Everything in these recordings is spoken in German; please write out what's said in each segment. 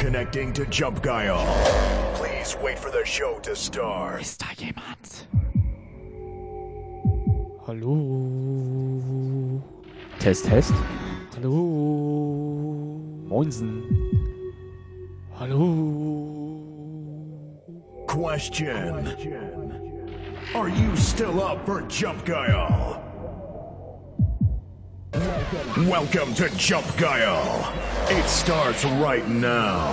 connecting to Jump Guile. Please wait for the show to start. Ist da jemand? Hallo. Test, Test. Hallo. Moinsen. Hallo. Question. Are you still up for Jump Guile? Welcome to Jump Guile. It starts right now.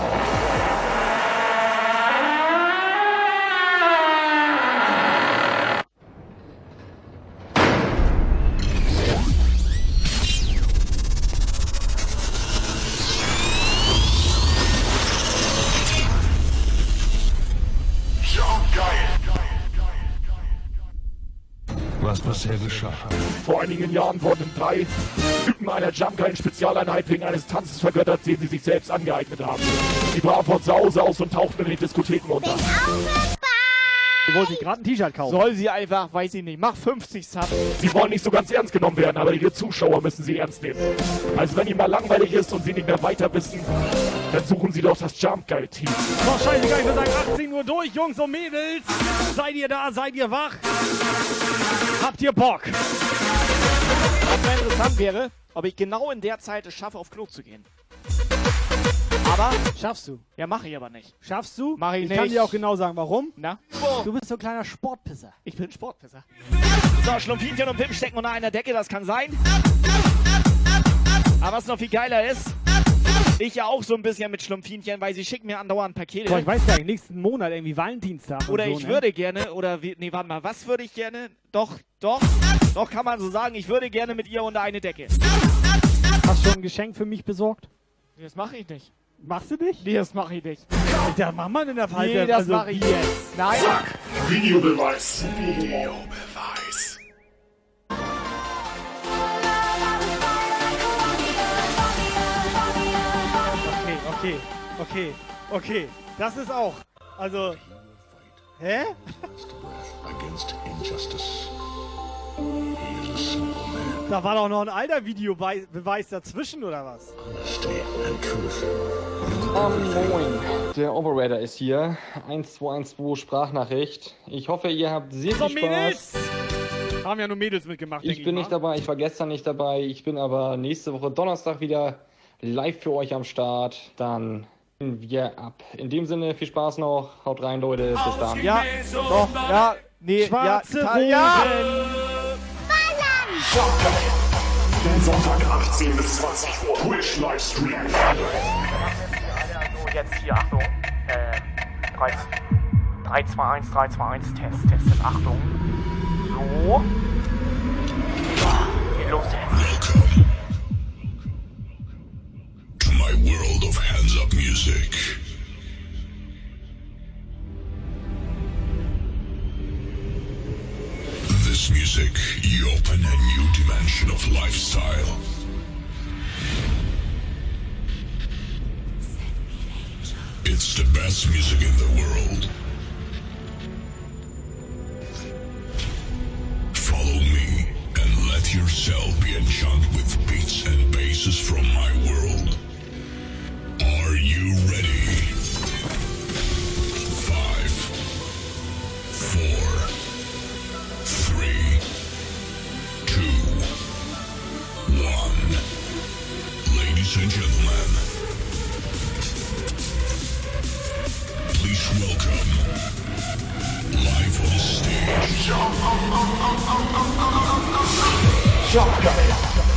Was bisher geschah. Vor einigen Jahren wurden 3 Typen einer Jump-Guile-Spezialeinheit wegen eines Tanzes vergöttert, den sie sich selbst angeeignet haben. Sie brachen von zu Hause aus und tauchten in den Diskotheken unter. Ich wollte gerade ein T-Shirt kaufen. Soll sie einfach, weiß ich nicht, mach 50 Subs. Sie wollen nicht so ganz ernst genommen werden, aber ihre Zuschauer müssen sie ernst nehmen. Also wenn ihnen mal langweilig ist und sie nicht mehr weiter wissen, dann suchen sie doch das Jump-Guile-Team. Wahrscheinlich ich würde sagen 18 Uhr durch, Jungs und Mädels. Seid ihr da? Seid ihr wach? Habt ihr Bock? Was mal interessant wäre, ob ich genau in der Zeit es schaffe, auf Klo zu gehen. Aber, Schaffst du? ja, mache ich aber nicht. Schaffst du? Mach ich Ich kann nicht. dir auch genau sagen, warum. Na? Du bist so ein kleiner Sportpisser. Ich bin Sportpisser. So, Schlumpfinchen und Pim stecken unter einer Decke, das kann sein. Aber was noch viel geiler ist, ich ja auch so ein bisschen mit Schlumpfinchen, weil sie schicken mir andauernd Pakete. Boah, ich weiß gar nicht, nächsten Monat irgendwie Valentinstag Oder und so, ich ne? würde gerne, nee, warte mal, was würde ich gerne? Doch kann man so sagen, ich würde gerne mit ihr unter eine Decke. Hast du schon ein Geschenk für mich besorgt? Nee, das mache ich nicht. Machst du nicht? Nee, das mache ich nicht. Alter, mach mal in der Fall. Nee, das mache ich jetzt. Nein. Videobeweis. Videobeweis. Okay. Das ist auch. Also. Hä? Against injustice. He is a simple man. Da war doch noch ein alter Videobeweis dazwischen, oder was? Honesty and truth. Moin, der Operator ist hier. 1212 Sprachnachricht. Ich hoffe, ihr habt sehr So, viel Spaß. Mädels! Haben ja nur Mädels mitgemacht, Ich bin nicht dabei, ich war gestern nicht dabei. Ich bin aber nächste Woche Donnerstag wieder live für euch am Start. Dann gehen wir ab. In dem Sinne, viel Spaß noch. Haut rein, Leute. Bis dann. Ja, doch, ja, nee, Schwarze ja, Rosen! ja. Den Sonntag 18 bis 20 Uhr Twitch Livestream. Also jetzt hier, Achtung. 3, 2, 1, Test, Achtung. So. Geht los jetzt. Welcome to my world of hands-up music. This music, you open a new dimension of lifestyle. It's the best music in the world. Follow me and let yourself be enchanted with beats and basses from my world. Are you ready? 5, 4, 3, 2, 1. Ladies and gentlemen, please welcome, live on stage, Jump Guile.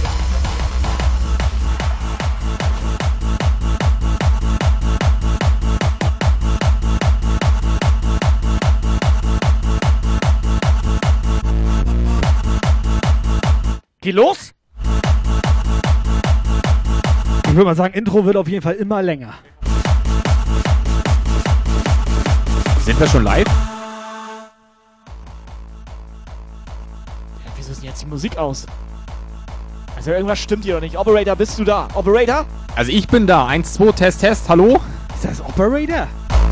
Geh los! Ich würde mal sagen, Intro wird auf jeden Fall immer länger. Sind wir schon live? Ja, wieso ist denn jetzt die Musik aus? Also irgendwas stimmt hier doch nicht. Operator, bist du da? Operator? Also ich bin da. 1, 2, Test, hallo? Ist das Operator?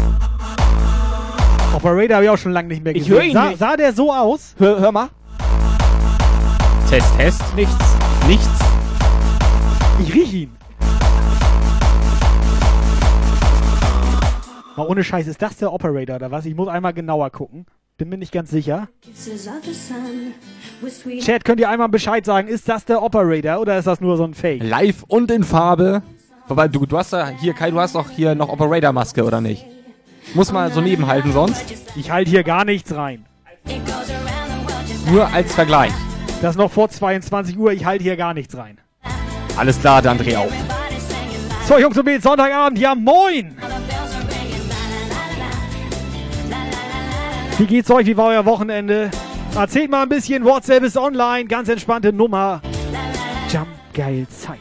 Operator habe ich auch schon lange nicht mehr Ich gesehen. höre ihn nicht. Sah der so aus? Hör mal. Test. Nichts. Ich rieche ihn. Mal ohne Scheiß, ist das der Operator oder was? Ich muss einmal genauer gucken. Bin mir nicht ganz sicher. Chat, könnt ihr einmal Bescheid sagen, ist das der Operator oder ist das nur so ein Fake? Live und in Farbe. Wobei, du hast da hier, Kai, du hast doch hier noch Operator-Maske, oder nicht? Muss mal so nebenhalten sonst. Ich halte hier gar nichts rein. Nur als Vergleich. Das ist noch vor 22 Uhr, ich halte hier gar nichts rein. Alles klar, dann dreh auf. So, Jungs und Mädels, Sonntagabend, ja moin! Wie geht's euch? Wie war euer Wochenende? Erzählt mal ein bisschen, WhatsApp ist online, ganz entspannte Nummer. Jump, geil, Zeit.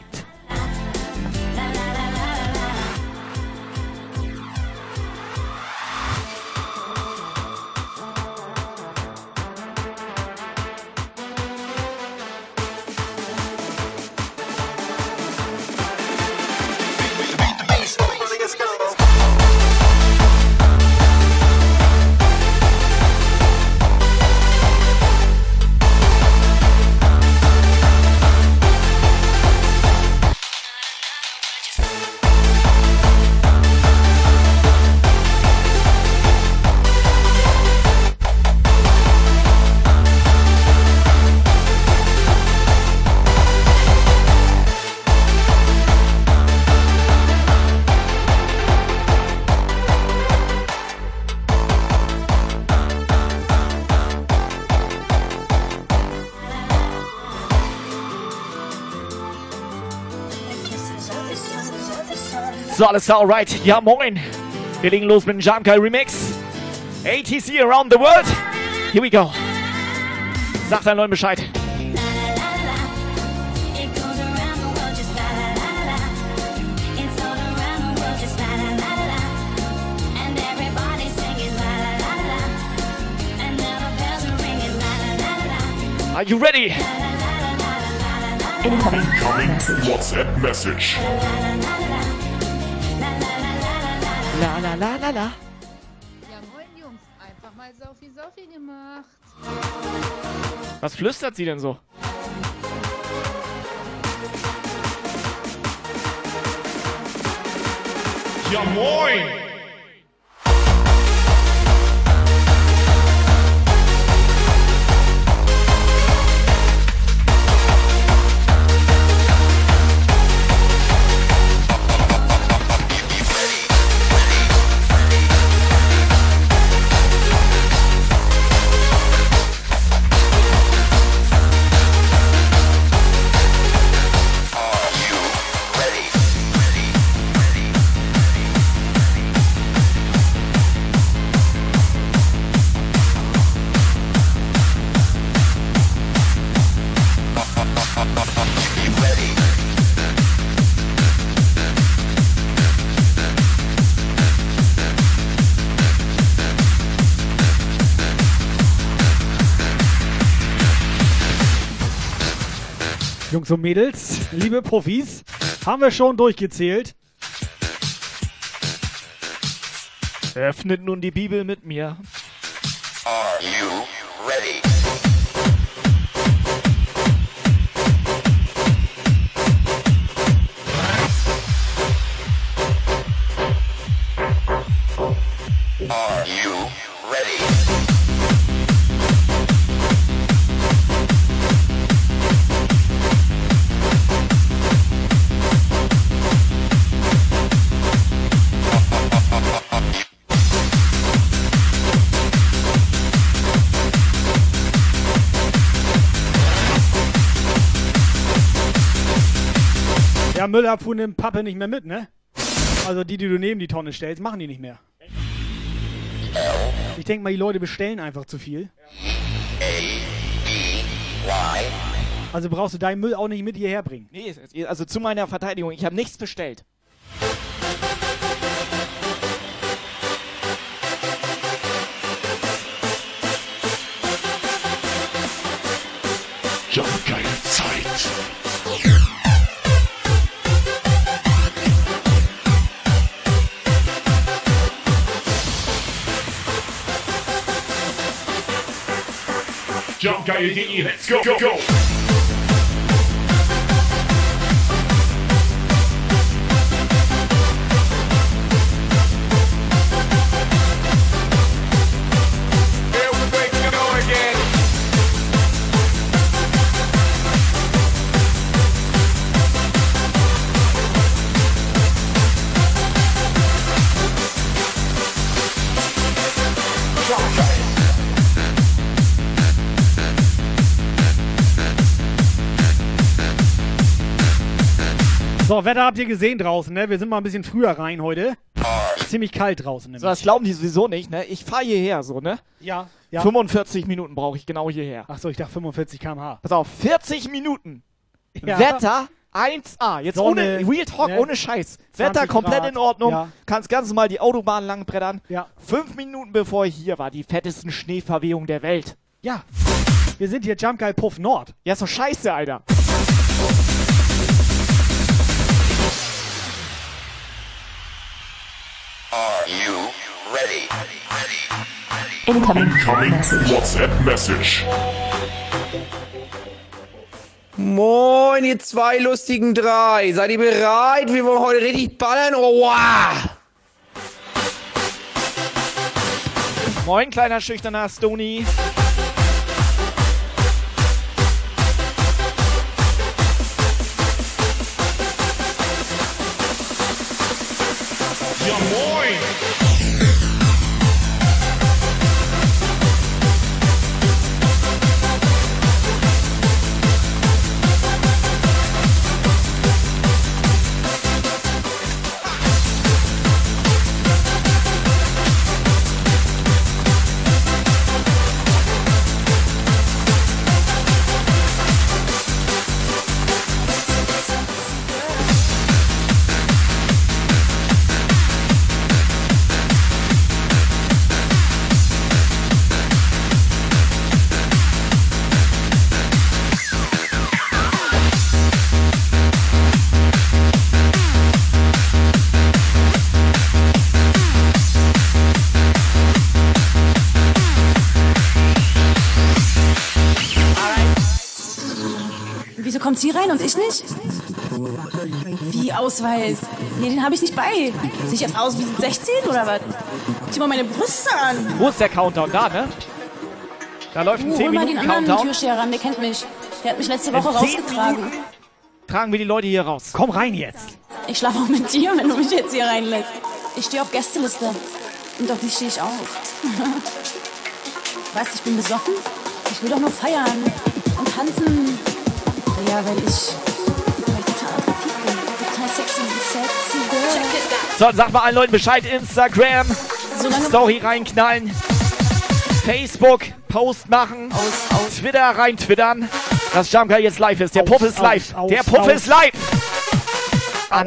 So, alles klar, alright. Ja, moin. Wir legen los mit dem Jump Guy Remix. ATC Around the World. Here we go. Sagt deinen Leuten Bescheid. Are you ready? Incoming WhatsApp message. La la la la la. Ja moin Jungs, einfach mal Saufi gemacht. Was flüstert sie denn so? Ja moin! Jungs und Mädels, liebe Profis, haben wir schon durchgezählt. Öffnet nun die Bibel mit mir. Are you ready? Are you ready? Ja, Müllabfuhr nimmt Pappe nicht mehr mit, ne? Also die du neben die Tonne stellst, machen die nicht mehr. Ich denke mal, die Leute bestellen einfach zu viel. Also brauchst du deinen Müll auch nicht mit hierher bringen. Nee, also zu meiner Verteidigung, ich habe nichts bestellt. Ja, geile Zeit. Jumpgeil.de, let's go, go, go! So, Wetter habt ihr gesehen draußen, ne? Wir sind mal ein bisschen früher rein heute. Ziemlich kalt draußen. So, das glauben die sowieso nicht, ne? Ich fahre hierher so, ne? Ja. 45 Minuten brauche ich genau hierher. Achso, ich dachte 45 km/h. Pass auf, 40 Minuten. Ja. Wetter 1A. Jetzt Sonne, ohne Real Talk, ne? ohne Scheiß. Wetter komplett Grad. in Ordnung. Ja. Kannst ganz normal die Autobahn langbrettern. Ja. 5 Minuten bevor ich hier war, die fettesten Schneeverwehungen der Welt. Ja. Wir sind hier Jump Guy Puff Nord. Ja, ist doch scheiße, Alter. Are you ready? Incoming WhatsApp Message. Moin, ihr zwei lustigen drei. Seid ihr bereit? Wir wollen heute richtig ballern. Oh, wow. Moin, kleiner schüchterner Stony. Ja, moin! Wieso kommt sie rein und ich nicht? Wie Ausweis? Nee, den habe ich nicht bei. Sehe ich jetzt aus wie 16 oder was? Zieh mal meine Brüste an. Wo ist der Countdown? Da, ne? Da läuft ein 10 Hol mal den Minuten anderen Countdown. Türsteher ran, der kennt mich. Der hat mich letzte Woche In 10 rausgetragen. Minuten tragen wir die Leute hier raus. Komm rein jetzt. Ich schlafe auch mit dir, wenn du mich jetzt hier reinlässt. Ich stehe auf Gästeliste. Und auf die stehe ich auch. Weißt du, ich bin besoffen? Ich will doch nur feiern und tanzen. Ja, weil ich total attraktiv bin. Total sexy girl. So, sag mal allen Leuten Bescheid. Instagram, Solange Story reinknallen. Facebook, Post machen. Twitter rein twittern. Dass Jump Guy jetzt live ist. Der Puff ist live. Der Puff ist live. An.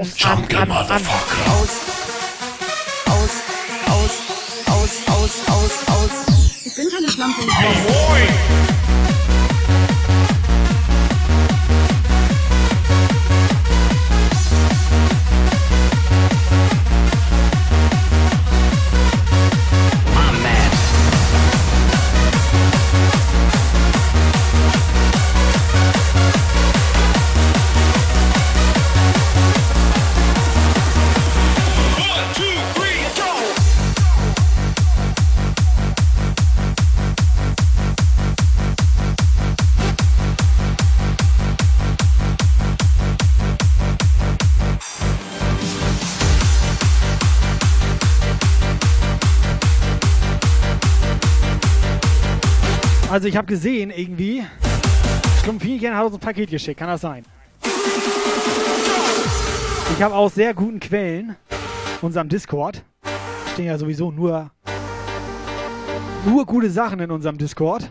ich bin keine Schlampe. Also ich habe gesehen irgendwie, Schlumpfinchen hat uns ein Paket geschickt, kann das sein? Ich habe aus sehr guten Quellen, unserem Discord, stehen ja sowieso nur gute Sachen in unserem Discord.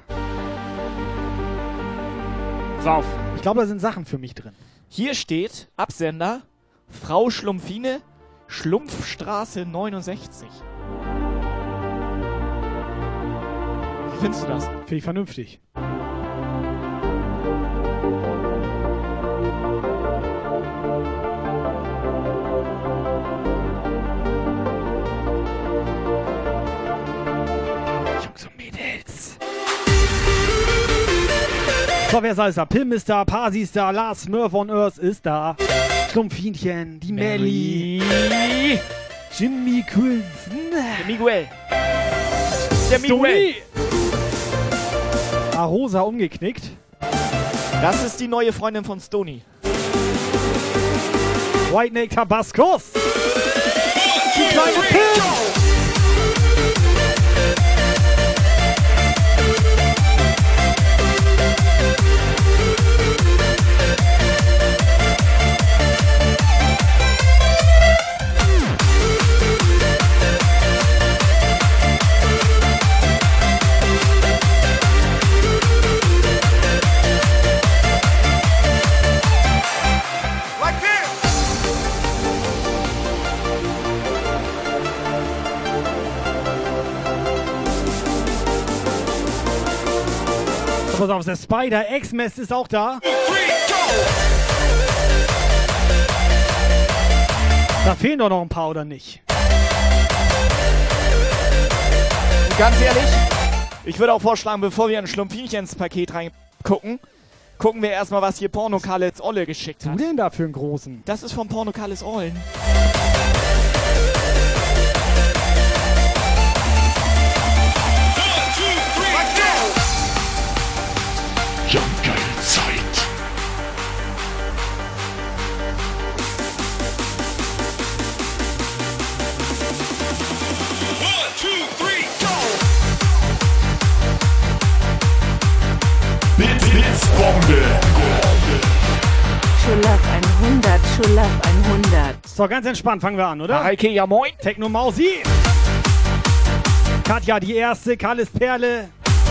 Pass auf. Ich glaube, da sind Sachen für mich drin. Hier steht Absender Frau Schlumpfine, Schlumpfstraße 69. Wie findest du das? Finde ich vernünftig. Jungs und Mädels. So, wer ist alles da? Pim ist da, Pasi ist da, Lars Smurf on Earth ist da. Schlumpfinchen, die Melli, Jimmy Coulson, Der Miguel. Der Miguel. Arosa umgeknickt. Das ist die neue Freundin von Stony. White Neck Tabascos. Die kleine Pim. Pass auf, der Spider X-Mess ist auch da. Da fehlen doch noch ein paar, oder nicht? Ganz ehrlich, ich würde auch vorschlagen, bevor wir ein Schlumpfinchens-Paket reingucken, gucken wir erstmal, was hier Pornokalis Olle geschickt hat. Was denn da für einen großen? Das ist von Pornokalis Ollen. Jumpgeil-Zeit. Blitzbombe. Schulaf 100, Schulaf 100. So, ganz entspannt, fangen wir an, oder? Heike, ja moin. Techno Mausi. Katja, die erste, Kalles Perle.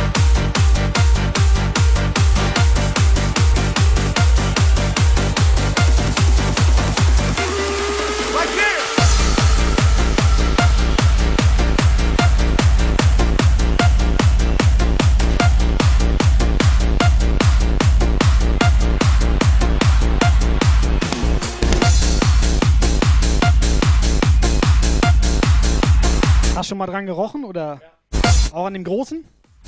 Hast du schon mal dran gerochen oder auch an dem Großen?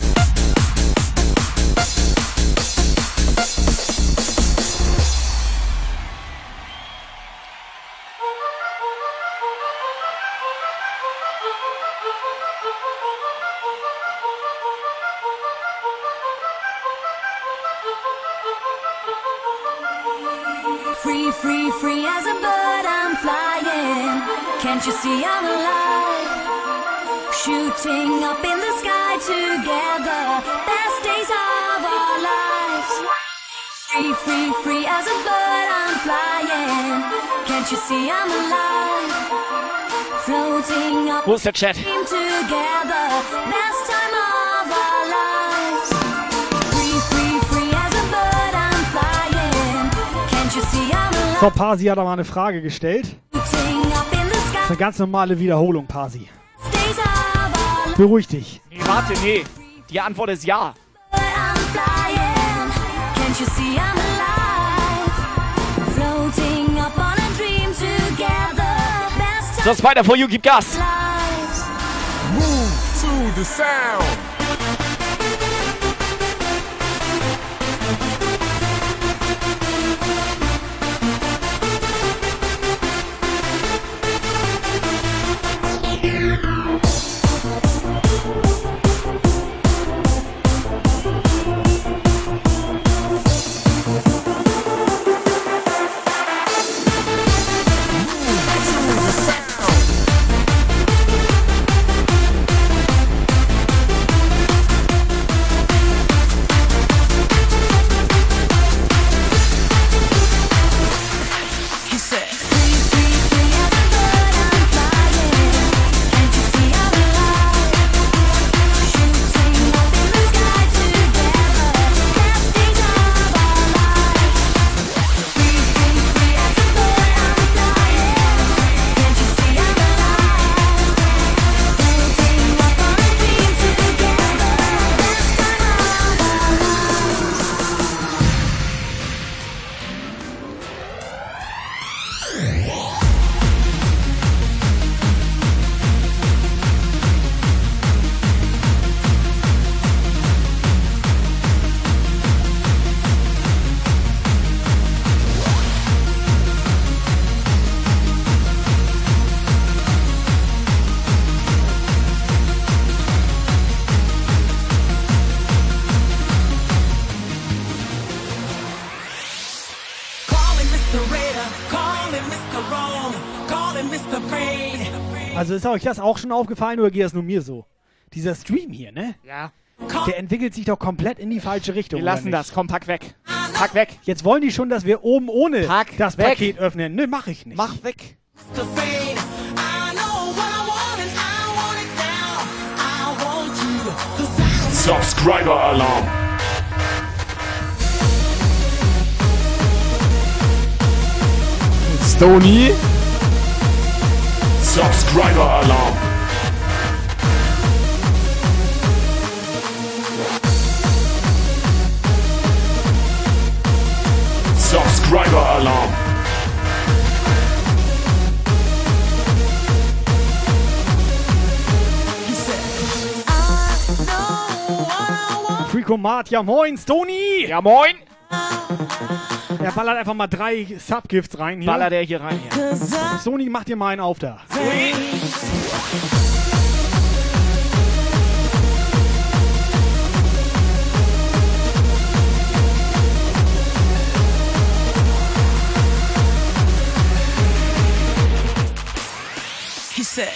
Free, free, free as a bird I'm flying. Can't you see I'm alive? Shooting up in the sky together. Best days of our lives. Free, free, free as a bird I'm flying. Can't you see I'm alive? Floating up. Wo ist der Chat? Together. Best time of our lives. Free, free, free as a bird I'm flying. Can't you see I'm alive? So, Pasi hat aber eine Frage gestellt. Das ist eine ganz normale Wiederholung, Pasi. Beruhig dich. Nee, warte, nee. Die Antwort ist ja. So, Spider for you, gib Gas. Move to the sound. Also ist euch das auch schon aufgefallen oder geht das nur mir so? Dieser Stream hier, ne? Ja. Der entwickelt sich doch komplett in die falsche Richtung. Wir lassen das. Komm, pack weg. Pack weg. Jetzt wollen die schon, dass wir oben ohne das weg. Paket öffnen. Ne, mach ich nicht. Mach weg. Subscriber Alarm. Stony. Subscriber Alarm. Subscriber Alarm. Freakomat, ja moin, Stony! Ja moin! Er ballert einfach mal 3 Subgifts rein hier. Ballert er hier rein, ja. Stony, mach dir mal einen auf da. He said.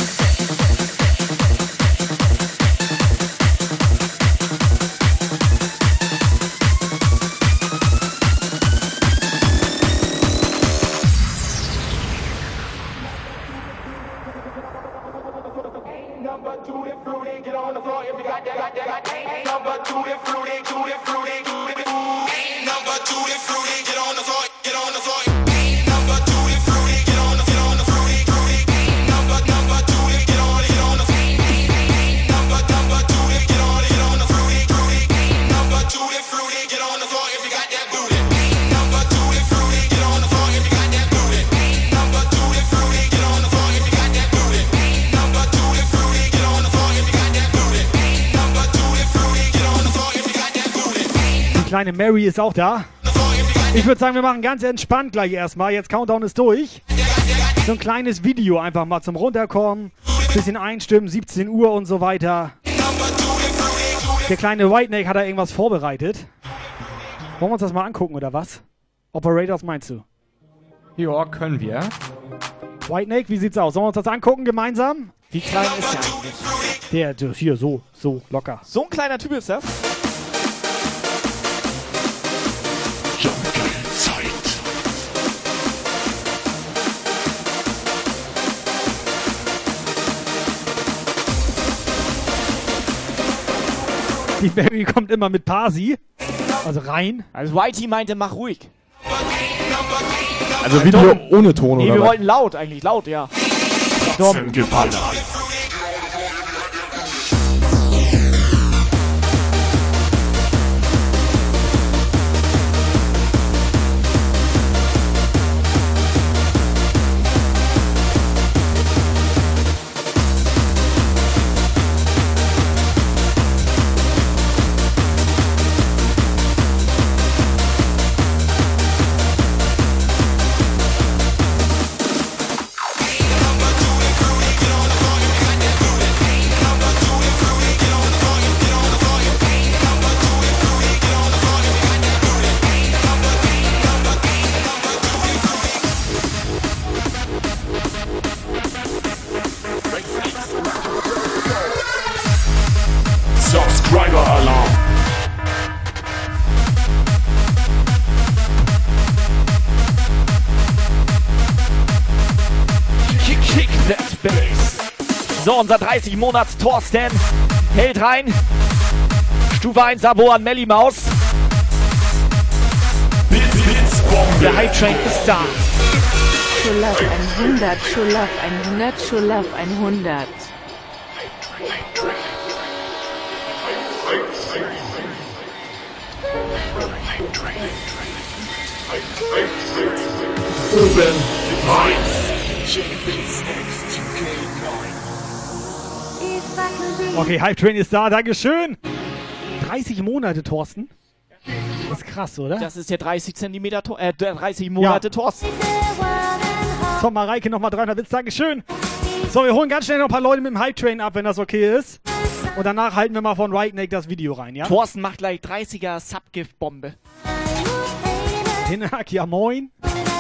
Kleine Mary ist auch da. Ich würde sagen, wir machen ganz entspannt gleich erstmal. Jetzt Countdown ist durch. So ein kleines Video einfach mal zum Runterkommen. Bisschen einstimmen, 17 Uhr und so weiter. Der kleine Whiteneck hat da irgendwas vorbereitet. Wollen wir uns das mal angucken oder was? Operators meinst du? Ja, können wir. Whiteneck, wie sieht's aus? Sollen wir uns das angucken gemeinsam? Wie klein ist der eigentlich? Der hier, so locker. So ein kleiner Typ ist das? Die Mary kommt immer mit Parsi. Also rein. Also Whitey meinte, mach ruhig. Also Video ohne Ton, nee, oder wir was? wollten laut eigentlich, laut, ja. Geballert. Subscriber Alarm. Kick that bass. So, unser 30-Monats Thorsten hält rein. Stufe 1 Abo an Melly Maus. Der Hype Train ist da. Schulaf 100, Schulaf 100, Schulaf 100. Oben 1. Okay, Hype Train ist da, Dankeschön. 30 Monate, Thorsten. Das ist krass, oder? Das ist der 30 Zentimeter, 30 Monate Thorsten. So, Mareike nochmal 300 Bits, Dankeschön. So, wir holen ganz schnell noch ein paar Leute mit dem Hype Train ab, wenn das okay ist. Und danach halten wir mal von Whiteneck das Video rein, ja? Thorsten macht gleich 30er Subgift-Bombe. Hinak, ja moin.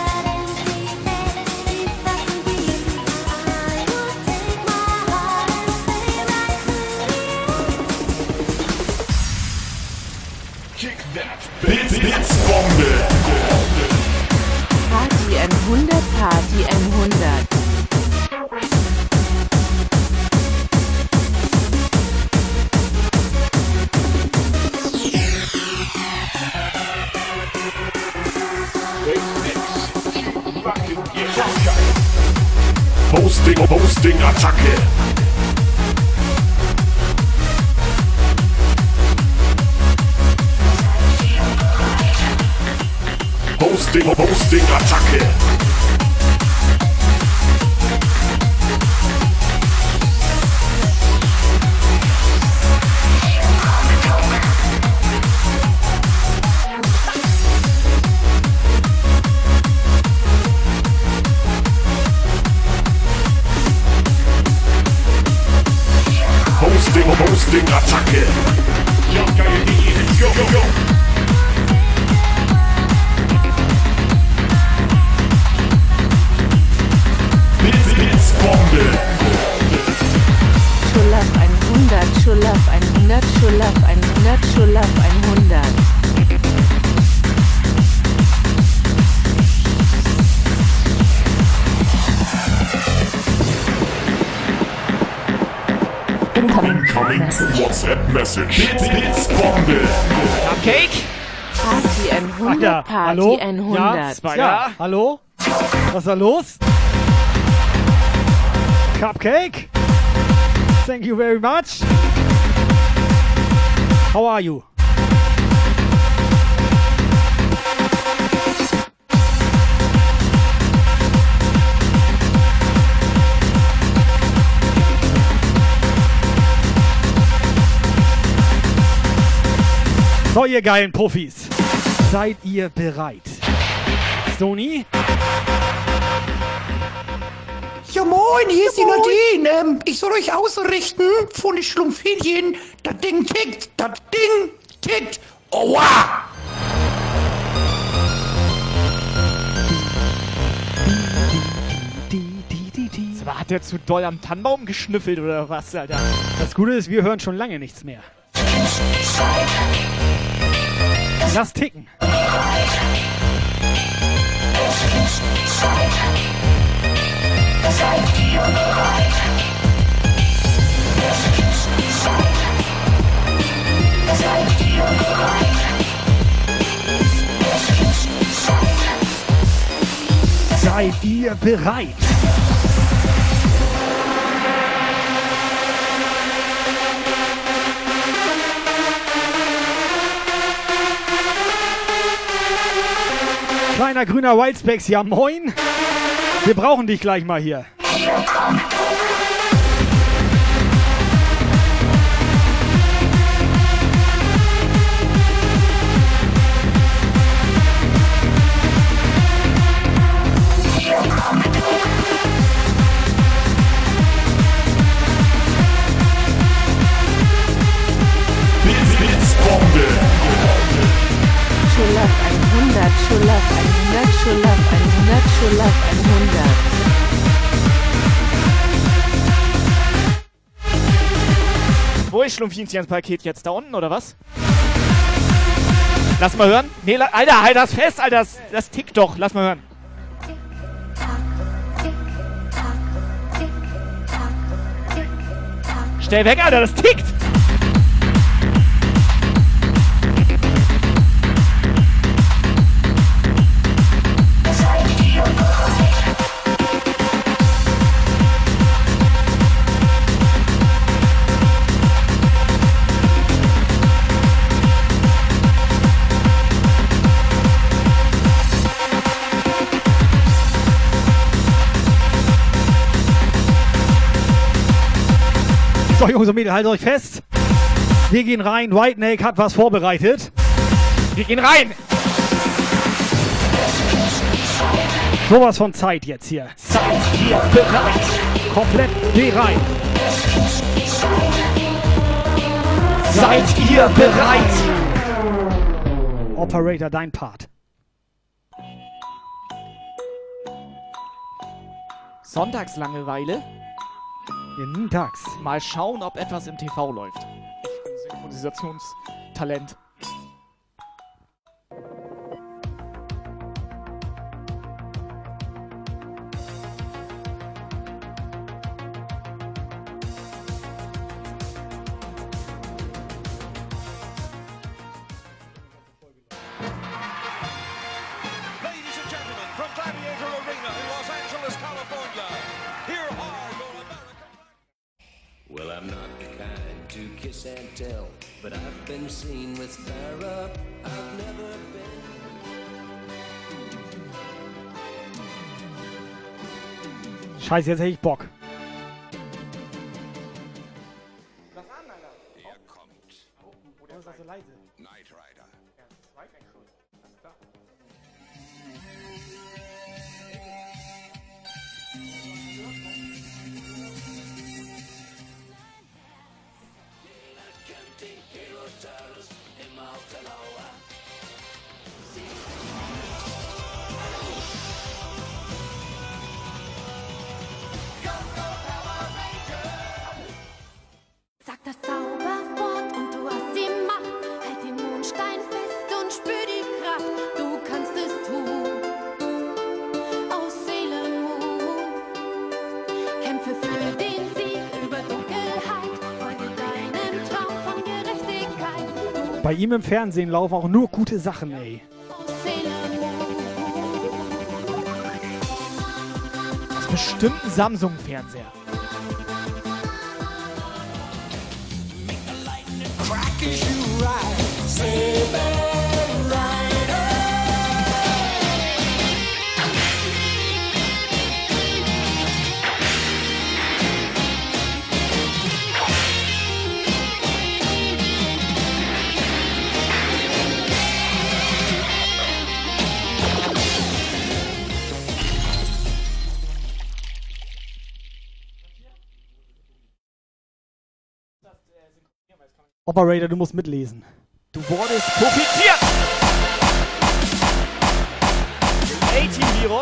Kick that Blitzbombe. Party 100, Party 100. Posting, Attacke. Attacke. Hosting Attacke. Ja, geil, go, go, go. Blitzbombe. Schulaf 100, Schulaf 100, Schulaf 100, Schulaf 100. Incoming WhatsApp Message. Blitzbombe. Cupcake? Party 100, Party hallo? 100. Ja, hallo? Was ist da los? Cupcake? Thank you very much. How are you? So, ihr geilen Profis, seid ihr bereit? Sony? Ja moin, hier ist die Nadine. Ich soll euch ausrichten von den Schlumpfinchen. Das Ding tickt, das Ding tickt. Oha! Hat der zu doll am Tannenbaum geschnüffelt oder was, Alter? Das Gute ist, wir hören schon lange nichts mehr. Lass ticken. Seid ihr bereit? Seid ihr bereit? Seid ihr bereit? Kleiner grüner Wildspecs, ja moin. Wir brauchen dich gleich mal hier. Blitzbombe. Schulaf 100, Schulaf 100, Schulaf 100, Schulaf 100. Wo ist Schlumpfinchens Paket jetzt? Da unten oder was? Lass mal hören. Nee, Alter, halt das fest, Alter. Das tickt doch. Lass mal hören. Stell weg, Alter. Das tickt. So, Jungs und Mädels, haltet euch fest. Wir gehen rein. Whitenake hat was vorbereitet. Wir gehen rein. Sowas von Zeit jetzt hier. Seid ihr bereit? Komplett bereit. Seid ihr bereit? Operator, dein Part. Sonntagslangeweile. Tags. Mal schauen, ob etwas im TV läuft. Ich bin Synchronisationstalent. Ladies and gentlemen, from Gladiator Arena in Los Angeles, California, here are your American... Well, I'm not the kind to kiss and tell, but I've been seen with Farrah. I've never been Scheiße, jetzt hätte ich Bock. Warum ist das so leise? Knight Rider. Ja, das weiß ich schon. Alles klar. Sag das Zauberwort und du hast die Macht. Halt den Mondstein fest und spür die Kraft. Du kannst es tun. Aus Seelenmut. Kämpfe für den Sieg über Dunkelheit. Folge deinem Traum von Gerechtigkeit. Bei ihm im Fernsehen laufen auch nur gute Sachen, ey. Das ist bestimmt ein Samsung-Fernseher. Operator, du musst mitlesen. Du wurdest publiziert! 18-Virus.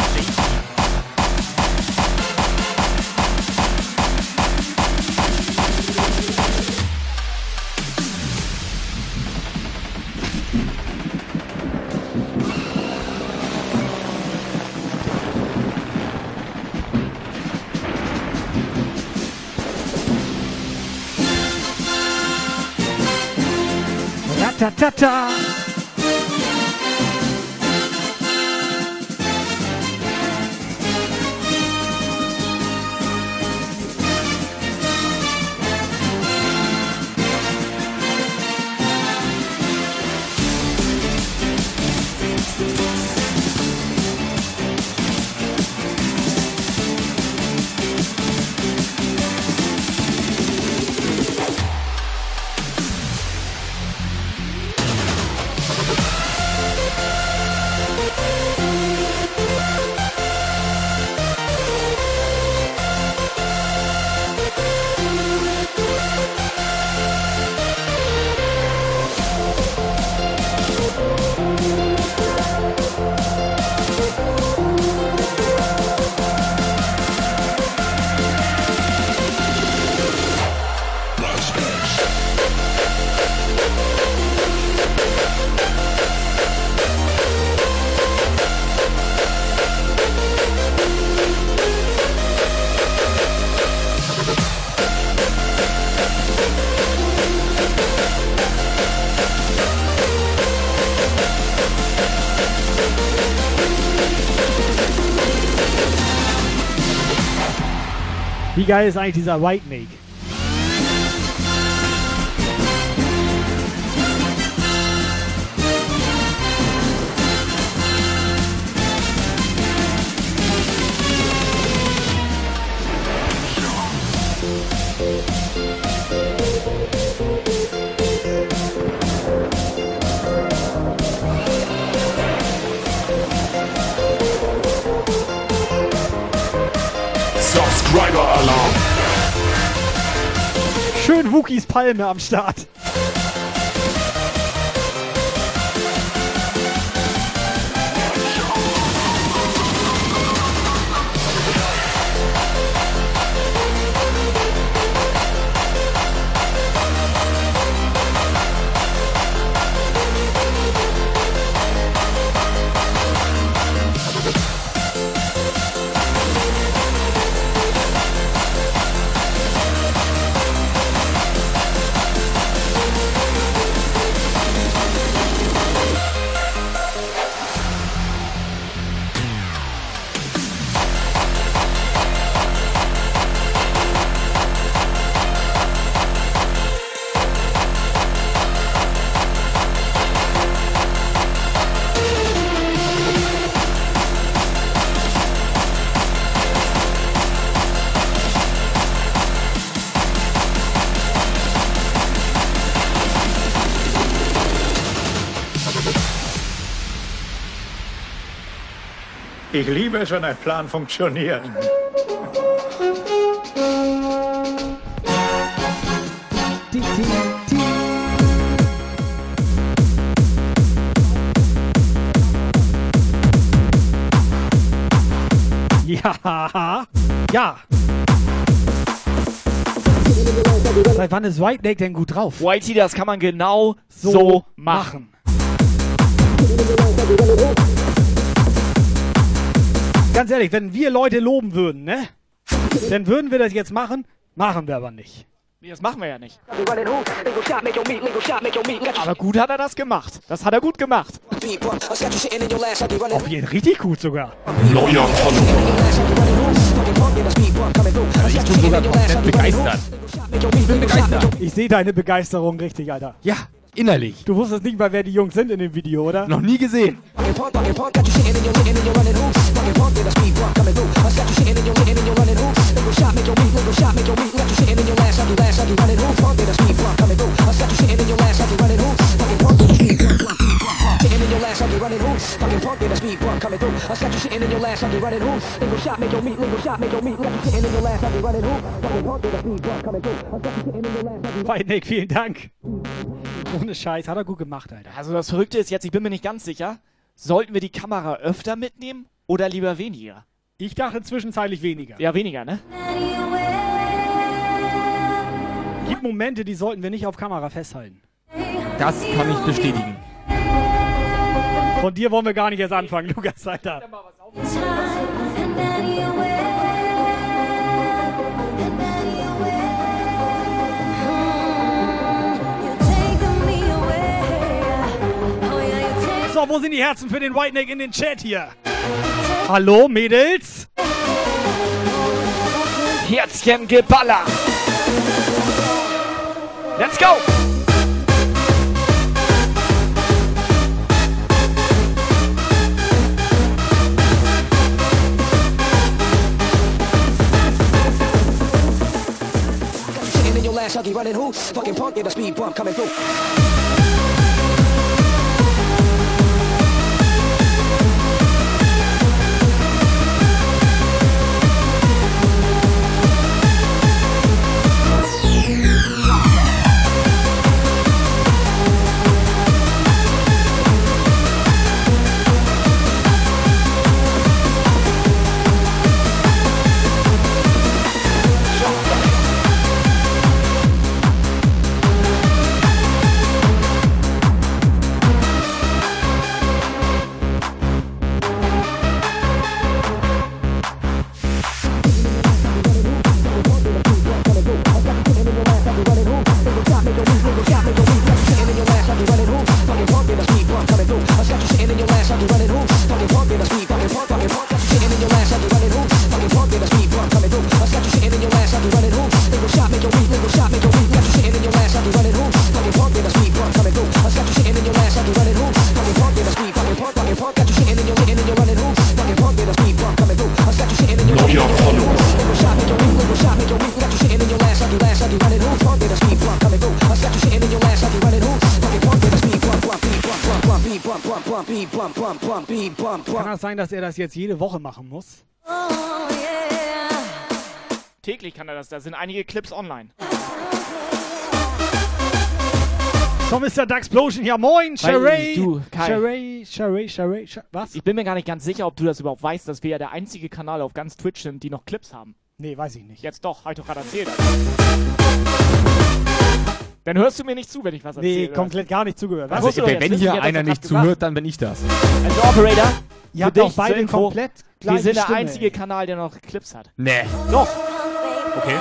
Ratatata! Wie geil ist eigentlich dieser White Snake? Subscriber-Alarm! Schön Wookies Palme am Start. Ich liebe es, wenn ein Plan funktioniert. Ja. Ja. Seit wann ist White Lake denn gut drauf? Whitey, das kann man genau so machen. Ganz ehrlich, wenn wir Leute loben würden, ne? Dann würden wir das jetzt machen, machen wir aber nicht. Nee, das machen wir ja nicht. Aber gut hat er das gemacht. Das hat er gut gemacht. Auf jeden richtig gut sogar. Neuer Also ich bin sogar komplett begeistert. Ich bin begeistert. Ich sehe deine Begeisterung richtig, Alter. Ja, innerlich. Du wusstest nicht mal, wer die Jungs sind in dem Video, oder? Noch nie gesehen. White Nick, vielen Dank. Ohne Scheiß, hat er gut gemacht, Alter. Also das Verrückte ist jetzt, ich bin mir nicht ganz sicher, sollten wir die Kamera öfter mitnehmen oder lieber weniger? Ich dachte zwischenzeitlich weniger. Ja, weniger, ne? Gibt Momente, die sollten wir nicht auf Kamera festhalten. Das kann ich bestätigen. Von dir wollen wir gar nicht erst anfangen, Lukas, Alter. So, wo sind die Herzen für den White Neck in den Chat hier? Hallo, Mädels? Herzchen geballert. Let's go! I'll be running who? Fucking punk, get a speed bump coming through. Kann das sein, dass er das jetzt jede Woche machen muss? Täglich kann er das, da sind einige Clips online. So, Mr. Duxplosion, ja moin, Sherry. Du, Sherry, was? Ich bin mir gar nicht ganz sicher, ob du das überhaupt weißt, dass wir ja der einzige Kanal auf ganz Twitch sind, die noch Clips haben. Nee, weiß ich nicht. Jetzt doch, hab ich doch gerade erzählt. Dann hörst du mir nicht zu, wenn ich was erzähle. Nee, komplett gar nicht zugehört. Also, wenn hier einer nicht zuhört, dann bin ich das. Also, Operator, ihr habt auch beide komplett gleiche wir sind der Stimme, einzige Kanal, der noch Clips hat. Nee. Doch. Okay.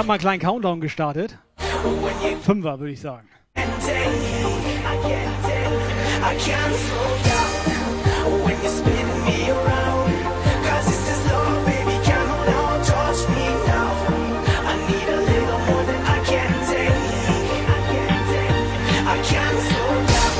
habe mal einen kleinen Countdown gestartet. 5er, würde ich sagen. I can't slow down when you're spinning me around. 'Cause this is love, baby, come on, touch me now. I need a little more than I can take. I can't slow down.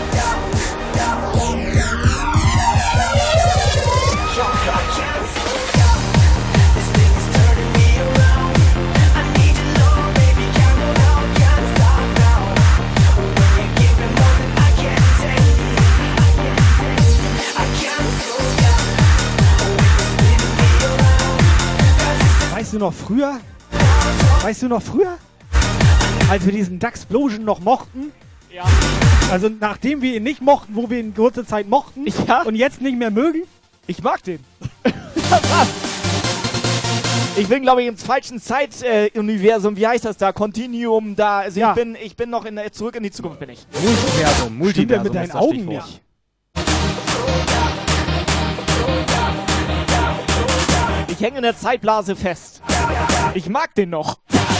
I can't slow down. This thing is turning me around. I need your love, baby, come on, can't stop now. When you're giving more than I can take. Weißt du noch früher? Als wir diesen Daxplosion noch mochten? Ja. Also nachdem wir ihn nicht mochten, wo wir ihn kurze Zeit mochten und jetzt nicht mehr mögen? Ich mag den. Was? Ich bin, glaube ich, im falschen Zeituniversum. Wie heißt das da? Continuum da. Also Ja. ich bin noch zurück in die Zukunft, bin ich. Multiversum. Stimmt ja mit ist deinen das Augen Stichwort. nicht. Ich hänge in der Zeitblase fest. Ich mag den noch.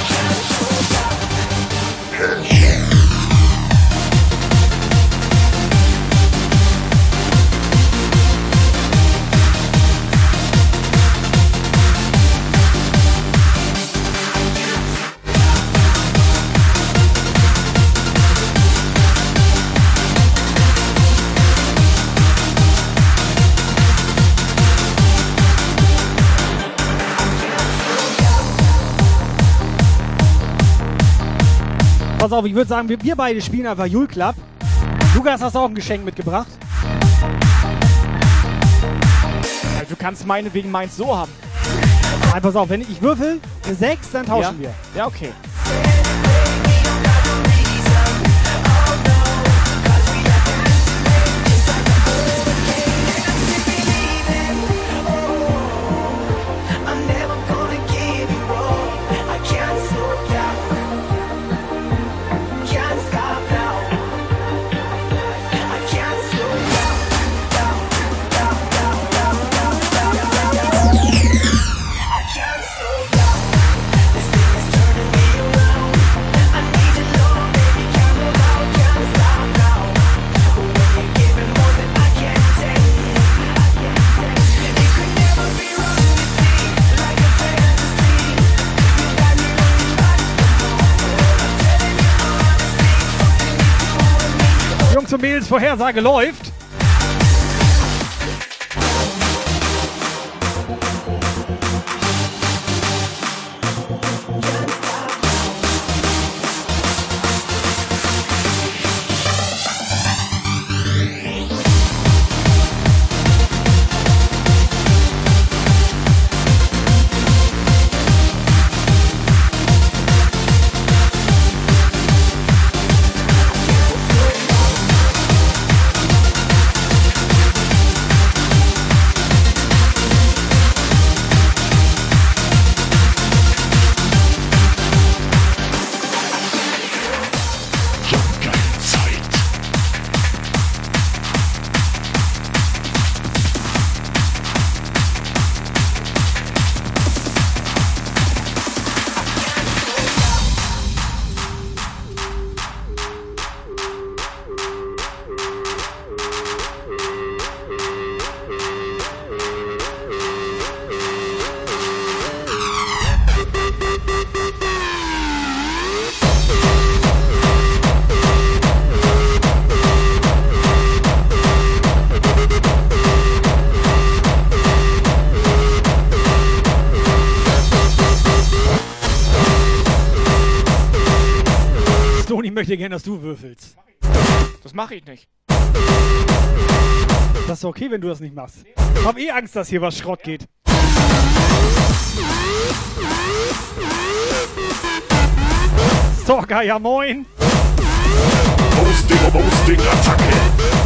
Pass auf, ich würde sagen, wir beide spielen einfach Jule Club. Lukas, hast du auch ein Geschenk mitgebracht? Also du kannst meinetwegen meins so haben. Pass auf, wenn ich würfel eine 6, dann tauschen wir. Ja, okay. I'm never gonna give you up. I can't slow down. Can't stop now. I can't slow down. I can't slow down. This thing is turning me around. I need your love, baby, come on, can't stop now. When you're giving more than I can take. It could never be wrong, you see, like a fantasy. You got me running back for more. I'm telling you honestly, something you do with me. Jungs und Mädels, Vorhersage läuft. Ich möchte gerne, dass du würfelst. Das mache ich nicht. Das ist okay, wenn du das nicht machst. Ich hab eh Angst, dass hier was Schrott geht. Stalker, ja moin. Boosting, Attacke.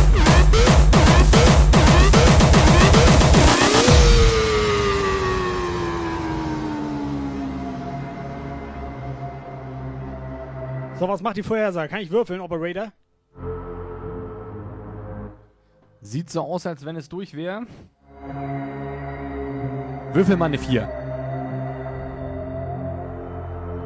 So, was macht die Vorhersage? Kann ich würfeln, Operator? Sieht so aus, als wenn es durch wäre. Würfel mal eine 4.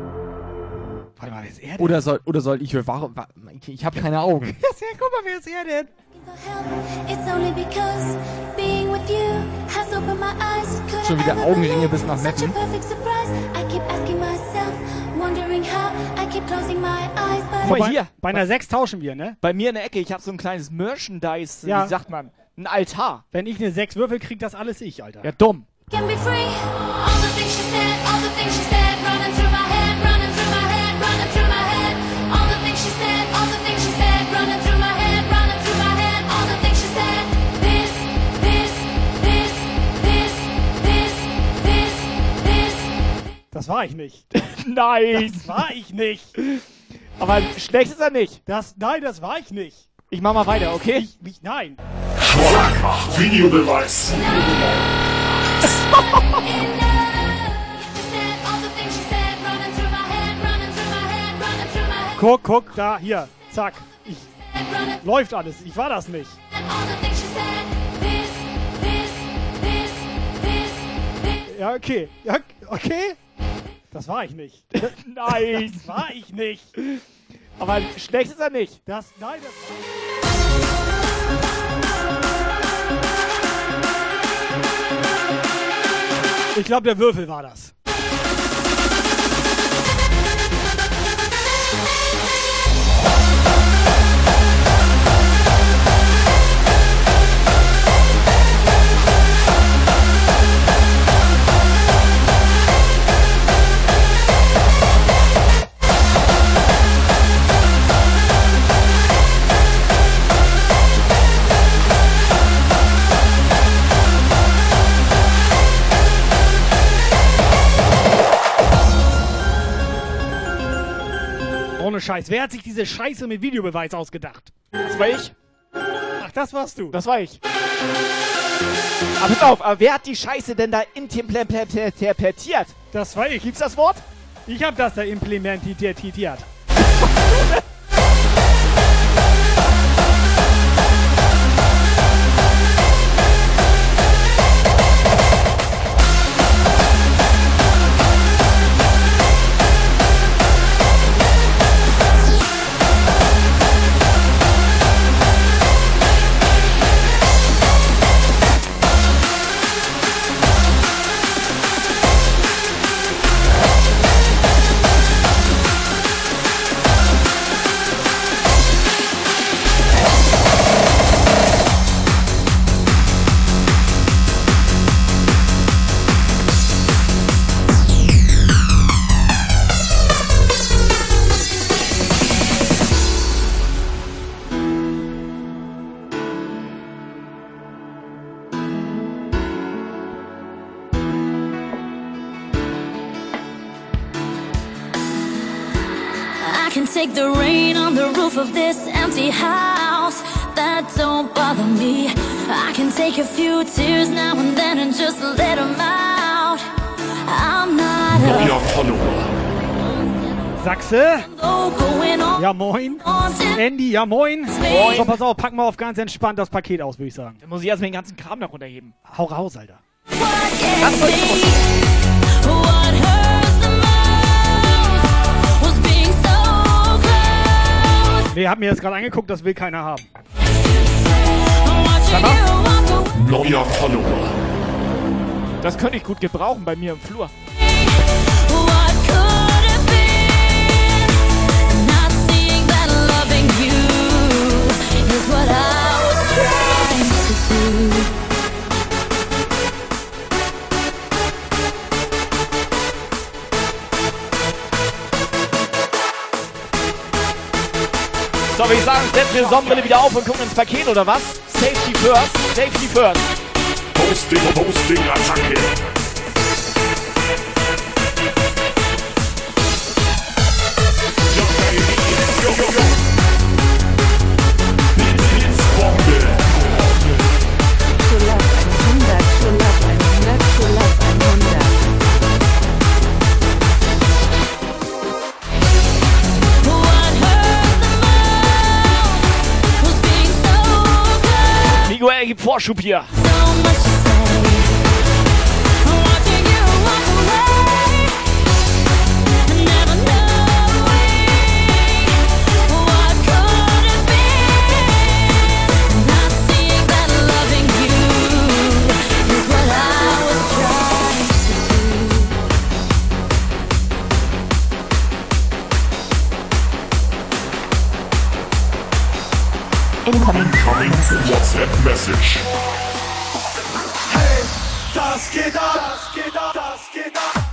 ist er denn? Oder soll ich... Ich habe keine Augen. Guck mal, wer ist er denn? It's only because being with you has opened my eyes. Could Schon wieder Augenringe bis nach such a Meppen. perfect surprise. I keep asking myself, wondering how. I keep closing my eyes, but Guck mal hier. Bei einer 6 tauschen wir, ne? Bei mir in der Ecke, ich habe so ein kleines Merchandise, Ja. wie sagt man? Ein Altar. Wenn ich eine 6 würfel, kriegt das alles ich, Alter. Ja, dumm. can be free. All the things she said, all the things she said, running through my head, running through my head, running through my head. All the things she said, all the things she said, running through my head, running through my head. All the things she said. This. Das war ich nicht. Nein. Das war ich nicht. Aber schlecht ist er nicht. Nein, das war ich nicht. Ich mach mal weiter, okay? Nein. Schwach, Videobeweis. Guck, da, hier, zack. Läuft alles, ich war das nicht. Ja, okay. Ja, okay. Das war ich nicht. Nein. Das war ich nicht. Aber schlecht ist er nicht. Nein, das Ich glaube, der Würfel war das. Ohne Scheiß. Wer hat sich diese Scheiße mit Videobeweis ausgedacht? Das war ich. Ach, das warst du. Das war ich. Aber pass auf, aber wer hat die Scheiße denn da interpretiert? Das war ich. Gibt's das Wort? Ich hab das da implementiert. Take the rain on the roof of this empty house. That don't bother me. I can take a few tears now and then and just let them out. I'm not Neuer Follower. Sachse? Ja, moin. Andy, ja, moin. So, pass auf, pack mal auf ganz entspannt das Paket aus, würde ich sagen. Dann muss ich erstmal den ganzen Kram da runterheben. Hau raus, Alter. Das soll ich Nee, hab mir das gerade angeguckt, das will keiner haben. Neuer Follower. Das könnte ich gut gebrauchen bei mir im Flur. So, würde ich sagen, setzen wir die Sonnenbrille wieder auf und gucken ins Paket, oder was? Safety first, safety first. Posting, Attacke. Miguel gibt Vorschub hier. Incoming message. WhatsApp Message. Hey, das geht ab, das geht ab, das geht ab.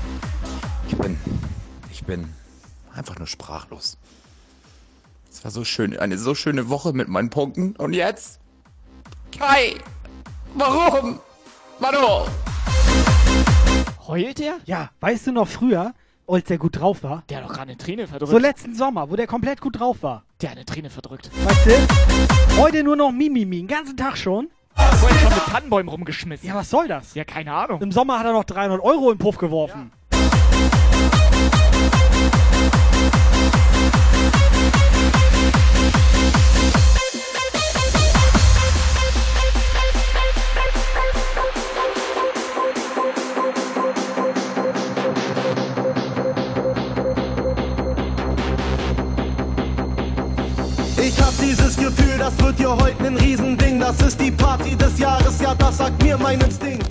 Ich bin einfach nur sprachlos. Es war so schön, eine so schöne Woche mit meinen Punkten. Und jetzt? Kai! Warum? Manu! Heult der? Ja, weißt du noch früher, als der gut drauf war? Der hat doch gerade eine Träne verdrückt. So letzten Sommer, wo der komplett gut drauf war. Der hat eine Träne verdrückt. Weißt du? Heute nur noch Mimimi, den ganzen Tag schon. Vorhin schon mit Tannenbäumen rumgeschmissen. Ja, was soll das? Ja, keine Ahnung. Im Sommer hat er noch 300 € in den Puff geworfen. Ich hab dieses Gefühl, das wird hier heute ein Riesending. Das ist die Party des Jahres, ja, das sagt mir mein Instinkt.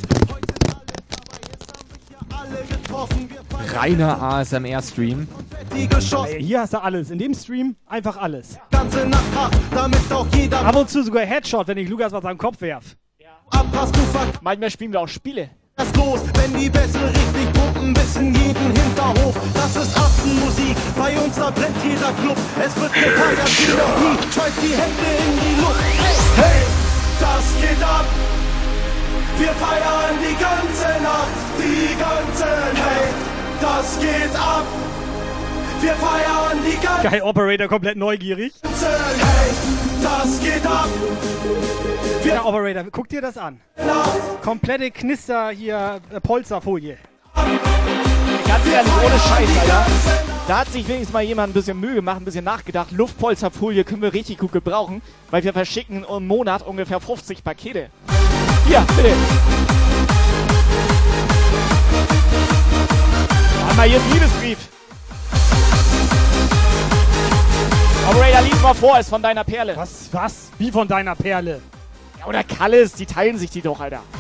Reiner ASMR-Stream. Hier hast du alles. In dem Stream einfach alles. Ganze Nacht Kraft, damit auch jeder. Ab und zu sogar Headshot, wenn ich Lukas was am Kopf werf. Abpasst, du fuck. Manchmal spielen wir auch Spiele. Das ist los, wenn die Bässe richtig pumpen, bis in jeden Hinterhof. Das ist Aftenmusik, bei uns da brennt jeder Club. Es wird gefeiert wie noch nie, schmeißt die Hände in die Luft. Hey, das geht ab. Wir feiern die ganze Nacht, die ganze Hey, das geht ab. Wir feiern die ganze Geil, Operator komplett neugierig. Hey, das geht ab. Ja, Operator, guck dir das an. Komplette Knister hier, Polsterfolie. Ganz ehrlich, ohne Scheiß, Alter. Da hat sich wenigstens mal jemand ein bisschen Mühe gemacht, ein bisschen nachgedacht. Luftpolsterfolie können wir richtig gut gebrauchen, weil wir verschicken im Monat ungefähr 50 Pakete. Hier, bitte. Einmal hier ist ein Liebesbrief. Operator, lies mal vor, ist von deiner Perle. Was? Wie von deiner Perle? Ja, oder Kalles, die teilen sich die doch, Alter.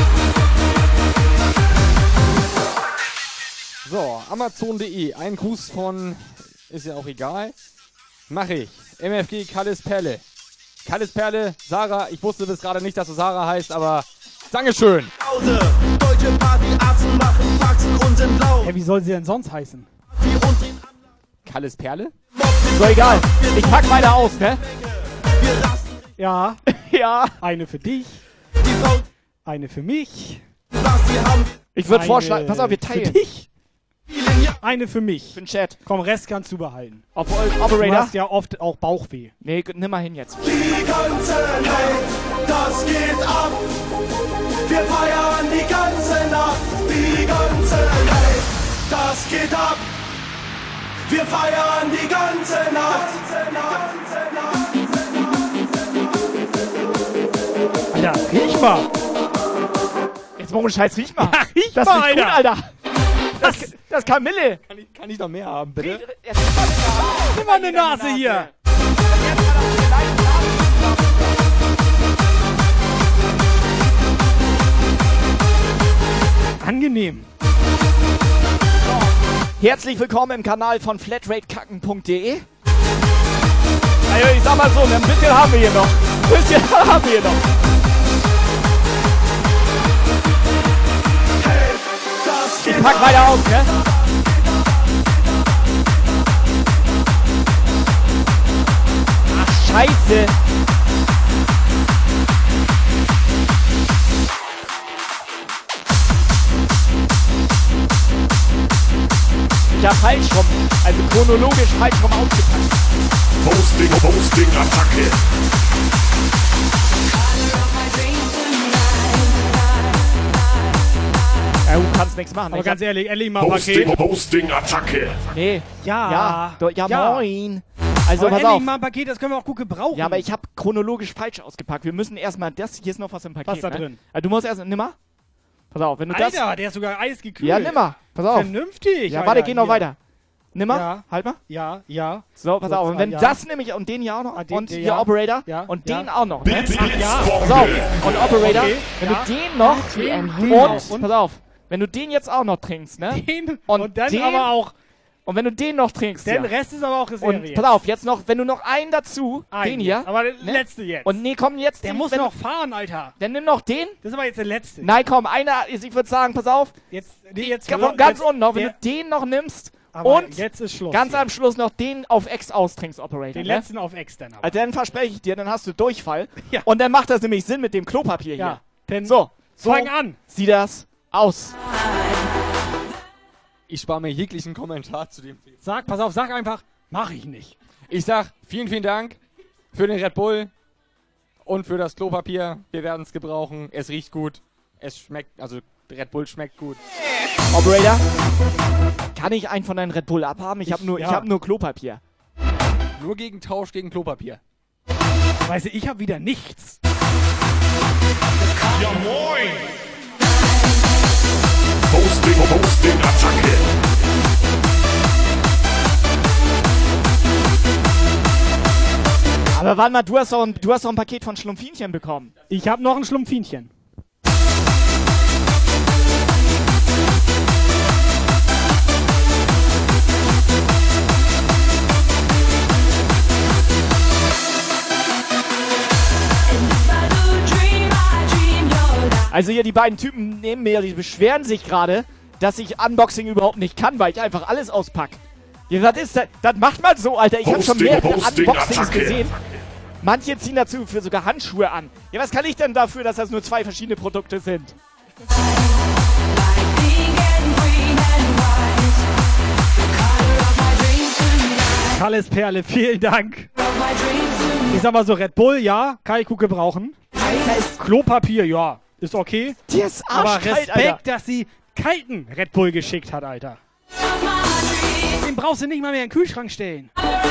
So, Amazon.de. Ein Gruß von, ist ja auch egal. Mach ich. MFG Kalles Perle. Kalles Perle, Sarah, ich wusste bis gerade nicht, dass du Sarah heißt, aber Dankeschön. Deutsche Partyarzen machen Faxen und sind laut. Hey, wie soll sie denn sonst heißen? Kalles Perle? So, egal. Ich pack meine aus, ne? Ja. Ja. Eine für dich. Eine für mich. Ich würde vorschlagen, pass auf, wir teilen. Für dich. Eine für mich. Für den Chat. Komm, Rest kannst du behalten. Operator? Du hast ja oft auch Bauchweh. Nee, nimm mal hin jetzt. Die ganze Hey, das geht ab. Wir feiern die ganze Nacht. Die ganze Hey, das geht ab. Wir feiern die ganze Nacht. Alter, riech mal. Jetzt mal ohne Scheiß, riech mal. Ja, riech das mal, riecht gut, Alter. Das ist Kamille. Kann ich noch mehr haben, bitte? Nimm mal eine Nase hier. Angenehm. Herzlich willkommen im Kanal von flatratekacken.de. Also ich sag mal so, ein bisschen haben wir hier noch. Ich pack weiter aus, ne? Ach, Scheiße. Ja, falsch rum. Also chronologisch falsch rum ausgepackt. Posting, Attacke. Ja, du kannst nichts machen. Aber ganz ehrlich mal ein Paket. Posting, Attacke. Nee. Ja. Ja, moin. Also aber pass auf. mal ein Paket, das können wir auch gut gebrauchen. Ja, aber ich habe chronologisch falsch ausgepackt. Wir müssen erstmal das, hier ist noch was im Paket. Was da drin? Also, du musst erst, nimm mal. Pass auf, wenn du Alter, das... der ist sogar eisgekühlt. Ja, nimm mal. Pass auf. Vernünftig. Ja, Alter, warte, geh noch hier. weiter. Nimm mal. Ja. Halt mal. Ja. So, pass auf. Und wenn ja. das nämlich, und den hier auch noch, und hier ja. Operator, Ja. und Ja. den auch noch. Ne? Ja. Pass auf. Und Operator, Okay. wenn Ja. du den noch, und, und pass auf, wenn du den jetzt auch noch trinkst, ne? Den und dann den, aber auch Und wenn du den noch trinkst, Der Rest ist aber auch Reserve. Und pass auf, jetzt noch, wenn du noch einen dazu, den hier. Jetzt. Aber der letzte jetzt. Und nee, komm jetzt. Der muss noch fahren, Alter. Dann nimm noch den. Das ist aber jetzt der letzte. Nein, komm, einer, ich würde sagen, pass auf. Jetzt von ganz unten noch, wenn du den noch nimmst. Aber und jetzt ist Schluss. Ganz am Schluss noch den auf X austrinkst, Operator. Den letzten auf X dann aber. Also dann verspreche ich dir, dann hast du Durchfall. Ja. Und dann macht das nämlich Sinn mit dem Klopapier hier. Denn so fang an. Sieht das aus. Ich spare mir jeglichen Kommentar zu dem Film. Pass auf, sag einfach, mach ich nicht. Ich sag vielen, vielen Dank für den Red Bull und für das Klopapier. Wir werden es gebrauchen. Es riecht gut. Es schmeckt, also Red Bull schmeckt gut. Operator, kann ich einen von deinen Red Bull abhaben? Ich habe nur Klopapier. Nur gegen Tausch gegen Klopapier. Weißt du, ich habe wieder nichts. Ja moin! Posting, Attacke! Aber warte mal, du hast doch ein Paket von Schlumpfinchen bekommen. Ich habe noch ein Schlumpfinchen. Also hier die beiden Typen neben mir, die beschweren sich gerade, dass ich Unboxing überhaupt nicht kann, weil ich einfach alles auspacke. Ja, das macht man so, Alter. Ich habe schon mehrere Unboxings gesehen. Manche ziehen dazu für sogar Handschuhe an. Ja, was kann ich denn dafür, dass das nur 2 verschiedene Produkte sind? Kalles Perle, vielen Dank. Ich sag mal so, Red Bull, ja, kann ich gut gebrauchen. Klopapier, ja, ist okay. Die ist aber arschkalt, Respekt, Alter. dass sie kalten Red Bull geschickt hat, Alter. Den brauchst du nicht mal mehr in den Kühlschrank stellen.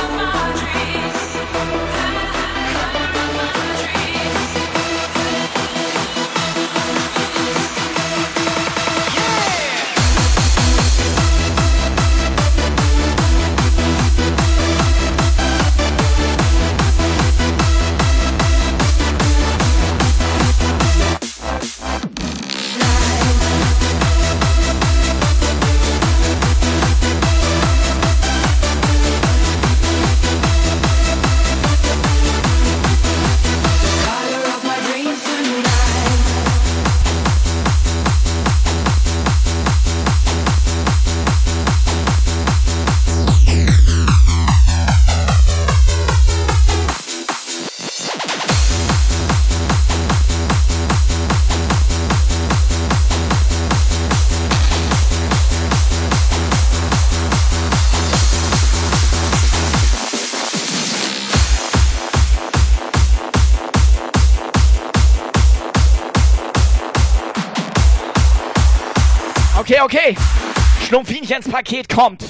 Okay. Schlumpfinchens Paket kommt.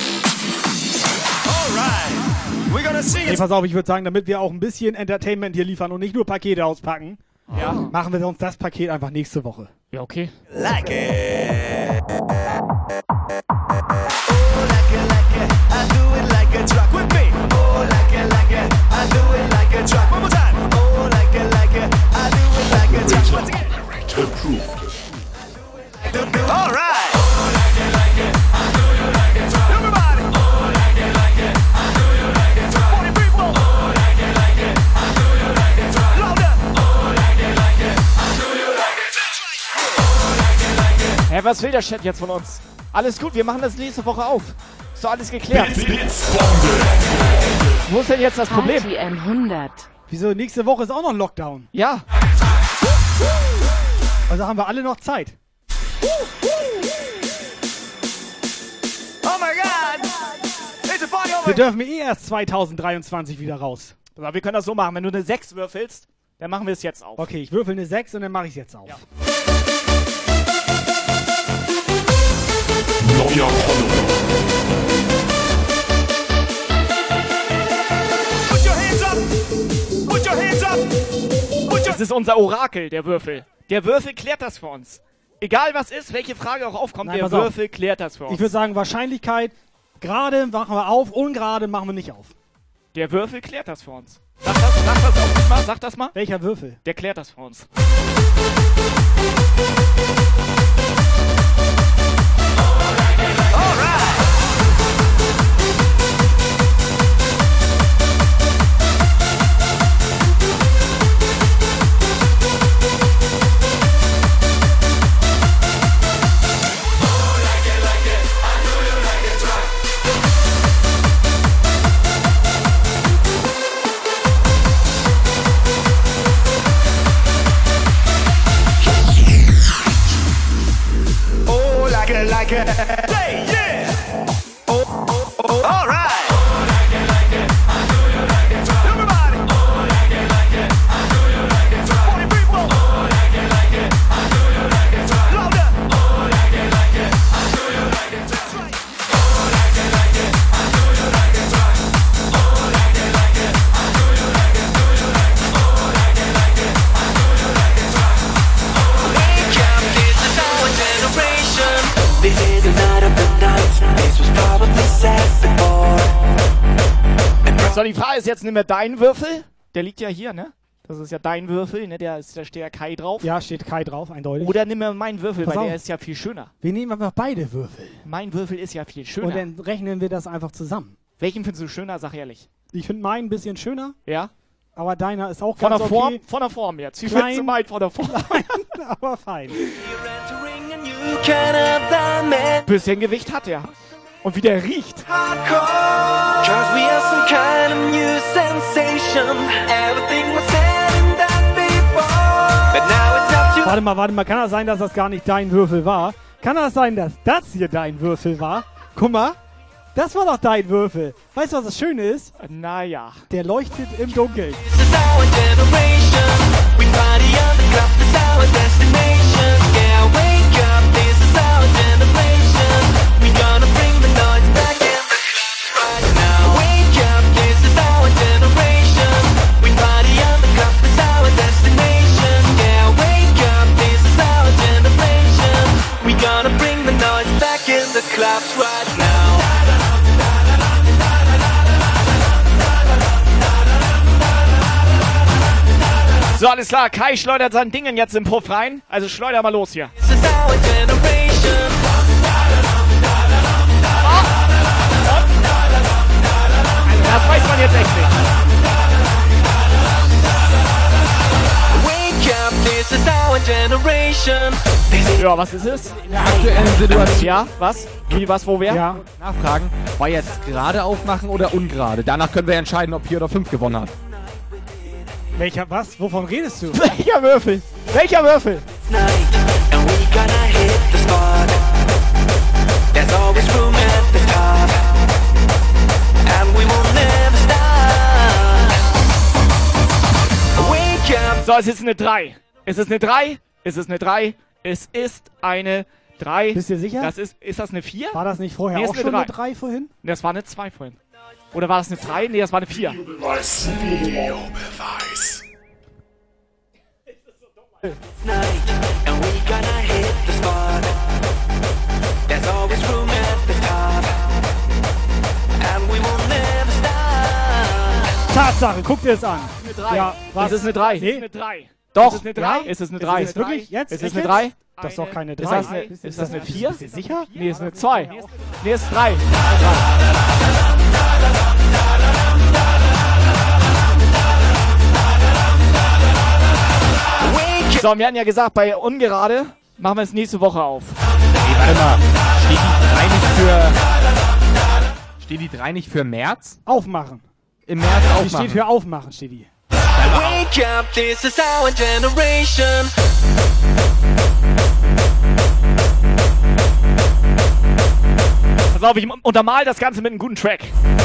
Hey, pass auf, ich würde sagen, damit wir auch ein bisschen Entertainment hier liefern und nicht nur Pakete auspacken, machen wir uns das Paket einfach nächste Woche. Ja, okay. Like it. All right. Hä, was will der Chat jetzt von uns? Alles gut, wir machen das nächste Woche auf. Ist doch alles geklärt. Wo ist denn jetzt das Problem? Party 100. Wieso? Nächste Woche ist auch noch Lockdown. Ja. Also haben wir alle noch Zeit. Oh my God! It's a party over. Wir dürfen erst 2023 wieder raus. Aber wir können das so machen, wenn du eine 6 würfelst, dann machen wir es jetzt auf. Okay, ich würfel eine 6 und dann mache ich es jetzt auf. Ja. Neuer Follower. Put your hands up! Put your hands up! Das ist unser Orakel, der Würfel. Der Würfel klärt das für uns. Egal was ist, welche Frage auch aufkommt, Nein, der Würfel klärt das für uns. Ich würde sagen, Wahrscheinlichkeit, gerade machen wir auf, ungerade machen wir nicht auf. Der Würfel klärt das für uns. Sag das auch mal, sag das mal. Welcher Würfel? Der klärt das für uns. So, die Frage ist jetzt, nimm mal deinen Würfel. Der liegt ja hier, ne? Das ist ja dein Würfel, ne? Da steht ja Kai drauf. Ja, steht Kai drauf, eindeutig. Oder nimm mal meinen Würfel, Pass weil auf. der ist ja viel schöner. Wir nehmen einfach beide Würfel. Mein Würfel ist ja viel schöner. Und dann rechnen wir das einfach zusammen. Welchen findest du schöner, sag ehrlich? Ich finde meinen ein bisschen schöner. Ja? Aber deiner ist auch Von ganz der Form, okay. von der Form jetzt. Wie Klein. findest du meinen von der Form? Aber fein. Bisschen Gewicht hat er. Und wie der riecht. Cause we are some kind of new sensation. Everything was said and done before. But now it's up to Warte mal. Kann das sein, dass das gar nicht dein Würfel war? Kann das sein, dass das hier dein Würfel war? Guck mal. Das war doch dein Würfel. Weißt du, was das Schöne ist? Naja. Der leuchtet im Dunkeln. This is our generation. We party on the club, it's our destination. Yeah, wake up, this is our generation. We gonna bring the noise back in the club right now. Wake up, this is our generation. We party on the club, it's our destination. Yeah, wake up, this is our generation. We gonna bring the noise back in the clubs right now. So, alles klar. Kai schleudert sein Dingen jetzt im Puff rein. Also schleuder mal los hier. This is our generation. Das weiß man jetzt echt nicht. Wake up, this is our generation. Ja, was ist es? In der aktuellen Situation. Ja, was? Wie, was, wo, wer? Ja. Nachfragen, war jetzt gerade aufmachen oder ungerade? Danach können wir entscheiden, ob 4 oder 5 gewonnen hat. Welcher, was? Wovon redest du? Welcher Würfel? Welcher Würfel? And we gonna hit the spot. There's always room at the top. And we will never stop. Wake up. So, es ist eine 3. Es ist eine 3. Es ist eine 3. Es ist eine 3. Bist du sicher? Ist das eine 4? War das nicht vorher Nee, auch ist schon eine eine 3 vorhin? Ne, das war eine 2 vorhin. Oder war das eine 3? Nee, das war eine 4. Videobeweis. Videobeweis. Night. And we gonna hit the spot. There's always room at the top. And we will never stop. Tatsache, guck dir das an. Eine 3. Ja, was? Es ist eine 3. Nee. Es ist eine 3. Doch. Es ist eine 3? Ja, es ist eine 3. Ist es wirklich? Jetzt? Es ist Echt eine 3. jetzt? Das ist doch keine 3. Ist das eine 4? Bist du sicher? Nee, es ist eine 2. Nee, es ist 3. So, wir hatten ja gesagt, bei Ungerade machen wir es nächste Woche auf. Nee, warte mal. Steht die 3 nicht für März? Aufmachen. Im März Die aufmachen. steht für Aufmachen, steht die. Wake up, this is our generation. Pass auf, ich untermal das Ganze mit einem guten Track.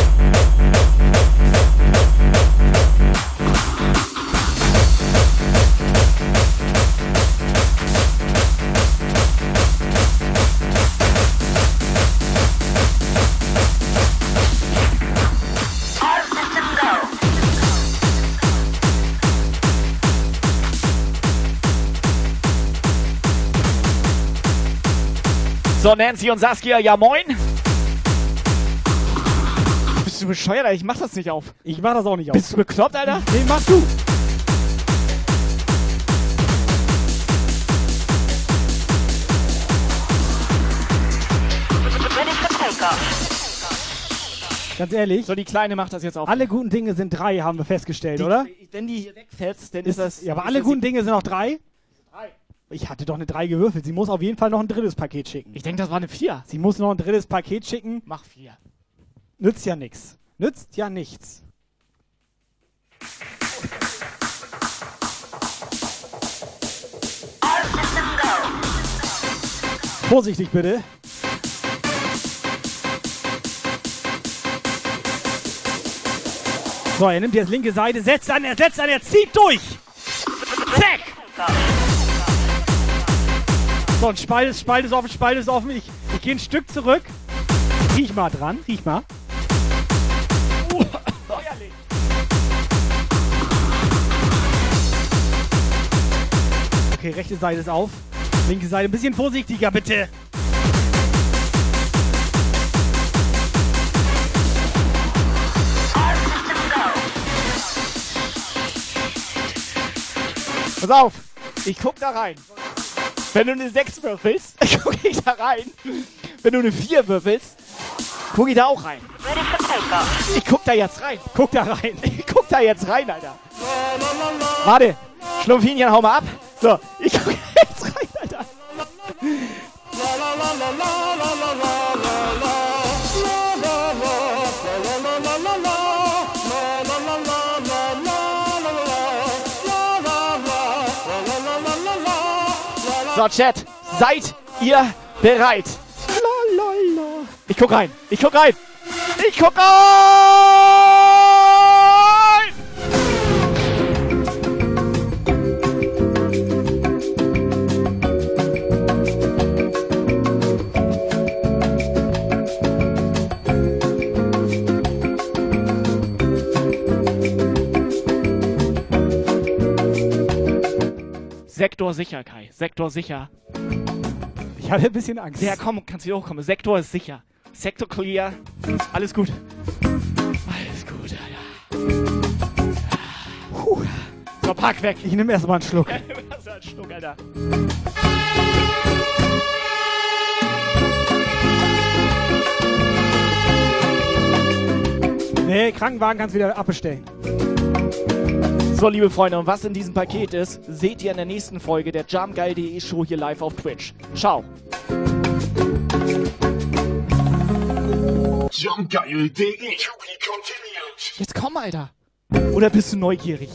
So, Nancy und Saskia, ja moin. Bist du bescheuert, Alter? Ich mach das nicht auf. Ich mach das auch nicht auf. Bist du bekloppt, Alter? Nee, mach du. Ganz ehrlich. So, die Kleine macht das jetzt auf. Alle guten Dinge sind 3, haben wir festgestellt, oder? Wenn die hier wegfetzt, dann ist das... Ja, aber alle guten Dinge sind auch 3? Ich hatte doch eine 3 gewürfelt. Sie muss auf jeden Fall noch ein drittes Paket schicken. Ich denke, das war eine 4. Sie muss noch ein drittes Paket schicken. Mach 4. Nützt ja nichts. Nützt ja nichts. Vorsichtig bitte. So, er nimmt jetzt linke Seite, setzt an, er zieht durch. Zack. So, ein Spalt ist offen. Ich gehe ein Stück zurück. Riech mal dran, riech mal. Okay, rechte Seite ist auf. Linke Seite ein bisschen vorsichtiger, bitte. Pass auf, ich guck da rein. Wenn du eine 6 würfelst, guck ich da rein. Wenn du eine 4 würfelst, guck ich da auch rein. Ich guck da jetzt rein. Guck da rein. Ich guck da jetzt rein, Alter. Warte, Schlumpfinchen, hau mal ab. So, ich guck jetzt rein, Alter. So, Chat, seid ihr bereit? Ich guck rein. Ich guck rein. Ich guck rein! Sektor sicher, Kai. Sektor sicher. Ich hatte ein bisschen Angst. Ja, komm, kannst wieder hochkommen. Sektor ist sicher. Sektor clear. Alles gut. Alles gut, Alter. So, pack weg. Ich nehme erstmal einen Schluck. Erstmal einen Schluck, Alter. Nee, Krankenwagen kannst du wieder abbestellen. So, liebe Freunde, und was in diesem Paket ist, seht ihr in der nächsten Folge der Jumpgeil.de Show hier live auf Twitch. Ciao. Jumpgeil.de Jetzt komm, Alter. Oder bist du neugierig?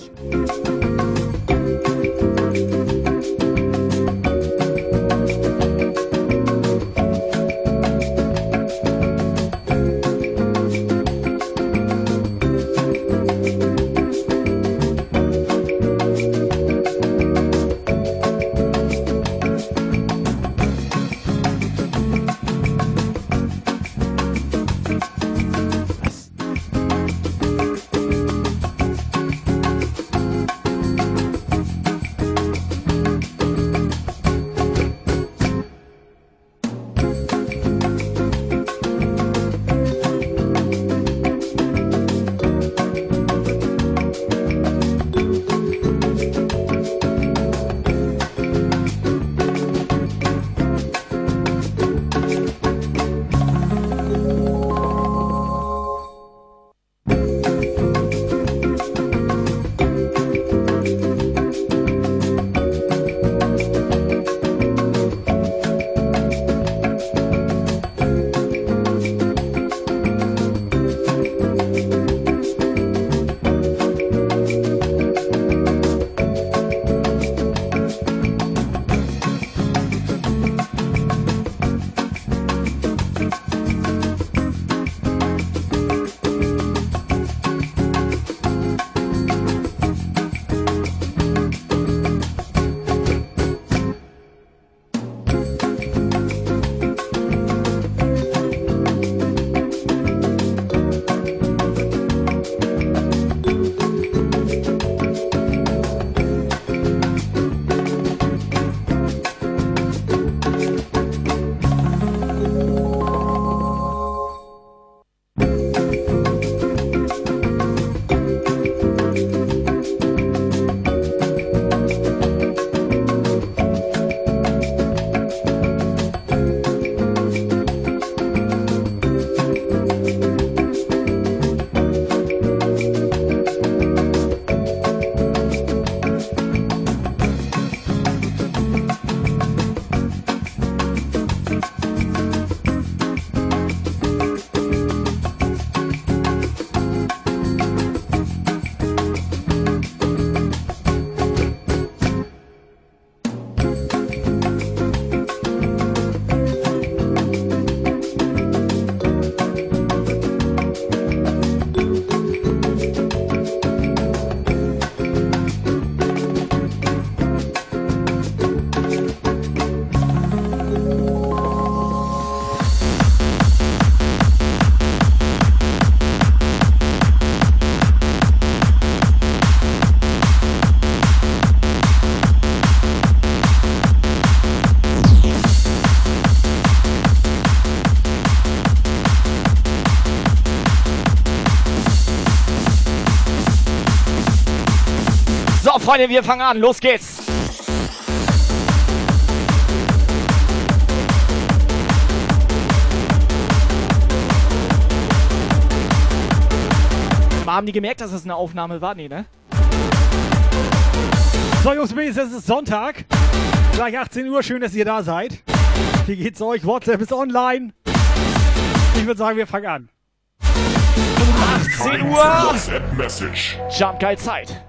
So, Freunde, wir fangen an. Los geht's. haben die gemerkt, dass das eine Aufnahme war? Nee, ne? So, Jungs, es ist Sonntag. Gleich 18 Uhr. Schön, dass ihr da seid. Wie geht's euch? WhatsApp ist online. Ich würde sagen, wir fangen an. 18 Uhr. WhatsApp-Message. Jump Geil Zeit.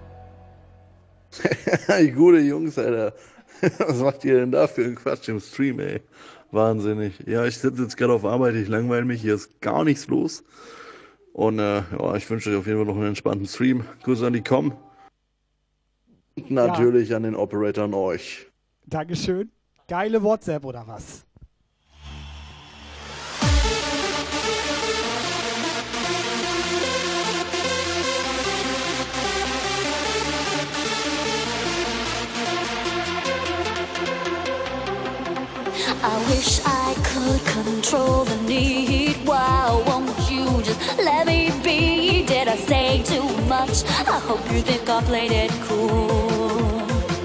Gute Jungs, Alter. Was macht ihr denn da für einen Quatsch im Stream, ey? Wahnsinnig. Ja, ich sitze jetzt gerade auf Arbeit, ich langweile mich, hier ist gar nichts los. Und ja, ich wünsche euch auf jeden Fall noch einen entspannten Stream. Grüße an die Com. Und natürlich an den Operator an euch. Dankeschön. Geile WhatsApp oder was? I wish I could control the need. Why won't you just let me be? Did I say too much? I hope you think I played it cool.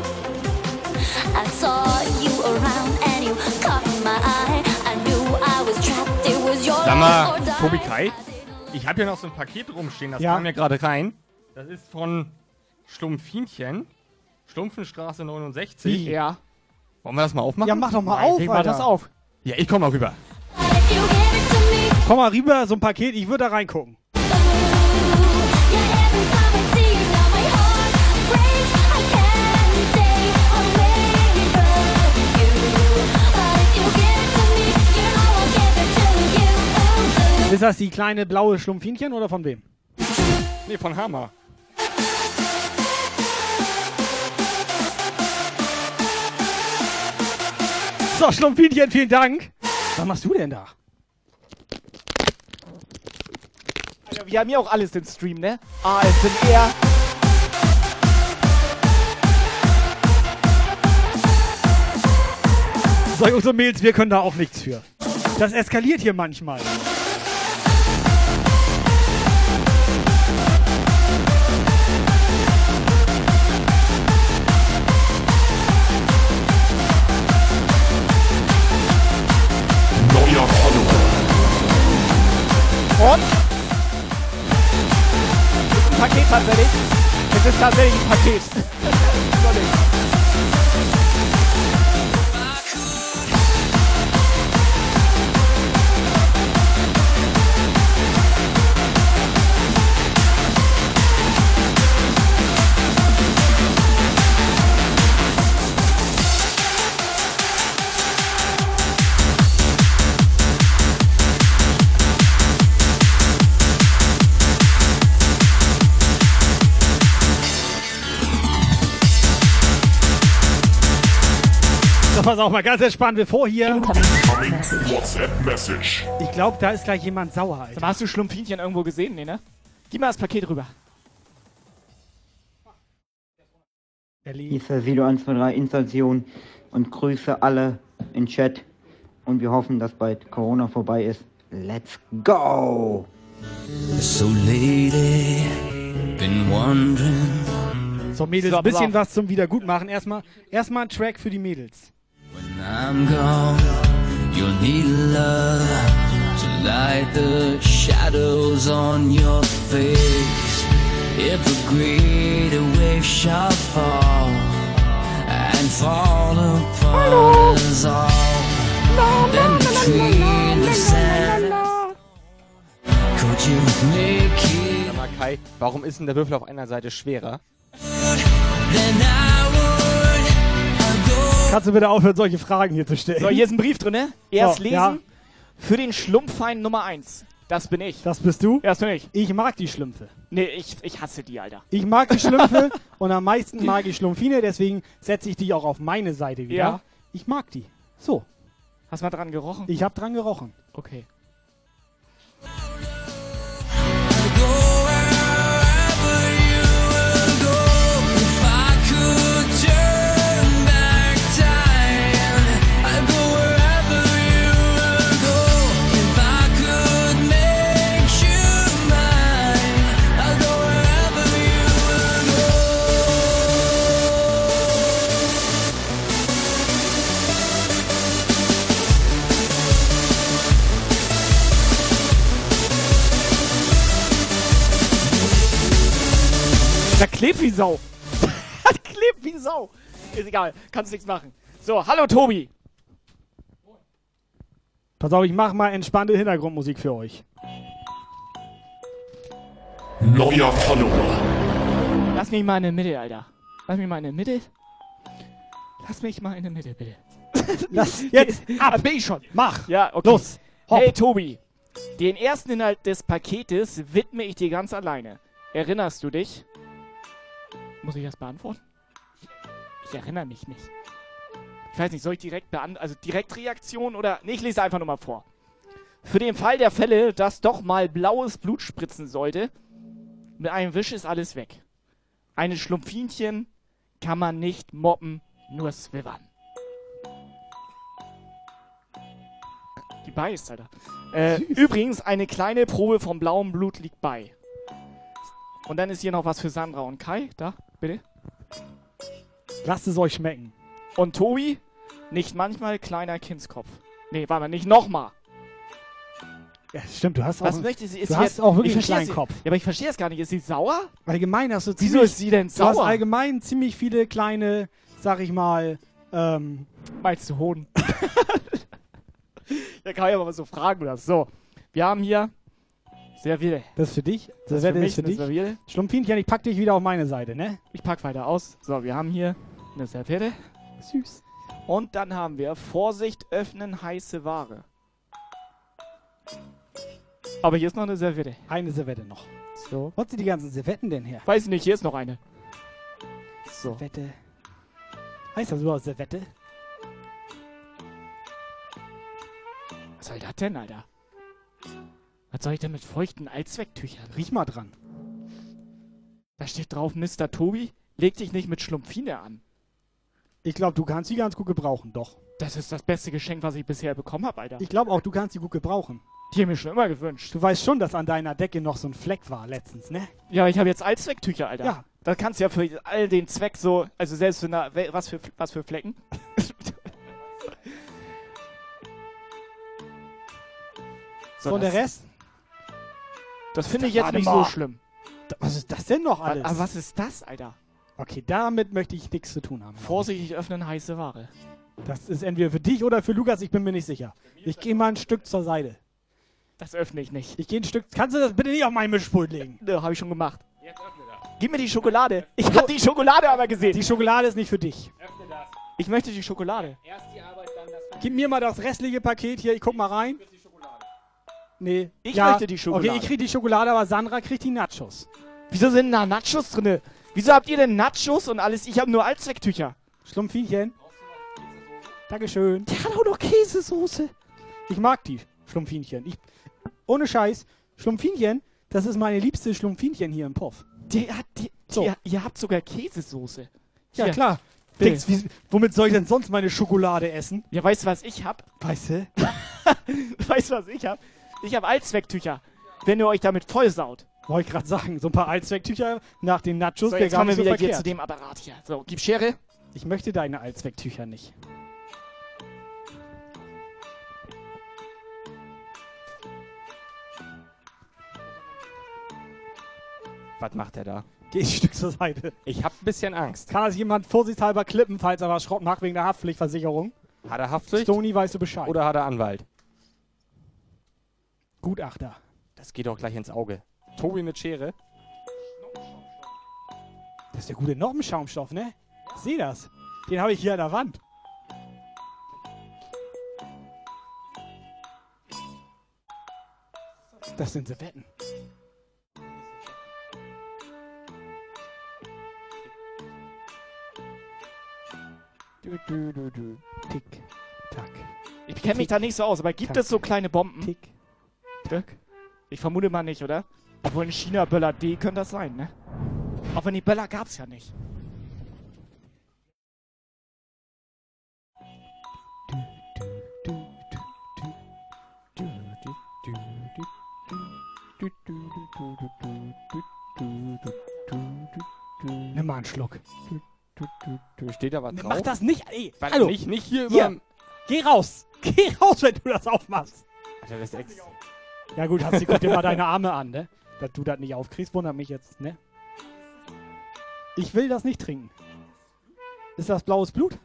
I saw you around and you caught my eye. I knew I was trapped, it was your Sag life or mal, die. Tobi Kai, ich habe hier noch so ein Paket rumstehen, das kam mir gerade rein. Das ist von Schlumpfinchen, Schlumpfenstraße 69. Ja. Wollen wir das mal aufmachen? Ja, mach doch mal auf, Leg mal Alter. das auf. Ja, ich komm mal rüber. Komm mal rüber, so ein Paket, ich würde da reingucken. Ist das die kleine blaue Schlumpfinchen oder von wem? Nee, von Hammer. So, Schlumpfinchen, vielen Dank. Was machst du denn da? Alter, wir haben ja auch alles den Stream, ne? ASMR. So, Jungs und Mädels, wir können da auch nichts für. Das eskaliert hier manchmal. Neuer Follower. Und? Ist ein Paket tatsächlich? Es ist tatsächlich ein Paket. Sorry. Pass auf, mal ganz entspannt, bevor hier... WhatsApp-Message. Ich glaube, da ist gleich jemand sauer, Alter. Sag mal, hast du Schlumpfinchen irgendwo gesehen? Nee, ne? Gib mal das Paket rüber. Hier ist der Sido 123 Installation und grüße alle in Chat und wir hoffen, dass bald Corona vorbei ist. Let's go! So lately, been wondering. So, Mädels, ein bisschen was zum Wiedergutmachen. Erstmal ein Track für die Mädels. I'm gone, you'll need love to light the shadows on your face. If a greater wave shall fall and fall upon us all, then between the sand, could you make it? Sag mal, Kai, warum ist denn der Würfel auf einer Seite schwerer? Then I Kannst du bitte aufhören, solche Fragen hier zu stellen? So, hier ist ein Brief drin, ne? Erst So, lesen. ja. Für den Schlumpfeind Nummer 1. Das bin ich. Das bist du? Ja, das bin ich. Ich mag die Schlümpfe. Nee, ich hasse die, Alter. Ich mag die Schlümpfe und am meisten mag ich Schlumpfine, deswegen setze ich die auch auf meine Seite wieder. Ja. Ich mag die. So. Hast du mal dran gerochen? Ich habe dran gerochen. Okay. Da klebt wie Sau. Das klebt wie Sau. Ist egal, kannst nichts machen. So, hallo Tobi. Pass auf, ich mach mal entspannte Hintergrundmusik für euch. Neuer Follower. Lass mich mal in der Mitte, Alter. Lass mich mal in der Mitte. Lass mich mal in der Mitte, bitte. Lass jetzt ab. Bin ich schon. Mach. Ja, okay. Los. Hopp. Hey Tobi, den ersten Inhalt des Paketes widme ich dir ganz alleine. Erinnerst du dich? Muss ich das beantworten? Ich erinnere mich nicht. Ich weiß nicht, soll ich direkt Direktreaktion oder... Nee, ich lese einfach nur mal vor. Für den Fall der Fälle, dass doch mal blaues Blut spritzen sollte, mit einem Wisch ist alles weg. Eine Schlumpfinchen kann man nicht moppen, nur swibbern. Die beißt, Alter. Übrigens, eine kleine Probe vom blauen Blut liegt bei. Und dann ist hier noch was für Sandra und Kai. Da, bitte. Lasst es euch schmecken. Und Tobi, nicht manchmal kleiner Kindskopf. Nee, warte mal, nicht nochmal. Ja, stimmt, du hast auch, Was möchte sie? du hast auch wirklich einen kleinen Kopf. Ja, aber ich verstehe es gar nicht. Ist sie sauer? Allgemein hast du Wieso ist sie denn sauer? Du hast allgemein ziemlich viele kleine, sag ich mal, Meinst du Hoden? Da kann ich aber mal so fragen oder so. Wir haben hier Serviette. Das ist für dich. Das Serviette für ist für mich dich. eine Serviette. Schlumpfinchen, ich pack dich wieder auf meine Seite, ne? Ich pack weiter aus. So, wir haben hier eine Serviette. Süß. Und dann haben wir Vorsicht, öffnen, heiße Ware. Aber hier ist noch eine Serviette. Eine Serviette noch. So. Wo hat sie die ganzen Servetten denn her? Weiß ich nicht, hier ist noch eine. So. Serviette. Heißt das überhaupt Serviette? Was soll das denn, Alter? Was soll ich denn mit feuchten Allzwecktüchern? Riech mal dran. Da steht drauf, Mr. Tobi, leg dich nicht mit Schlumpfine an. Ich glaube, du kannst die ganz gut gebrauchen, doch. Das ist das beste Geschenk, was ich bisher bekommen habe, Alter. Ich glaube auch, du kannst die gut gebrauchen. Die haben mir schon immer gewünscht. Du weißt schon, dass an deiner Decke noch so ein Fleck war letztens, ne? Ja, aber ich habe jetzt Allzwecktücher, Alter. Ja. Da kannst du ja für all den Zweck so, also selbst für was für Flecken? So, und der Rest? Das finde ich jetzt nicht so schlimm. Was ist das denn noch alles? Aber was ist das, Alter? Okay, damit möchte ich nichts zu tun haben. Vorsichtig öffnen, heiße Ware. Das ist entweder für dich oder für Lukas, ich bin mir nicht sicher. Ich gehe mal ein Stück zur Seite. Das öffne ich nicht. Ich gehe ein Stück... Kannst du das bitte nicht auf mein Mischpult legen? Ne, habe ich schon gemacht. Jetzt öffne das. Gib mir die Schokolade. Ich habe die Schokolade aber gesehen. Die Schokolade ist nicht für dich. Öffne das. Ich möchte die Schokolade. Erst die Arbeit, dann das Paket. Gib mir mal das restliche Paket hier, ich guck mal rein. Nee. Ich möchte die Schokolade. Okay, ich krieg die Schokolade, aber Sandra kriegt die Nachos. Wieso sind da Nachos drinne? Wieso habt ihr denn Nachos und alles? Ich habe nur Allzwecktücher. Schlumpfinchen. Dankeschön. Der hat auch noch Käsesoße. Ich mag die Schlumpfinchen. Ohne Scheiß, Schlumpfinchen, das ist meine liebste Schlumpfinchen hier im Puff. Ihr habt sogar Käsesoße. Ja, Hier. klar. Bitte. Womit soll ich denn sonst meine Schokolade essen? Ja, weißt du, was ich hab? Weißt du? Weißt du, was ich hab? Ich hab Allzwecktücher. Wenn ihr euch damit vollsaut. Wollte ich gerade sagen, so ein paar Allzwecktücher nach den Nachos, So, der jetzt gar kommen wir nicht so wieder hier verkehrt. zu dem Apparat hier. So, gib Schere. Ich möchte deine Allzwecktücher nicht. Was macht er da? Geh ein Stück zur Seite. Ich hab ein bisschen Angst. Kann das jemand vorsichtshalber klippen, falls er was Schrott macht wegen der Haftpflichtversicherung? Hat er Haftpflicht? Stony, weißt du Bescheid. Oder hat er Anwalt? Gutachter. Das geht doch gleich ins Auge. Tobi mit Schere. Das ist der gute Noppenschaumstoff, ne? Ich seh das. Den habe ich hier an der Wand. Das sind Servetten. Tick, tack. Ich kenne mich da nicht so aus, aber gibt es so kleine Bomben? Tick, tack. Ich vermute mal nicht, oder? Obwohl in China Böller D könnte das sein, ne? Auch wenn die Böller gab's ja nicht. Nimm mal einen Schluck. Steht da was drauf? Mach das nicht, ey. Warte, Hallo. nicht hier Hier. über... Geh raus. Geh raus, wenn du das aufmachst. Alter, das ist ex... Ja gut, Hansi, guck dir mal deine Arme an, ne? Dass du das nicht aufkriegst, wundert mich jetzt, ne? Ich will das nicht trinken. Ist das blaues Blut?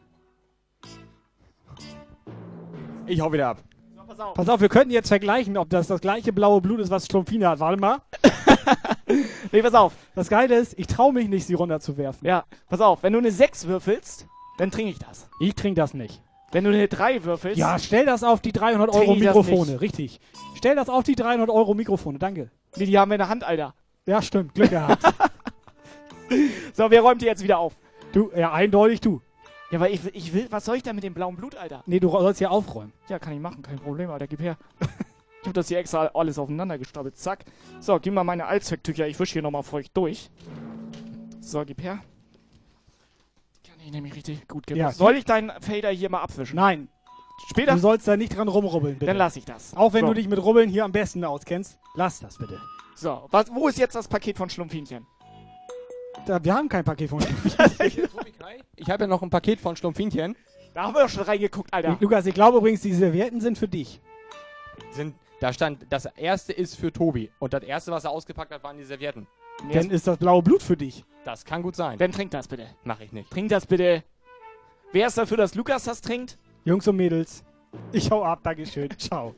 Ich hau wieder ab. So, Pass auf, wir könnten jetzt vergleichen, ob das gleiche blaue Blut ist, was Schlumpfine hat. Warte mal. Nee, pass auf. Das Geile ist, ich traue mich nicht, sie runterzuwerfen. Ja, pass auf. Wenn du eine 6 würfelst, dann trinke ich das. Ich trinke das nicht. Wenn du eine 3 würfelst... Ja, stell das auf die 300 Euro Trinke ich das Mikrofone. nicht. Richtig. Stell das auf die 300 Euro Mikrofone. Danke. Nee, die haben wir in der Hand, Alter. Ja, stimmt. Glück gehabt. So, wer räumt die jetzt wieder auf? Du, ja, eindeutig du. Ja, aber ich will... Was soll ich da mit dem blauen Blut, Alter? Nee, du sollst hier aufräumen. Ja, kann ich machen. Kein Problem, Alter. Gib her. Ich hab das hier extra alles aufeinander gestapelt. Zack. So, gib mal meine Allzwecktücher. Ich wische hier nochmal feucht durch. So, gib her. Kann ich nämlich richtig gut geben. Ja. Soll ich deinen Fader hier mal abwischen? Nein. Später? Du sollst da nicht dran rumrubbeln, bitte. Dann lass ich das. Auch wenn So. du dich mit Rubbeln hier am besten auskennst, lass das bitte. So, wo ist jetzt das Paket von Schlumpfinchen? Wir haben kein Paket von Schlumpfinchen. Ich habe ja noch ein Paket von Schlumpfinchen. Da haben wir doch schon reingeguckt, Alter. Lukas, ich glaube übrigens, die Servietten sind für dich. Da stand, das erste ist für Tobi. Und das erste, was er ausgepackt hat, waren die Servietten. Dann ist das blaue Blut für dich. Das kann gut sein. Dann trink das bitte. Mach ich nicht. Trink das bitte. Wer ist dafür, dass Lukas das trinkt? Jungs und Mädels, ich hau ab, Dankeschön. Ciao.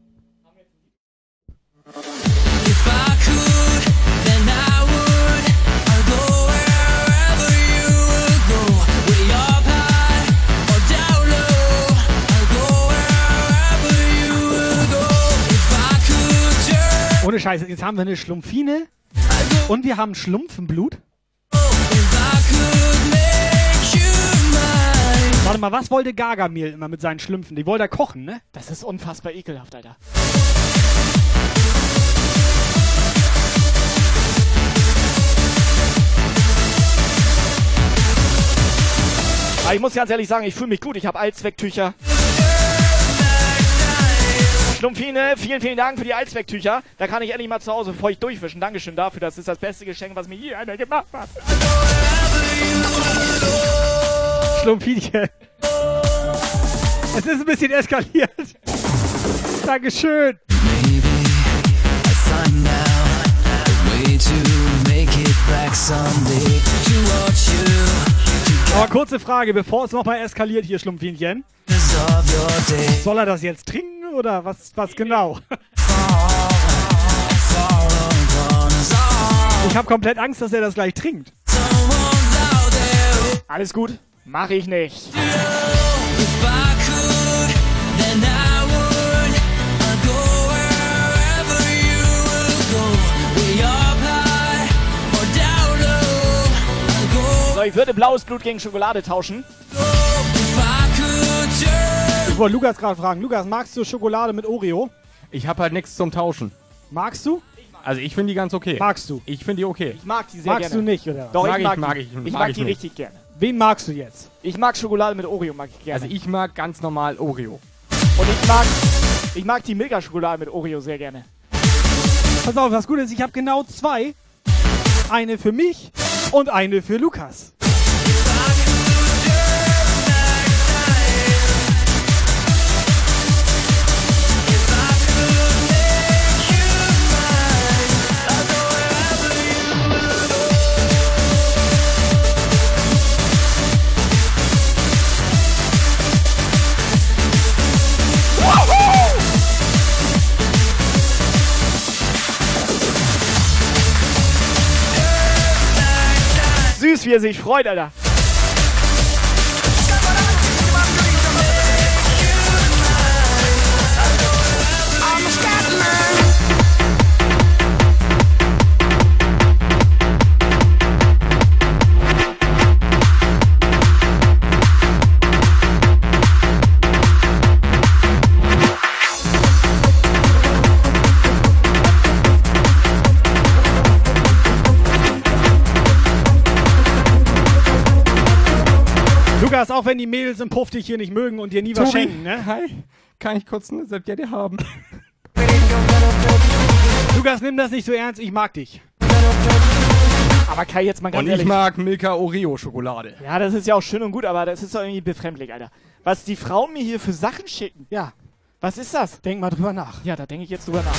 Ohne Scheiße, jetzt haben wir eine Schlumpfine und wir haben Schlumpfenblut. Warte mal, was wollte Gargamel immer mit seinen Schlümpfen? Die wollte er kochen, ne? Das ist unfassbar ekelhaft, Alter. Aber ich muss ganz ehrlich sagen, ich fühle mich gut. Ich habe Allzwecktücher. Schlumpfine, vielen, vielen Dank für die Allzwecktücher. Da kann ich endlich mal zu Hause feucht durchwischen. Dankeschön dafür. Das ist das beste Geschenk, was mir je einer gemacht hat. Schlumpfinchen. Es ist ein bisschen eskaliert. Dankeschön. Aber kurze Frage, bevor es nochmal eskaliert hier, Schlumpfinchen. Soll er das jetzt trinken oder was genau? Ich habe komplett Angst, dass er das gleich trinkt. Alles gut, mache ich nicht. So, ich würde blaues Blut gegen Schokolade tauschen. Ich wollte Lukas gerade fragen. Lukas, magst du Schokolade mit Oreo? Ich habe halt nichts zum Tauschen. Magst du? Also ich finde die ganz okay. Magst du? Ich finde die okay. Ich mag die sehr Magst gerne. du nicht, oder? Doch, Mag ich ich mag die nicht. richtig gerne. Wen magst du jetzt? Ich mag Schokolade mit Oreo, mag ich gerne. Also ich mag ganz normal Oreo. Und ich mag die Milka-Schokolade mit Oreo sehr gerne. Pass auf, was gut ist, ich habe genau 2. Eine für mich und eine für Lukas. Süß, wie er sich freut, Alter. Lukas, auch wenn die Mädels im Puff dich hier nicht mögen und dir nie was Tobi, schenken, ne? Hi, kann ich kurz eine Serviette haben? Lukas, nimm das nicht so ernst, ich mag dich. Aber Kai, jetzt mal ganz Und ehrlich. ich mag Milka Oreo Schokolade. Ja, das ist ja auch schön und gut, aber das ist doch irgendwie befremdlich, Alter. Was die Frauen mir hier für Sachen schicken. Ja. Was ist das? Denk mal drüber nach. Ja, da denke ich jetzt drüber nach.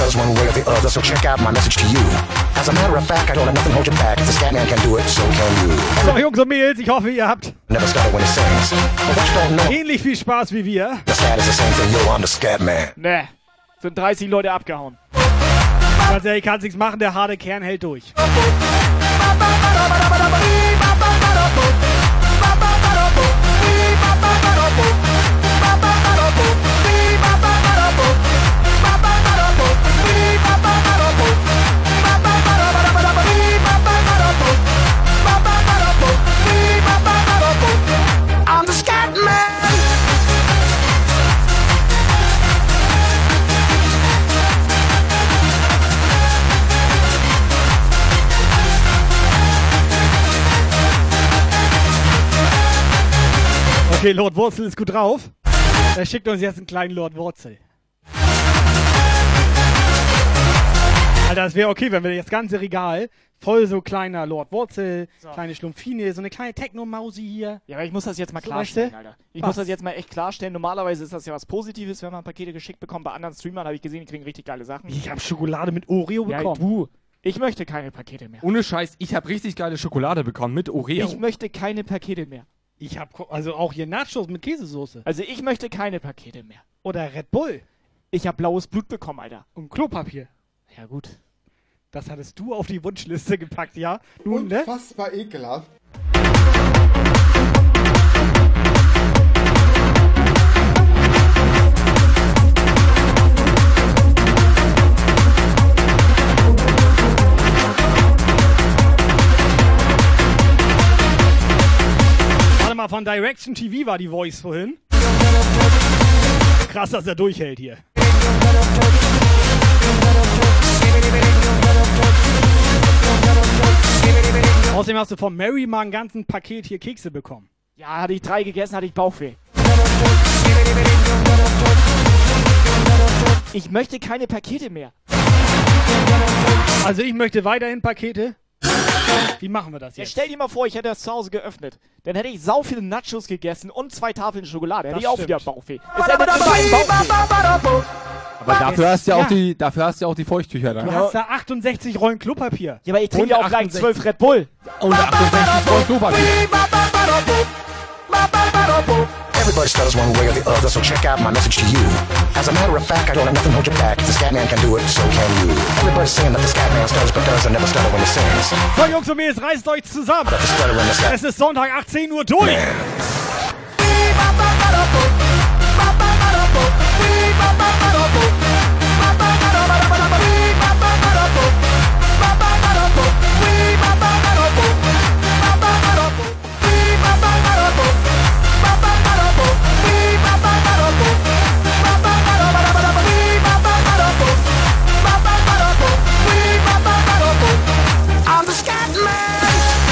does one way or the other, so check out my message to you. As a matter of fact, I don't let nothing hold you back. If the Scatman can do it, so can you. So, Jungs und Mädels, ich hoffe, ihr habt Never started when he sings. But what you don't know, ähnlich viel Spaß wie wir. the Scat is the same thing. Yo, I'm the Scatman. Ne, sind 30 Leute abgehauen. Ganz ehrlich, kannst nichts machen, der harte Kern hält durch. I'm the Scatman. Okay, Lord Wurzel ist gut drauf. Er schickt uns jetzt einen kleinen Lord Wurzel. Alter, das wäre okay, wenn wir das ganze Regal voll so kleiner Lord Wurzel, kleine Schlumpfine, so eine kleine Techno-Mausi hier. Ja, aber ich muss das jetzt mal So, klarstellen, weißt du? Alter. Ich muss das jetzt mal echt klarstellen. Normalerweise ist das ja was Positives, wenn man Pakete geschickt bekommt. Bei anderen Streamern habe ich gesehen, die kriegen richtig geile Sachen. Ich habe Schokolade mit Oreo bekommen. Du, ich möchte keine Pakete mehr. Ohne Scheiß, ich habe richtig geile Schokolade bekommen mit Oreo. Ich möchte keine Pakete mehr. Ich habe also auch hier Nachos mit Käsesoße. Also ich möchte keine Pakete mehr. Oder Red Bull. Ich habe blaues Blut bekommen, Alter. Und Klopapier. Ja gut. Das hattest du auf die Wunschliste gepackt, ja? Nun, ne? Unfassbar ekelhaft. Warte mal, von Direction TV war die Voice vorhin. Krass, dass er durchhält hier. Außerdem hast du von Mary mal ein ganzes Paket hier Kekse bekommen. Ja, hatte ich 3 gegessen, hatte ich Bauchweh. Ich möchte keine Pakete mehr. Also ich möchte weiterhin Pakete. Wie machen wir das Ja, jetzt? stell dir mal vor, ich hätte das zu Hause geöffnet. Dann hätte ich sau viele Nachos gegessen und 2 Tafeln Schokolade. Hätte ich auch wieder Bauchweh. Es endet immer in Bauchweh. Aber dafür hast du ja auch die Feuchttücher da. Du hast da 68 Rollen Klopapier. Ja, aber ich trinke ja auch gleich 12 Red Bull. Und 68 Rollen Klopapier. Everybody stutters one way or the other, so check out my message to you. As a matter of fact, I don't let nothing hold you back. If the Scatman can do it, so can you. Everybody's saying that the Scatman stutters but doesn't never stutter when he sings. So, Jungs und Mädels, reißt euch zusammen. But the stutter when the Scat... Es ist Sonntag, 18 Uhr durch. I'm the Scatman!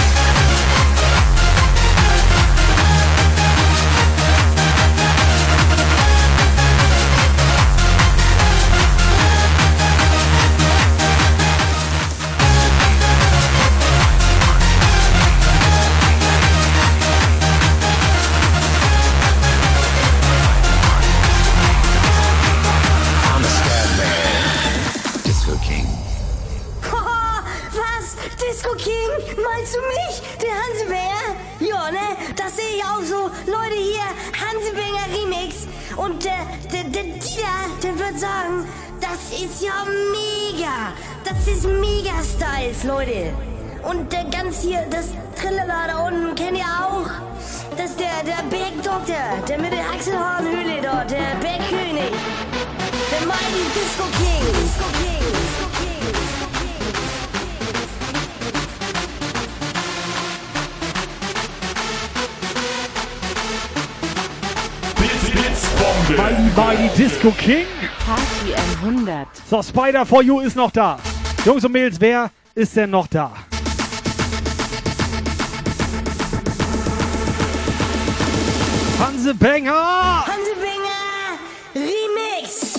I'm the Scatman. Disco King. Haha, was? Disco King? Meinst du mich? Der Hansebänger? Ja, ne? Das sehe ich auch so. Leute, hier, Hansebänger Remix. Und der Dieter, der wird sagen, das ist ja mega. Das ist Mega-Styles, Leute. Und der ganz hier, das Trillala da unten, kennt ihr auch? Das ist der Bergdoktor, der mit der Achselhornhöhle dort, der Bergkönig. Der Mighty Disco King. Disco King. Disco King. Mighty Disco King. Party 100. So, Spider for You ist noch da. Jungs und Mädels, wer ist denn noch da? Hansebanger! Hansebanger Remix!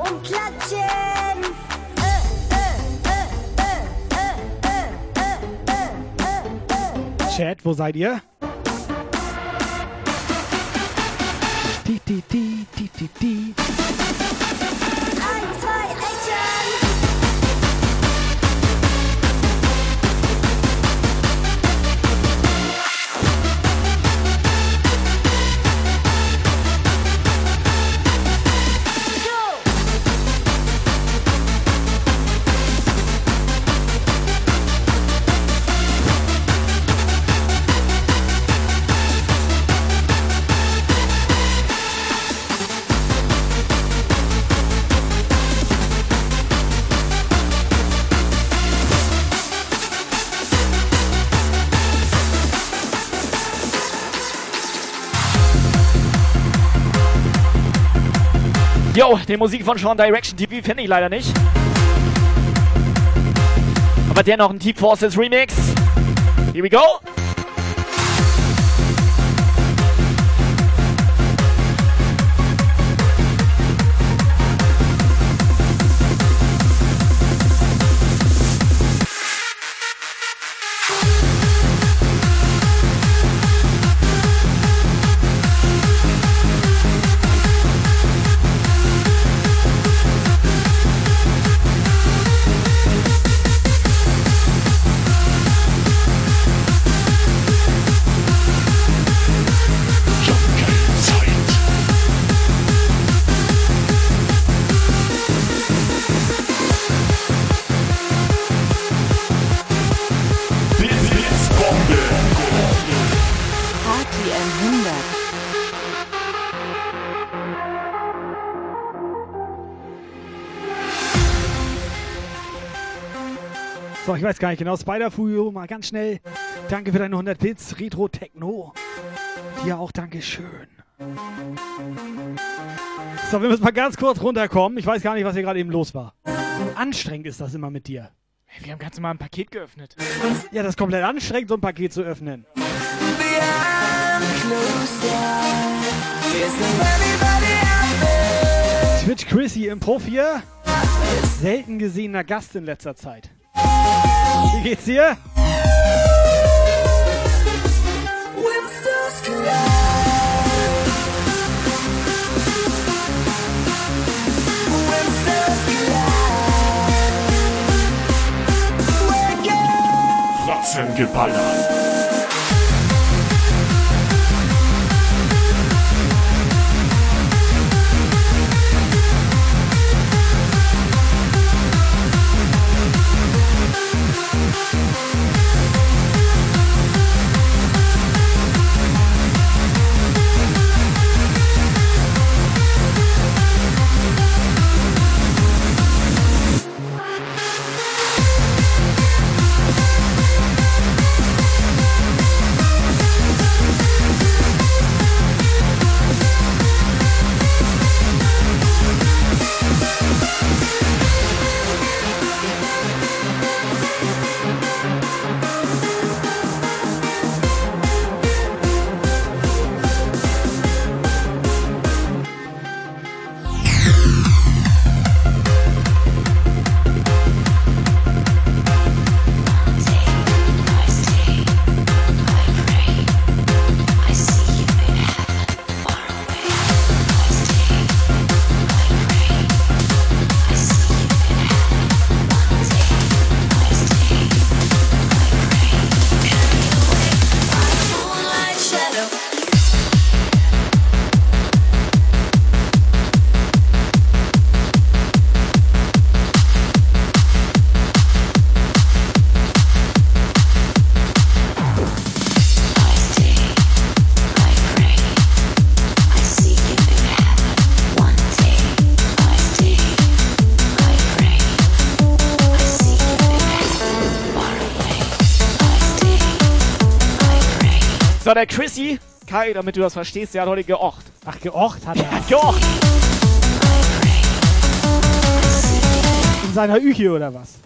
und klatschen. Chat, wo seid ihr? Die. 1, 2, Action! Yo, die Musik von Sean Direction TV finde ich leider nicht. Aber dennoch ein Deep Forces Remix. Here we go. So, ich weiß gar nicht genau. Spider-Fuyo, mal ganz schnell. Danke für deine 100 Bits. Retro Techno. Dir auch Dankeschön. So, wir müssen mal ganz kurz runterkommen. Ich weiß gar nicht, was hier gerade eben los war. Anstrengend ist das immer mit dir. Hey, wir haben ganz normal ein Paket geöffnet. Ja, das ist komplett anstrengend, so ein Paket zu öffnen. Twitch Chrissy im Puff hier. Selten gesehener Gast in letzter Zeit. Wie geht's dir? Fratzen geballert. So, der Chrissy, Kai, damit du das verstehst, der hat heute geocht. Ach, geocht hat er? Ja, geocht. In seiner Üche oder was?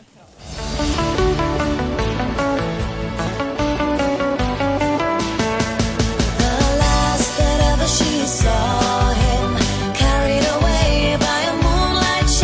She saw him carried away by a moonlight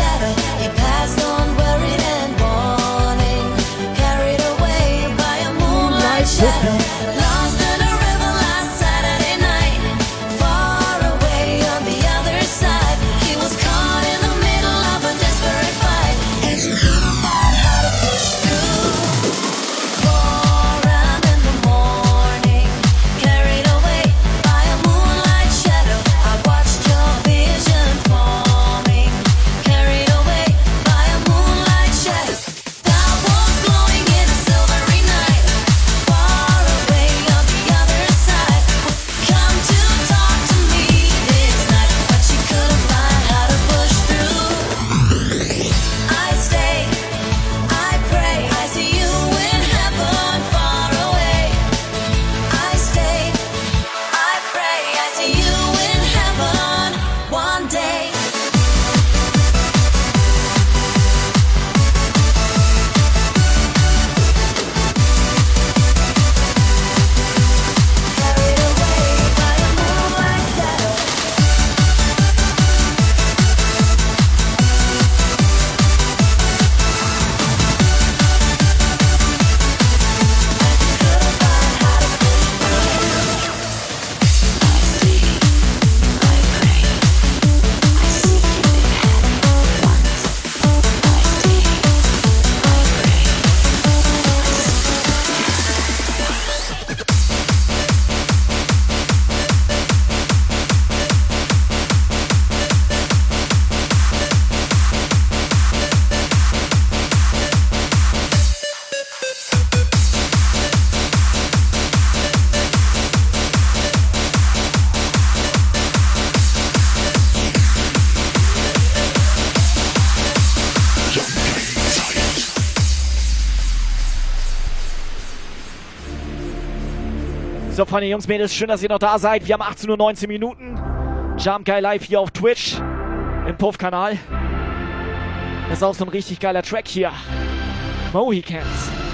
So, Freunde, Jungs, Mädels, schön, dass ihr noch da seid. Wir haben 18 Uhr 19 Minuten. Jump Guy live hier auf Twitch. Im Puff-Kanal. Das ist auch so ein richtig geiler Track hier. Mohicans.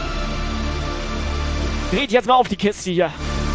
Dreht jetzt mal auf die Kiste hier.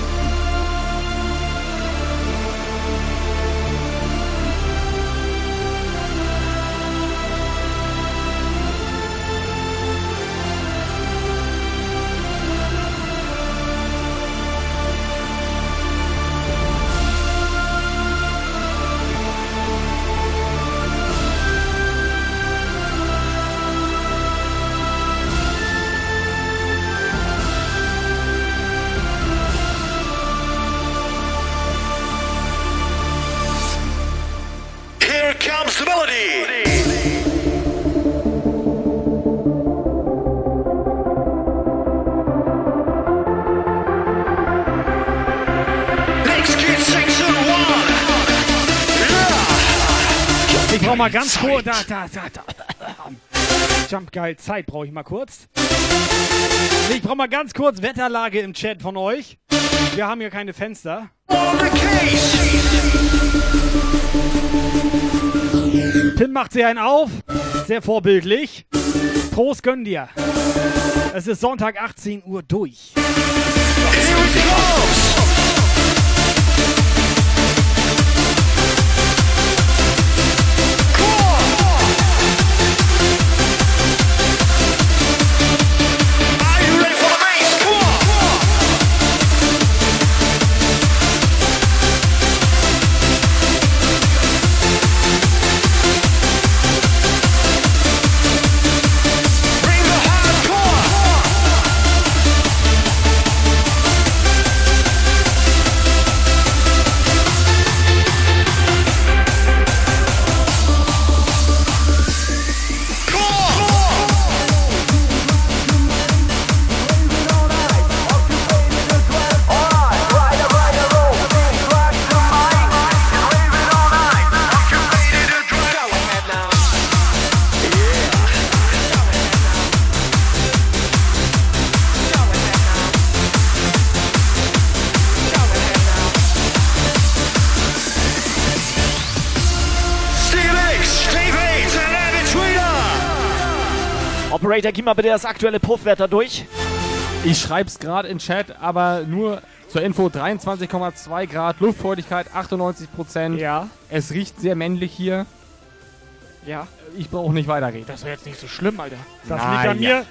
Comes the melody. Ich brauch mal ganz kurz. Da. Jump geil, Zeit brauche ich mal kurz. Ich brauche mal ganz kurz Wetterlage im Chat von euch. Wir haben hier keine Fenster. Tim macht sie einen auf. Sehr vorbildlich. Prost, gönn dir. Es ist Sonntag 18 Uhr durch. Operator, gib mal bitte das aktuelle Puffwetter durch. Ich schreib's gerade in Chat, aber nur zur Info: 23,2 Grad, Luftfeuchtigkeit 98%. Ja. Es riecht sehr männlich hier. Ja. Ich brauche nicht weiterreden. Das ist jetzt nicht so schlimm, Alter. Das liegt an mir.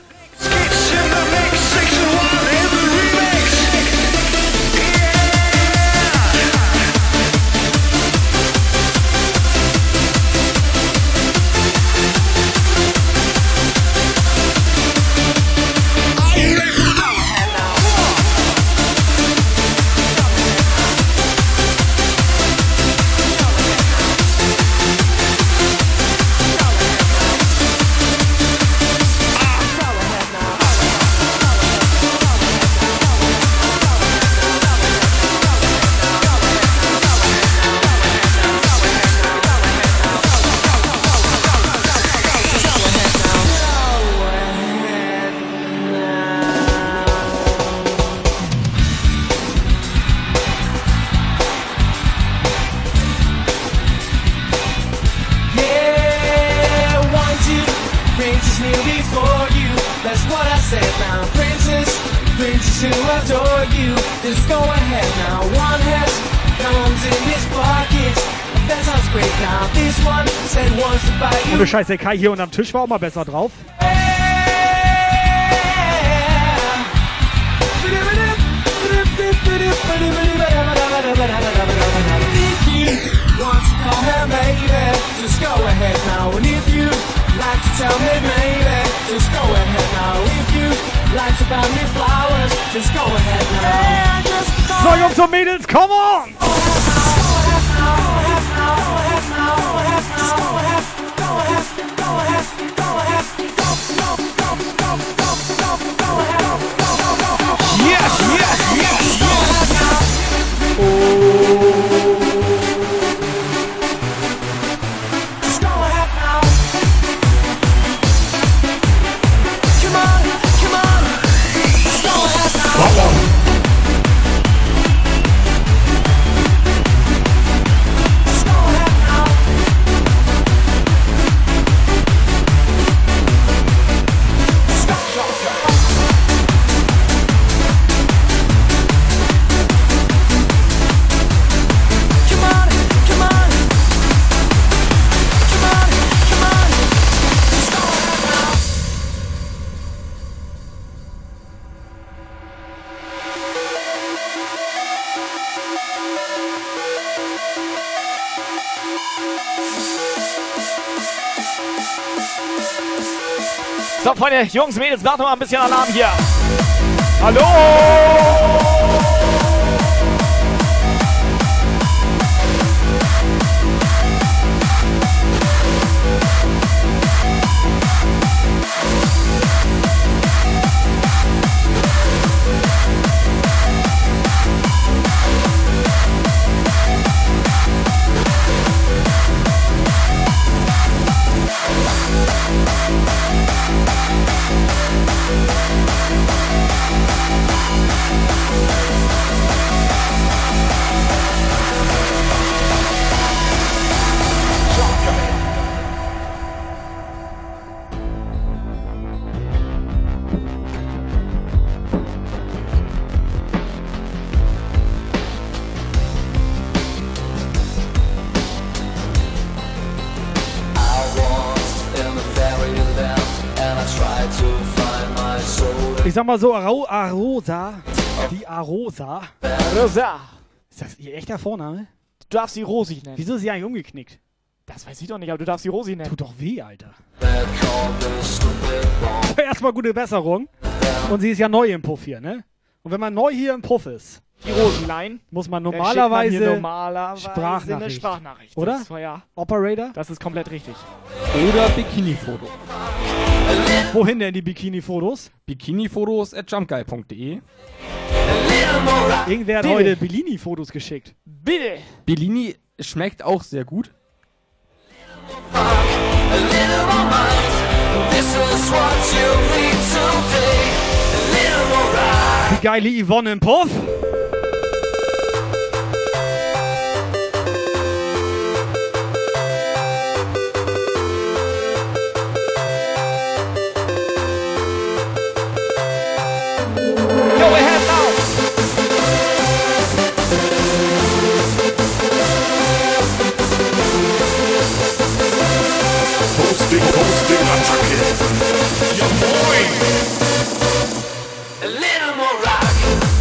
Ohne Scheiß, der Kai hier unterm Tisch war auch mal besser drauf. So, Jungs und Mädels, come on! So, Freunde, Jungs, Mädels, macht noch mal ein bisschen Alarm hier. Hallo! Ich sag mal so, Arosa. Die Arosa. Rosa. Ist das ihr echter Vorname? Du darfst sie Rosi nennen. Wieso ist sie eigentlich umgeknickt? Das weiß ich doch nicht, aber du darfst sie Rosi nennen. Tut doch weh, Alter. Erstmal gute Besserung. Und sie ist ja neu im Puff hier, ne? Und wenn man neu hier im Puff ist, die Rosenlein, muss man normalerweise eine Sprachnachricht. Oder? Das ist, ja, Operator? Das ist komplett richtig. Oder Bikini-Foto. Wohin denn die Bikini-Fotos? Bikinifotos@jumpguy.de. Irgendwer hat heute Bellini-Fotos geschickt. Bitte! Bellini schmeckt auch sehr gut. Die geile Yvonne im Puff. Ja, moin! A little more rock.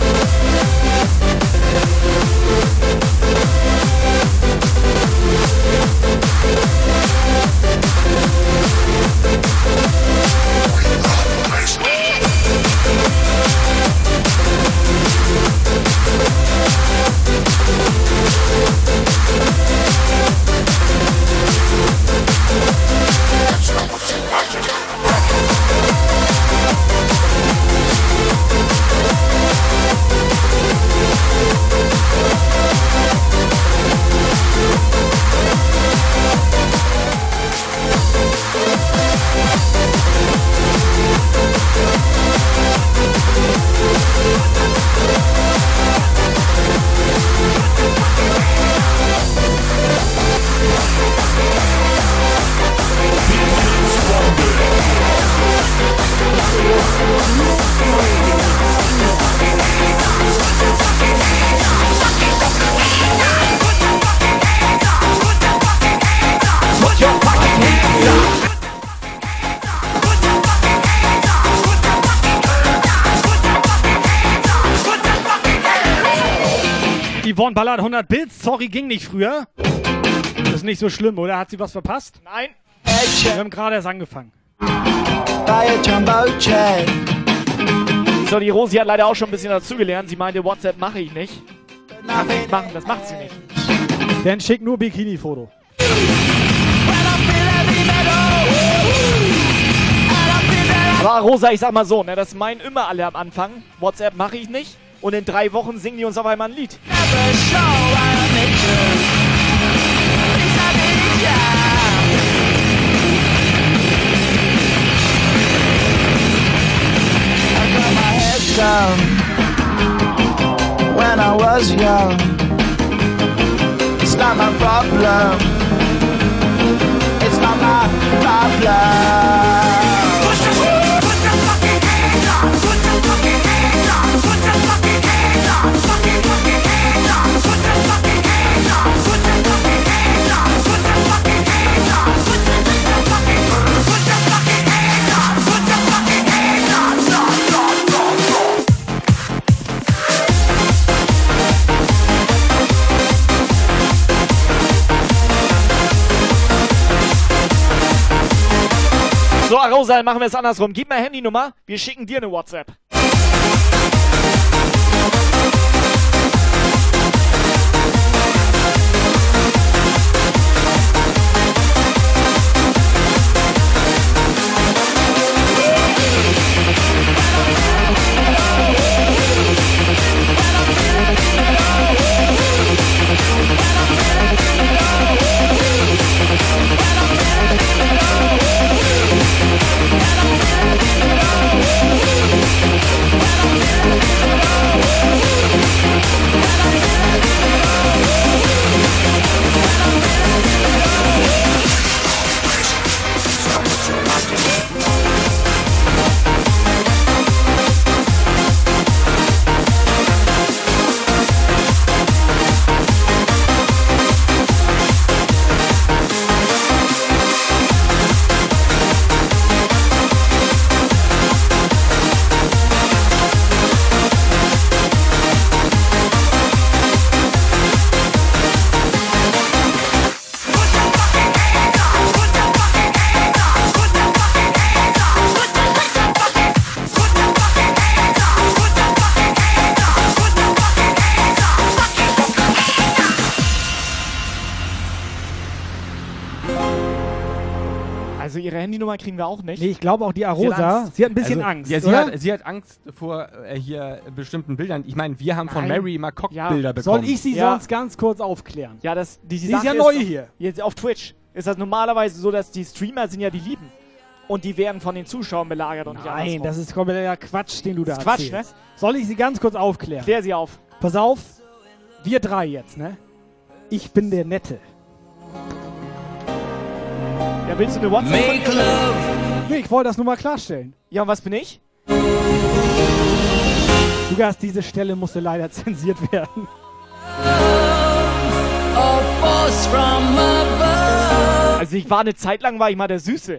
Yvonne ballert 100 Bits. Sorry, ging nicht früher. Das ist nicht so schlimm, oder? Hat sie was verpasst? Nein. Wir haben gerade erst angefangen. So, die Rosi hat leider auch schon ein bisschen dazugelernt. Sie meinte, WhatsApp mache ich nicht. Kann ich nicht machen, das macht sie nicht. Dann schick nur Bikini-Foto. Aber Rosa, ich sag mal so, ne, das meinen immer alle am Anfang. WhatsApp mache ich nicht. Und in 3 Wochen singen die uns auf einmal ein Lied. When I was young, it's not my problem. It's not my problem. So, Arosa, machen wir es andersrum. Gib mal Handynummer, wir schicken dir eine WhatsApp. Also ihre Handynummer kriegen wir auch nicht. Nee, ich glaube auch die Arosa, sie hat ein bisschen Angst, Ja, oder? sie hat Angst vor hier bestimmten Bildern. Ich meine, wir haben von Nein. Mary mal Cockbilder bekommen. Soll ich sie sonst ganz kurz aufklären? Ja, die Sie ist Sache ja neu hier. Jetzt auf Twitch ist das normalerweise so, dass die Streamer sind ja die Lieben. Und die werden von den Zuschauern belagert und nicht Nein, andersrum. das ist kompletter Quatsch, den du da Das ist Quatsch, erzählst. Soll ich sie ganz kurz aufklären? Klär sie auf. Pass auf, wir drei jetzt, ne? Ich bin der Nette. Ja, willst du eine WhatsApp? Make love. Nee, ich wollte das nur mal klarstellen. Ja, und was bin ich? Lukas, diese Stelle musste leider zensiert werden. Also ich war eine Zeit lang, war ich mal der Süße.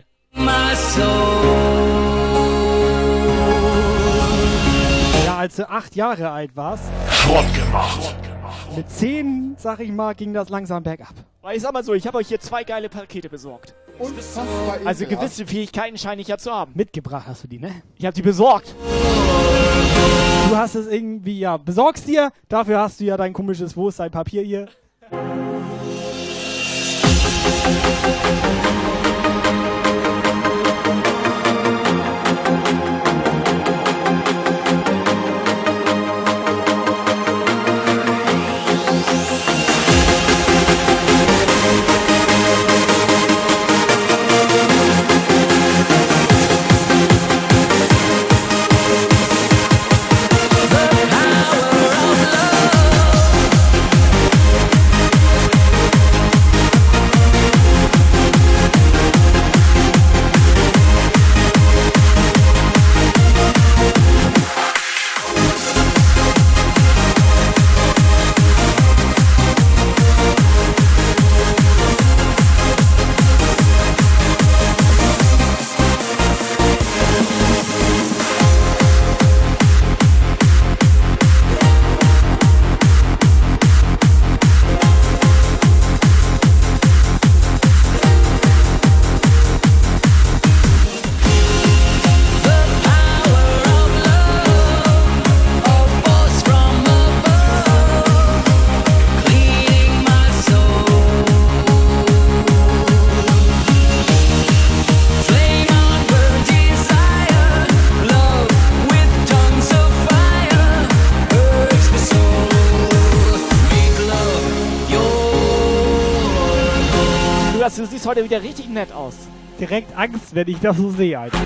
Ja, als du 8 Jahre alt warst. Schrott gemacht. Mit 10, sag ich mal, ging das langsam bergab. Weil ich sag mal so, ich habe euch hier 2 geile Pakete besorgt. Also gewisse Fähigkeiten scheine ich ja zu haben. Mitgebracht hast du die, ne? Ich habe die besorgt. Du hast es irgendwie, ja, besorgst dir. Dafür hast du ja dein komisches, wo ist dein Papier hier? Du siehst heute wieder richtig nett aus. Direkt Angst, wenn ich das so sehe, Alter.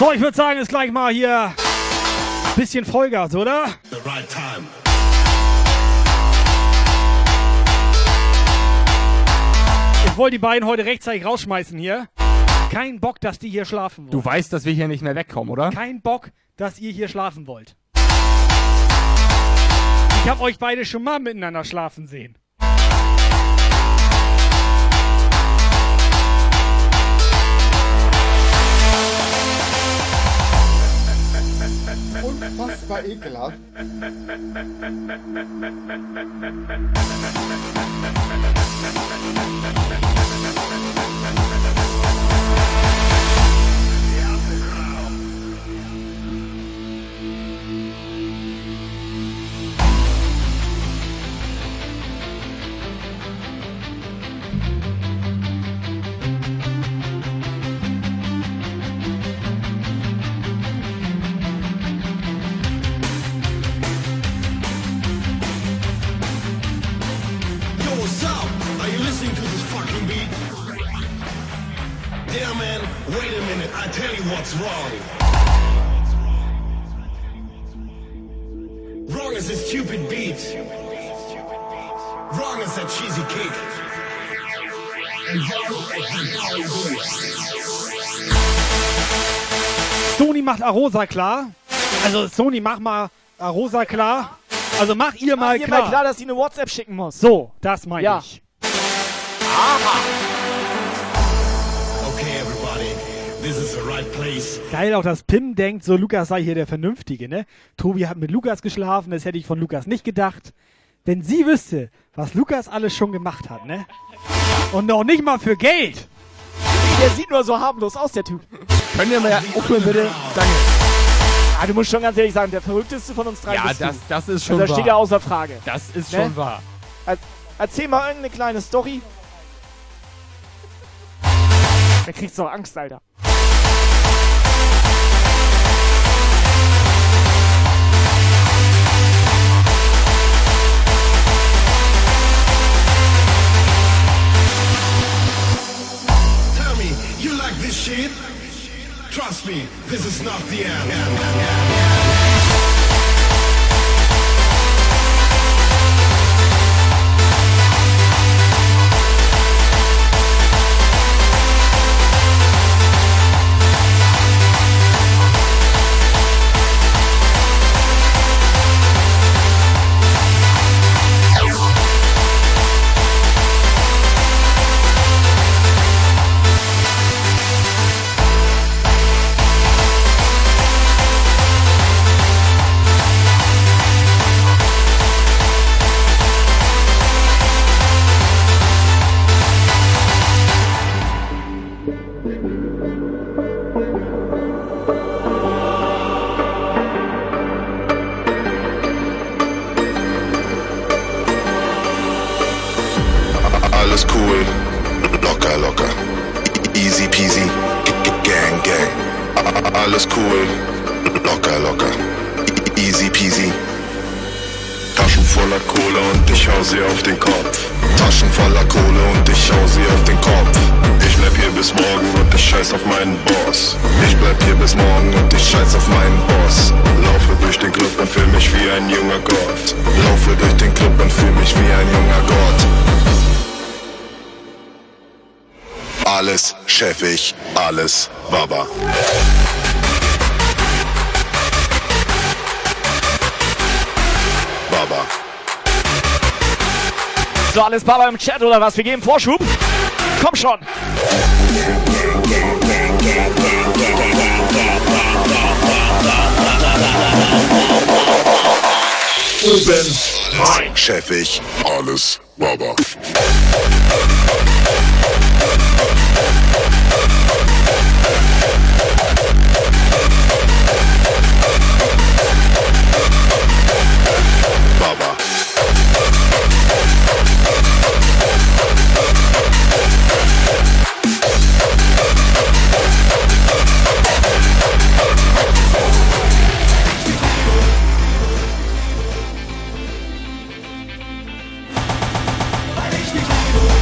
So, ich würde sagen, ist gleich mal hier bisschen Vollgas, oder? The right time. Ich wollte die beiden heute rechtzeitig rausschmeißen hier. Kein Bock, dass die hier schlafen wollen. Du weißt, dass wir hier nicht mehr wegkommen, oder? Kein Bock, dass ihr hier schlafen wollt. Ich habe euch beide schon mal miteinander schlafen sehen. Unfassbar ekelhaft. Wait a minute, I tell you what's wrong. Wrong is a stupid beat. Wrong is that cheesy kick. And wrong Sony macht Arosa klar. Also Sony, mach mal Arosa klar. Also mach ihr mal klar. Mach ihr mal klar, dass sie eine WhatsApp schicken muss. So, das meine ich. Aha. This is the right place. Geil auch, dass Pim denkt, so Lukas sei hier der Vernünftige, ne? Tobi hat mit Lukas geschlafen, das hätte ich von Lukas nicht gedacht. Wenn sie wüsste, was Lukas alles schon gemacht hat, ne? Und noch nicht mal für Geld. Der sieht nur so harmlos aus, der Typ. Können wir mal aufhören, bitte? Danke. Ah, du musst schon ganz ehrlich sagen, der verrückteste von uns drei bist du. Ja, das ist schon wahr. Das steht ja außer Frage. Das ist schon wahr. Erzähl mal irgendeine kleine Story. Da kriegst du auch Angst, Alter. This shit? Trust me, this is not the end. Alles cool, locker, locker, easy peasy, gang, gang. Alles cool, locker, locker, easy peasy. Taschen voller Kohle und ich hau sie auf den Kopf. Taschen voller Kohle und ich hau sie auf den Kopf. Ich bleib hier bis morgen und ich scheiß auf meinen Boss. Ich bleib hier bis morgen und ich scheiß auf meinen Boss. Laufe durch den Club und fühl mich wie ein junger Gott. Laufe durch den Club und fühl mich wie ein junger Gott. Alles chefig, alles Baba. Baba. So, alles Baba im Chat oder was? Wir geben Vorschub. Komm schon. Oben rein. Chefig, alles Baba. Baba. Weil ich dich liebe.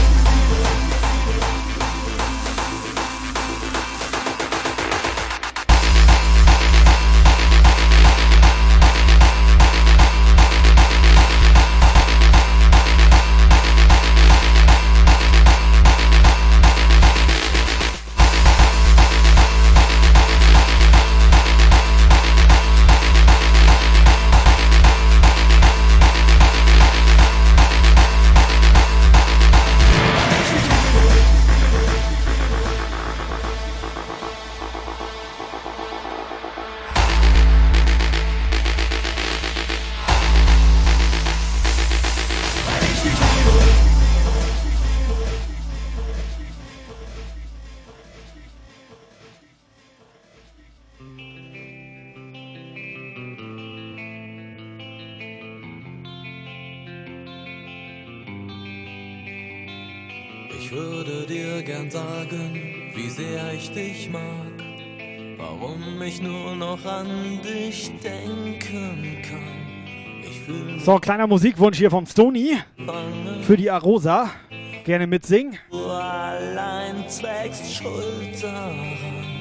Ich würde dir gern sagen, wie sehr ich dich mag, warum ich nur noch an dich denken kann. Ich fühl So, kleiner Musikwunsch hier vom Stony für die Arosa. Gerne mitsingen. Du allein trägst Schuld daran.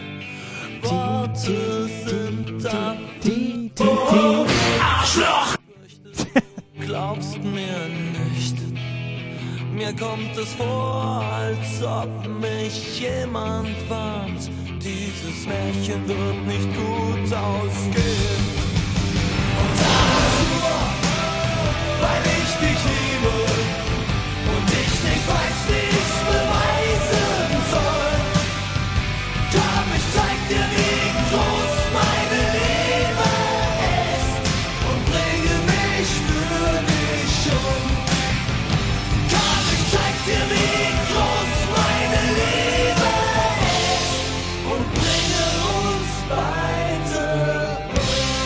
Worte sind da. Oh, Arschloch! Glaubst mir nicht. Mir kommt es vor, als ob mich jemand warnt. Dieses Märchen wird nicht gut ausgehen. Und alles nur, weil ich dich liebe und ich nicht weiß, wie ich's beweisen soll. Komm, ich zeig dir, wie groß meine Liebe ist und bringe mich für dich um. Komm, ich zeig dir, wie groß meine Liebe ist und bringe uns beide um.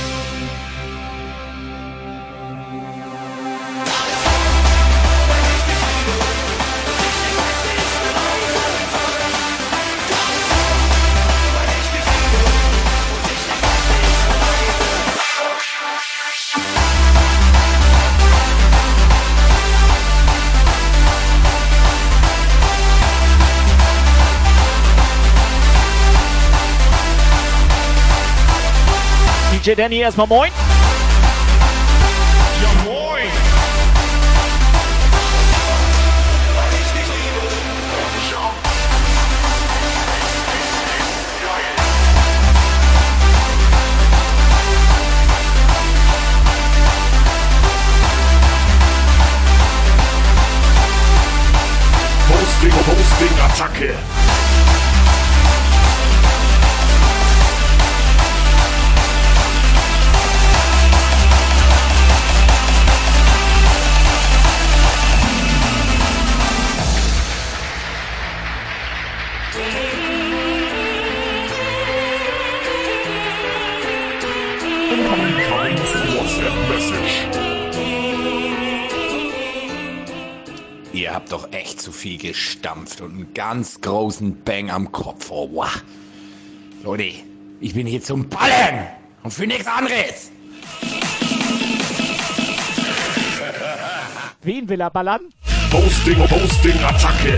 DJ Danny erstmal moin. Ja, moin. Hosting, Attacke. Ihr habt doch echt zu viel gestampft und einen ganz großen Bang am Kopf. Oh, wow. Leute, ich bin hier zum Ballen und für nichts anderes. Wen will er ballern? Hosting, Attacke.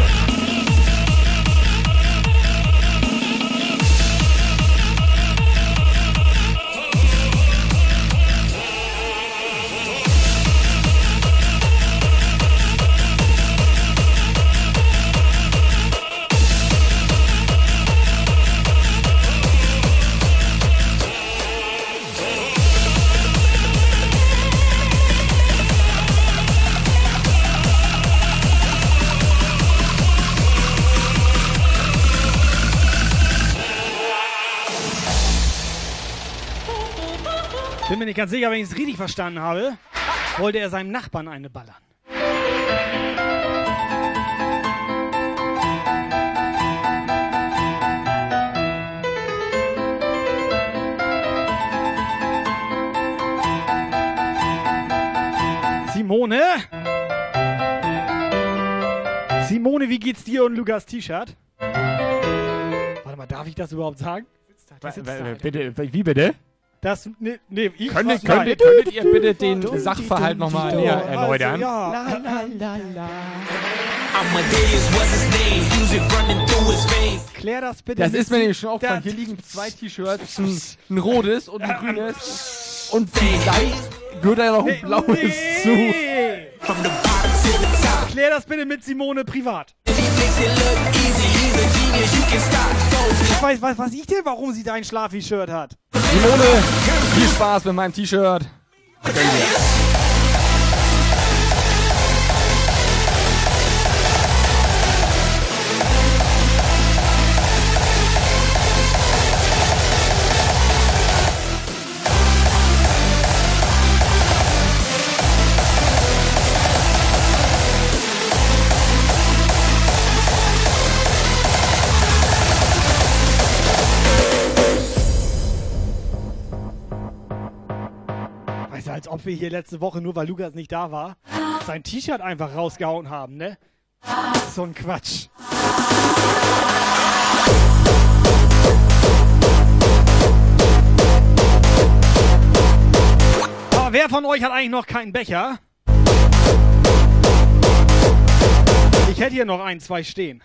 Bin mir nicht ganz sicher, wenn ich es richtig verstanden habe, wollte er seinem Nachbarn eine ballern. Simone? Simone, wie geht's dir und Lukas T-Shirt? Warte mal, darf ich das überhaupt sagen? Bitte, wie bitte? Das, ich könntet ihr bitte den Sachverhalt nochmal näher erläutern? Ja. Klär das bitte. Das ist mir nämlich schon aufgefallen. Hier liegen 2 T-Shirts, ein rotes und ein grünes. Und vielleicht gehört da ja noch ein blaues zu. Klär das bitte mit Simone privat. Ich weiß, was ich denn, warum sie dein Schlafi-Shirt hat. Simone, viel Spaß mit meinem T-Shirt. Als ob wir hier letzte Woche, nur weil Lukas nicht da war, sein T-Shirt einfach rausgehauen haben, ne? So ein Quatsch. Aber wer von euch hat eigentlich noch keinen Becher? Ich hätte hier noch 1, 2 stehen.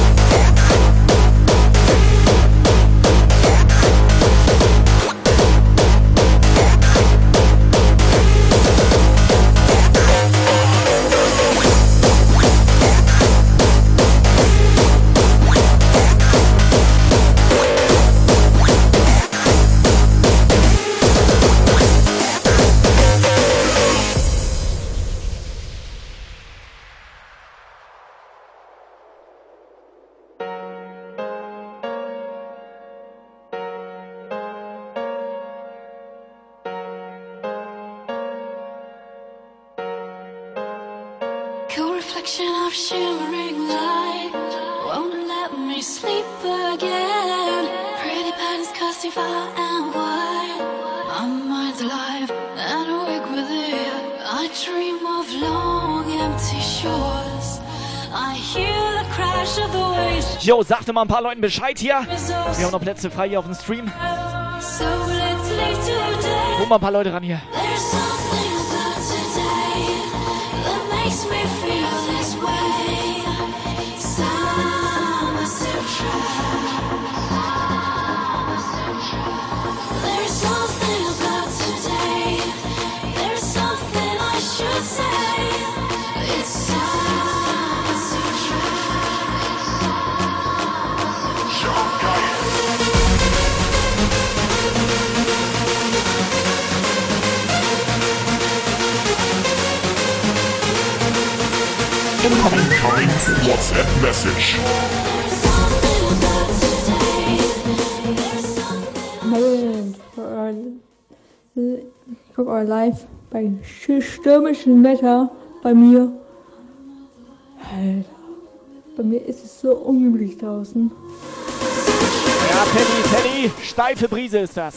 Cool reflection of shimmering light won't let me sleep again. Pretty patterns casting far and wide. My mind's alive and awake with it. I dream of long empty shores. I hear the crash of the waves. Jo, sagte mal ein paar Leuten Bescheid hier. Wir haben noch Plätze frei hier auf dem Stream. So let's leave today. Hol mal ein paar Leute ran hier. There's something about today that makes me feel this way. Summer still There's something about today. There's something I should say. It's summer still Incoming WhatsApp message. Ich gucke euch live bei stürmischem Wetter bei mir. Alter, bei mir ist es so ungemütlich draußen. Ja, Penny, steife Brise ist das.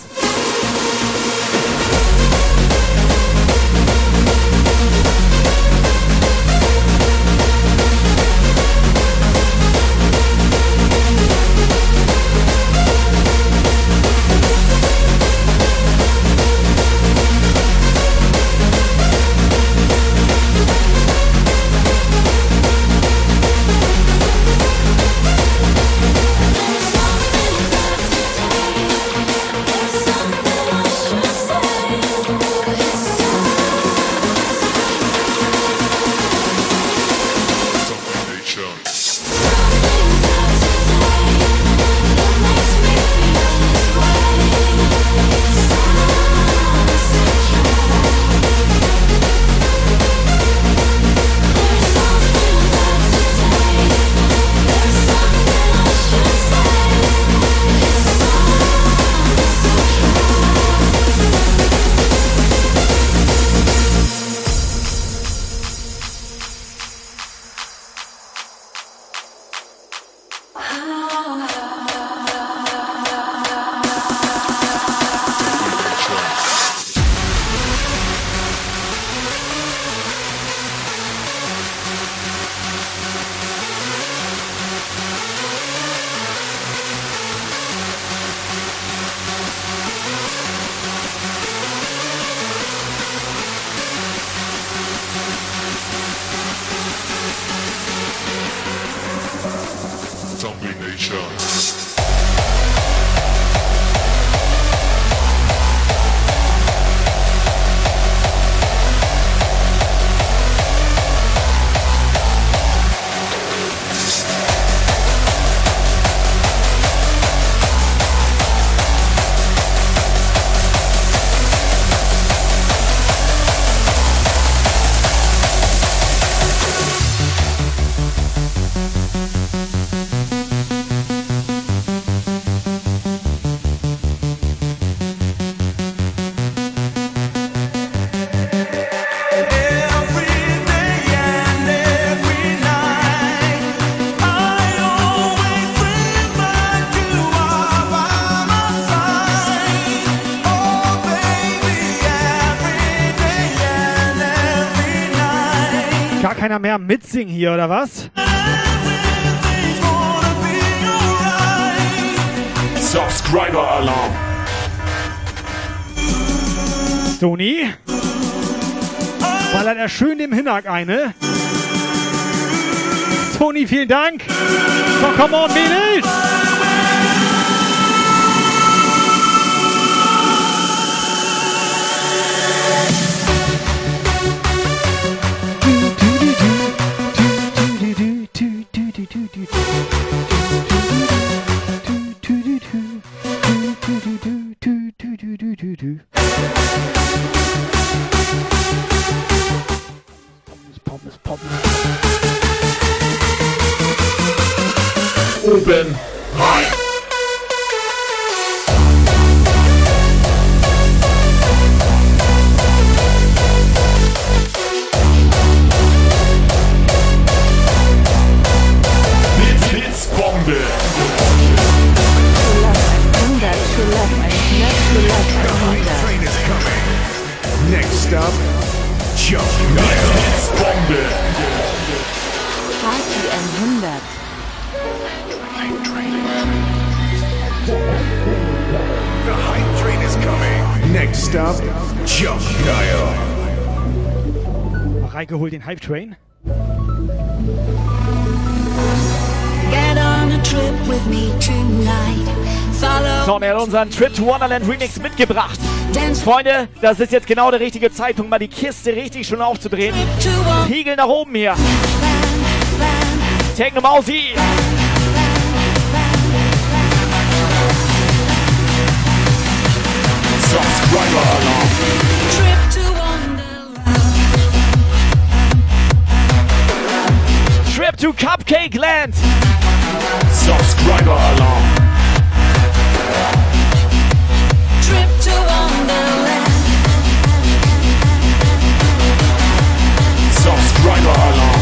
Zombie Nation. Gar keiner mehr mitsingen hier, oder was? Subscriber Alarm. Toni. Ballert er schön im Hinnack eine. Toni, vielen Dank. So, come on, Mädels. Oben rein. Blitzbombe. Next up, Jump Blitzbombe. Party 100. The hype train is coming. Next up, Jump Guile. Mareike holt den Hype Train. Get on a trip with me tonight. Follow. So, und er hat unseren Trip to Wonderland Remix mitgebracht. Freunde, das ist jetzt genau der richtige Zeitpunkt, mal die Kiste richtig schon aufzudrehen. Pegel nach oben hier. Techno Mausi. Subscriber Alarm. Trip to Wonderland. Trip to Cupcake Land. Subscriber Alarm. Trip to Wonderland. Subscriber Alarm.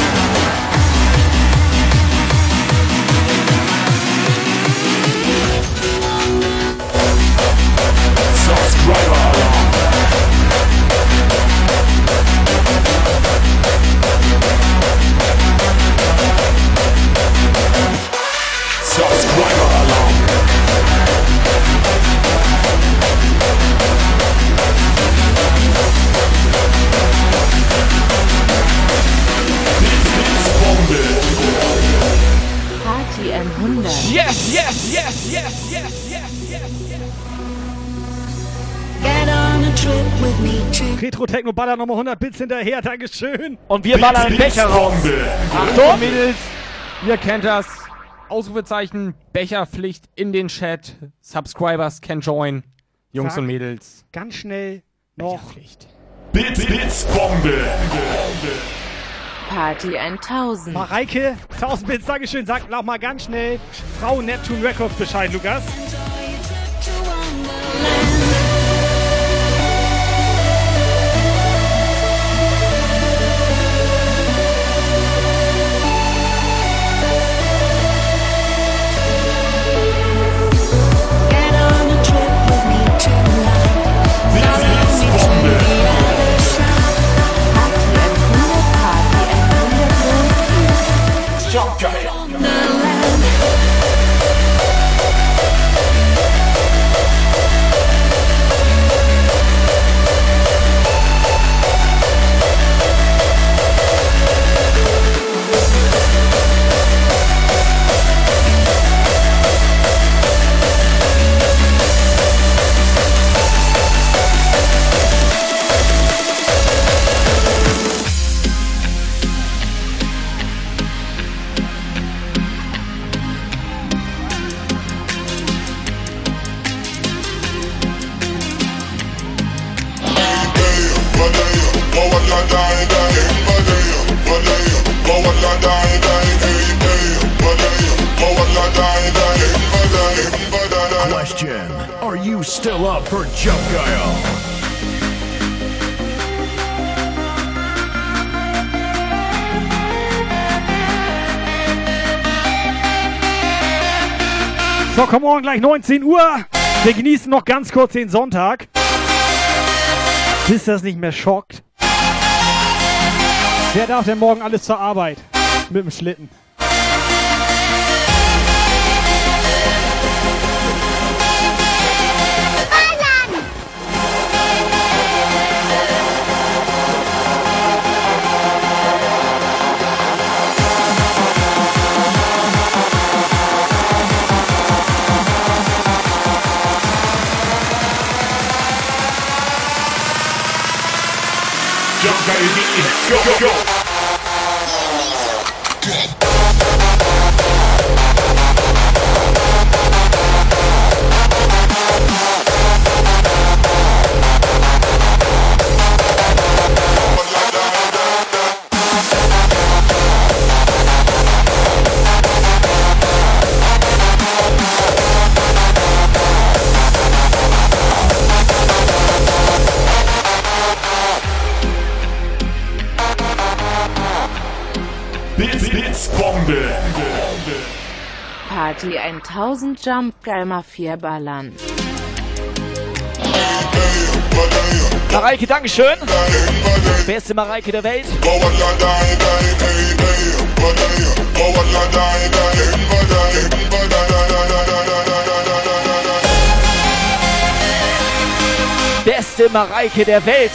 Subscriber Alarm. Subscriber Alarm. Blitzbombe. Party 100. Yes, yes, yes, yes, yes, yes, yes. Get on a trip with me tonight. Retro Techno ballert nochmal 100 Bits hinterher, Dankeschön. Und wir ballern einen Becher raus. Achtung, Mädels, ihr kennt das. Ausrufezeichen, Becherpflicht in den Chat. Subscribers can join. Jungs Sag und Mädels. Ganz schnell noch. Blitzbombe. Party 1000. Mareike, 1000 Bits, Dankeschön. Sag noch mal ganz schnell Frau Neptune Records Bescheid, Lukas. Get on a trip with me tonight. Follow me to the other side. Jump Guile. Question: are you still up for Jump Guile? So, komm morgen gleich 19 Uhr. Wir genießen noch ganz kurz den Sonntag. Bis das nicht mehr schockt. Wer darf denn morgen alles zur Arbeit? Mit dem Schlitten. jumpgeil.de. Go, go, go. Blitzbombe. Party 1000 Jump Geil Mafia ballern. Mareike, Dankeschön. Beste Mareike der Welt. Beste Mareike der Welt.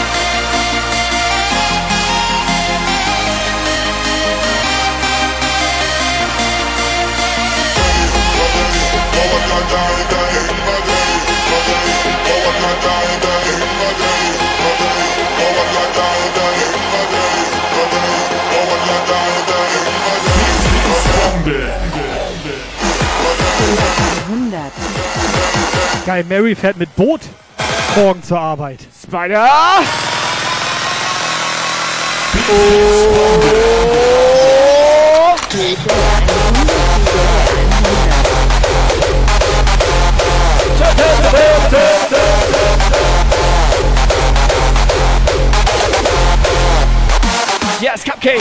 Geil, Mary fährt mit Boot morgen zur Arbeit. Spider! Yes, Cupcake!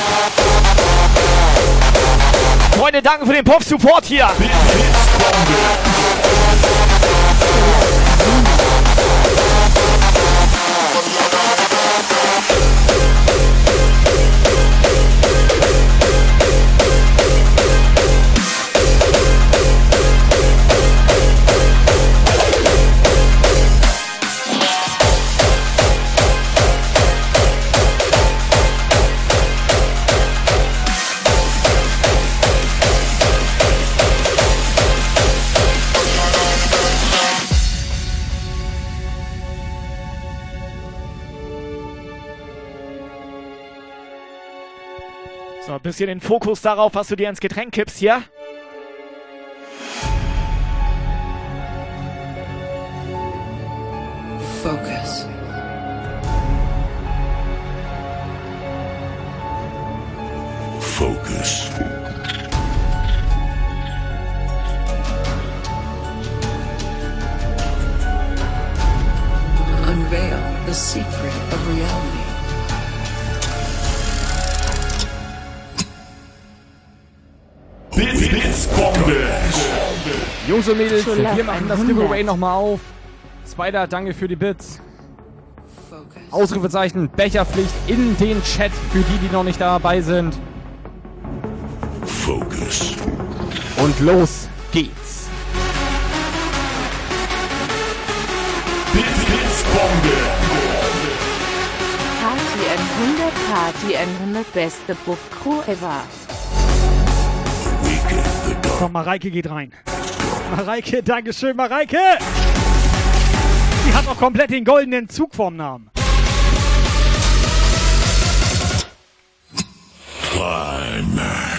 Freunde, danke für den Pop-Support hier! So, ein bisschen den Fokus darauf, was du dir ins Getränk kippst hier. Focus. Focus. Unveil the secret of reality. Blitzbombe. Jungs und Mädels, Schulaf wir machen das 100. Giveaway nochmal auf. Spider, danke für die Bits. Ausrufezeichen, Becherpflicht in den Chat für die, die noch nicht dabei sind. Focus. Und los geht's. Blitzbombe. Party 100, beste Puff-Crew ever. Komm, Mareike geht rein. Mareike, Dankeschön, Mareike! Die hat noch komplett den goldenen Zug vorm Namen. Climax.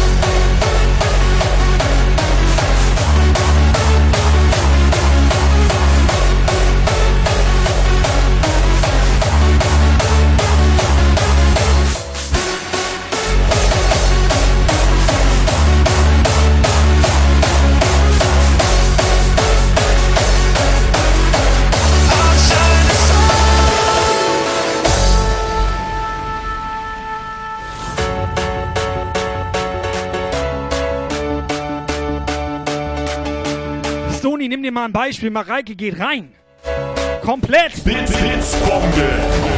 Sony, nimm dir mal ein Beispiel. Mareike geht rein. Komplett. Blitzbombe.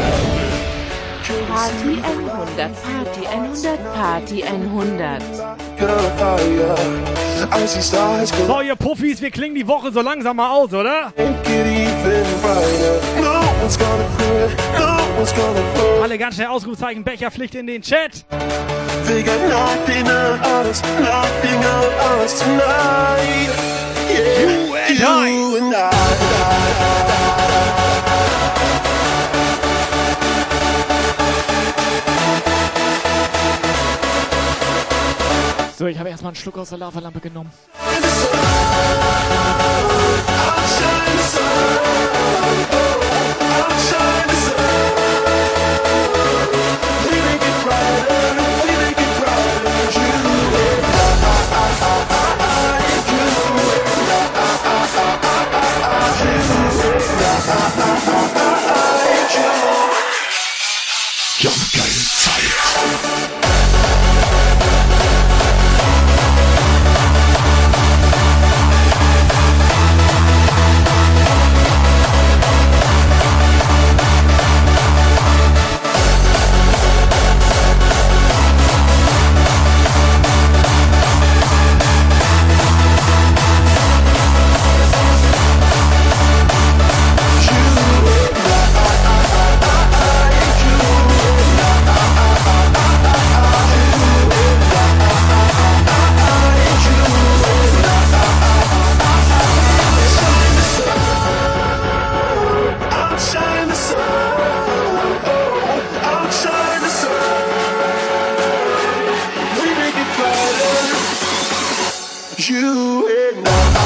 Party 100, Party 100. So, ihr Puffis, wir klingen die Woche so langsam mal aus, oder? Alle ganz schnell Ausrufezeichen, Becherpflicht in den Chat. They got nothing on us, nothing on us tonight. Yeah, you and I. ich habe erstmal einen Schluck aus der Lavalampe genommen. Ja, geile Zeit. You and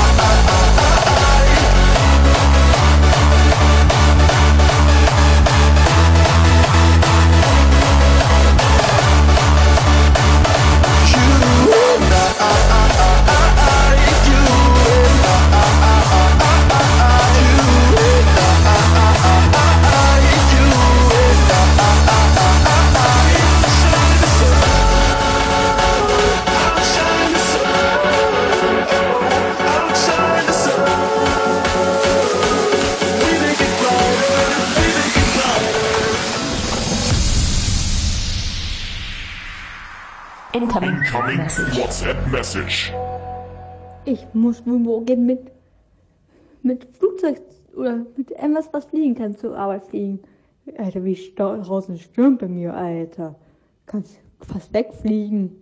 Incoming WhatsApp Message. Ich muss morgen mit Flugzeug oder mit irgendwas, was fliegen kann, zur Arbeit fliegen. Alter, wie draußen stürmt bei mir, Alter. Kannst fast wegfliegen.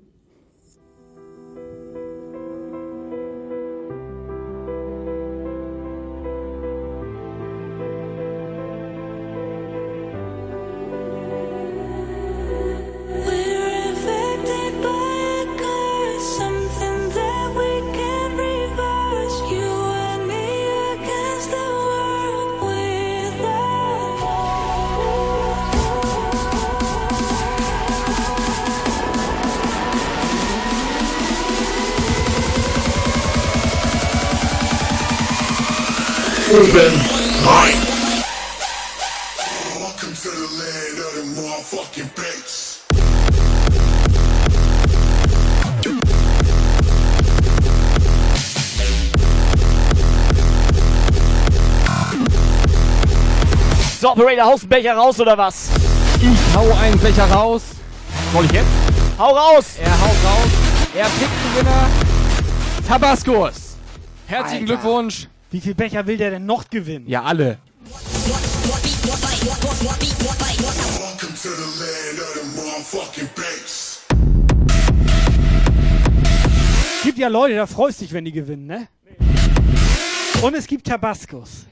Oben rein. Welcome to the land of the motherfucking bass. So, Operator, haust einen Becher raus oder was? Ich hau einen Becher raus. Soll ich jetzt? Hau raus! Er haut raus. Er pickt Gewinner. Tabascos. Herzlichen Alter. Glückwunsch. Wie viel Becher will der denn noch gewinnen? Ja, alle. Gibt ja Leute, da freust du dich, wenn die gewinnen, ne? Und es gibt Tabascos.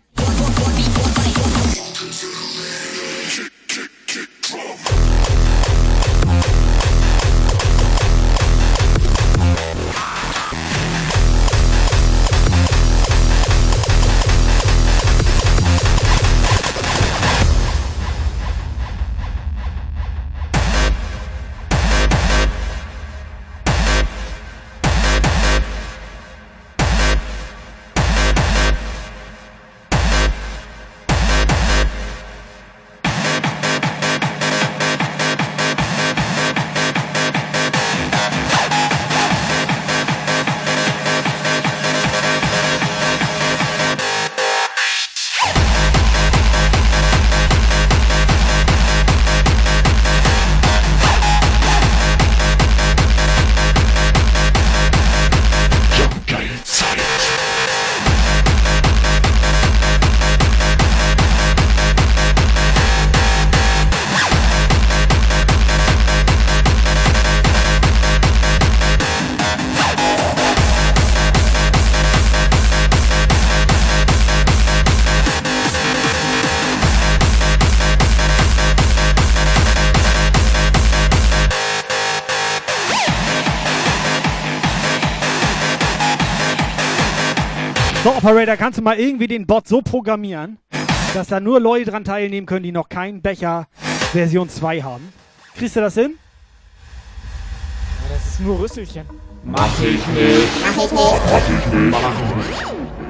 So, Operator, kannst du mal irgendwie den Bot so programmieren, dass da nur Leute dran teilnehmen können, die noch keinen Becher Version 2 haben? Kriegst du das hin? Ja, das ist nur Rüsselchen. Mach ich nicht. Mach ich nicht. Mach ich nicht. Mach ich nicht.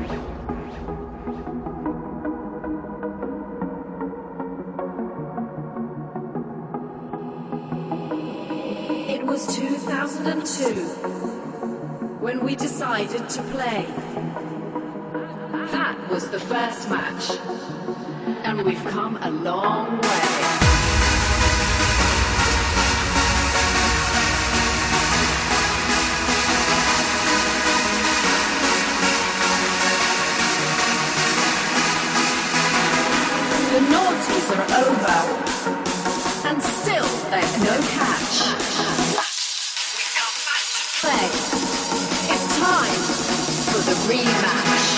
It was 2002 when we decided to play. That was the first match, and we've come a long way. The noughties are over, and still there's no catch. We've come back to play. It's time for the rematch.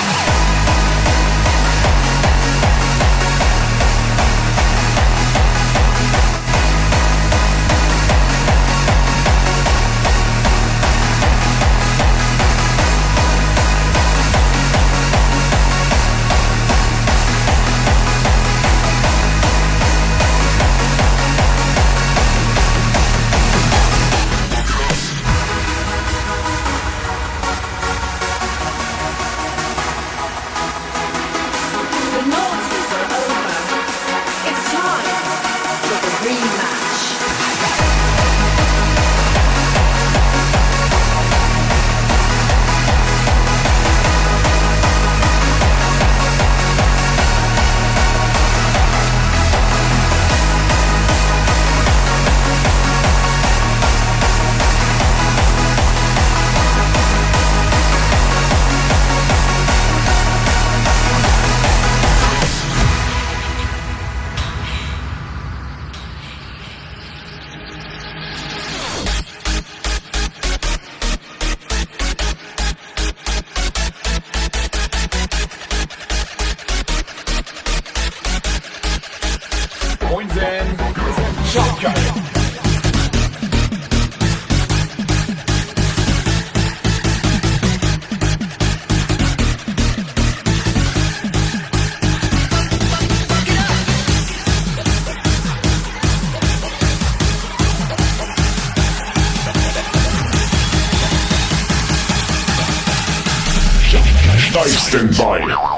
Stand by.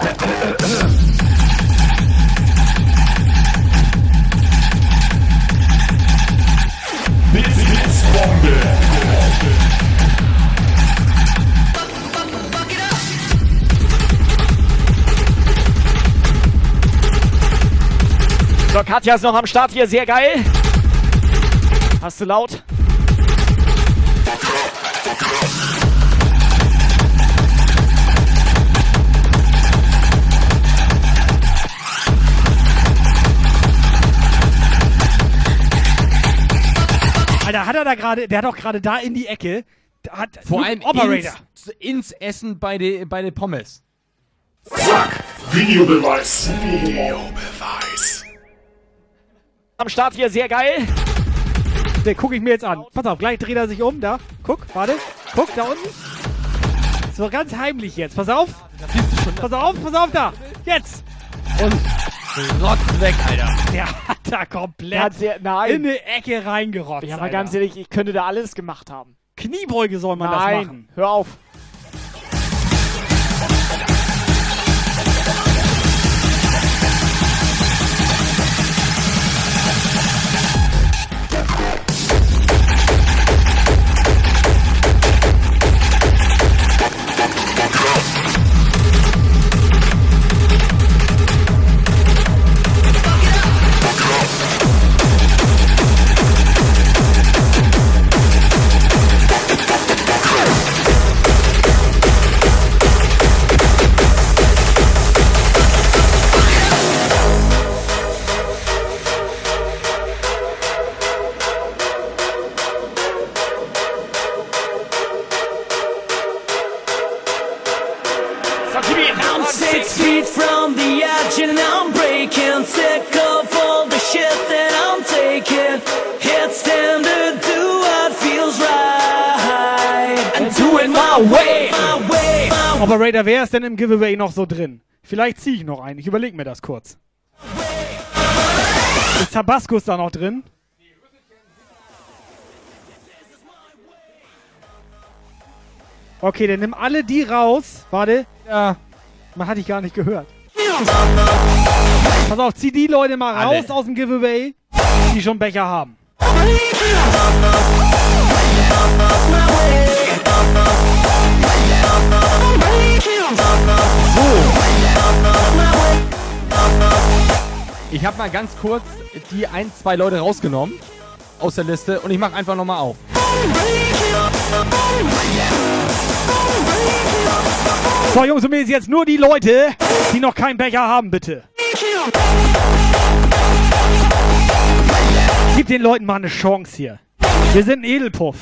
Blitzbombe. So, Katja ist noch am Start hier, sehr geil. Hast du laut? Alter, hat er da gerade, der hat auch gerade da in die Ecke, vor allem Operator. ins Essen bei den Pommes. Zack, Videobeweis. Videobeweis. Am Start hier, sehr geil. Den gucke ich mir jetzt an. Pass auf, gleich dreht er sich um, da. Guck, warte. Guck, da unten. So ganz heimlich jetzt, pass auf. Pass auf da. Jetzt. Und rotz weg, Alter. Der hat da komplett in eine Ecke reingerotzt. Ja, aber ganz ehrlich, ich könnte da alles gemacht haben. Kniebeuge soll man das machen. Hör auf. I'm 6 feet from the edge and I'm breaking. Sick of all the shit that I'm taking. It's time to do what feels right and do it my way, my way, my Operator, wer ist denn im Giveaway noch so drin? Vielleicht ziehe ich noch einen. Ich überlege mir das kurz. Ist Tabaskus da noch drin? Okay, dann nimm alle die raus. Warte. Ja. Man hat dich gar nicht gehört. Pass auf, zieh die Leute mal raus aus dem Giveaway, die schon Becher haben. Ich habe mal ganz kurz die 2 Leute rausgenommen aus der Liste und ich mache einfach nochmal auf. So, Jungs und Mädels, jetzt nur die Leute, die noch keinen Becher haben, bitte. Gib den Leuten mal eine Chance hier. Wir sind ein Edelpuff.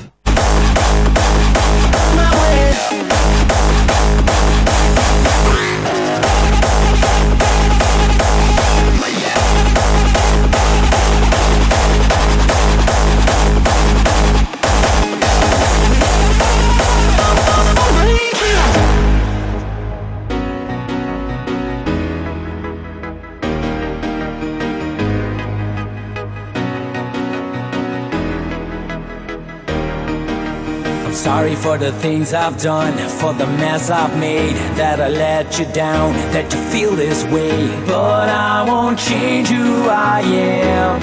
Sorry for the things I've done, for the mess I've made, that I let you down, that you feel this way. But I won't change who I am.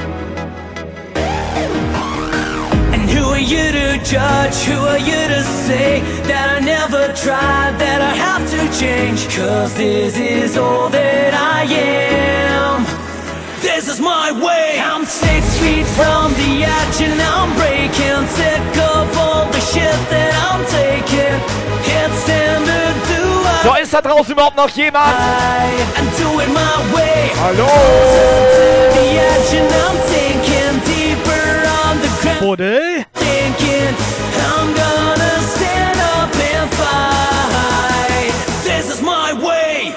And who are you to judge, who are you to say that I never tried, that I have to change? 'Cause this is all that I am. This is my way. I'm 6 feet from the edge and I'm breaking. Sick of all the shit that I'm taking. Can't stand to do it. So, ist da draußen überhaupt noch jemand? And do it my way. Hallo? To the edge and I'm sinking deeper on the ground. Bude? Thinking I'm gonna stand up and fight. This is my way.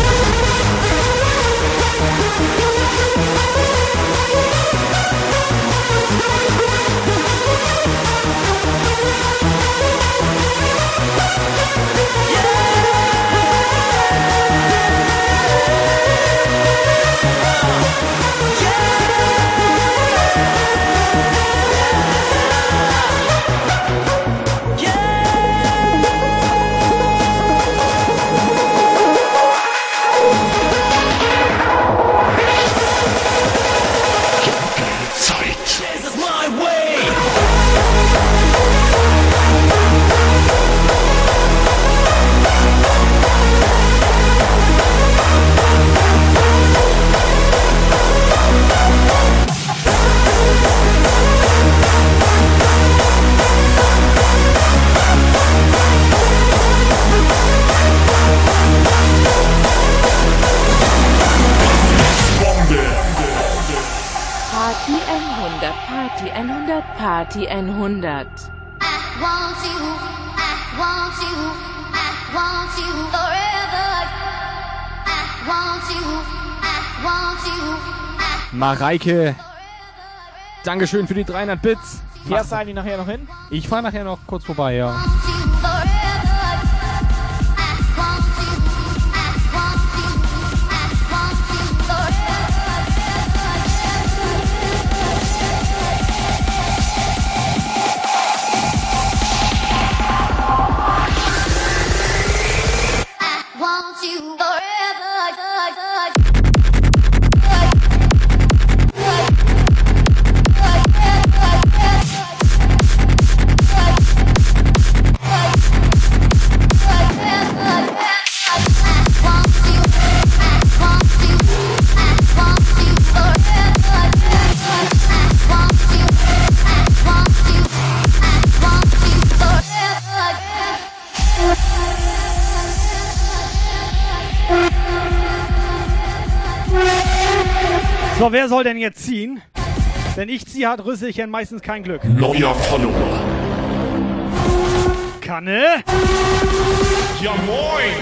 Party 100, Party 100. I want you, I want you, I want you forever. I want you, I want you. Mareike, Dankeschön für die 300 Bits. Fährst du eigentlich nachher noch hin? Ich fahre nachher noch kurz vorbei, ja. So, wer soll denn jetzt ziehen? Wenn ich ziehe, hat Rüsselchen meistens kein Glück. Neuer Follower. Kanne? Ja, moin!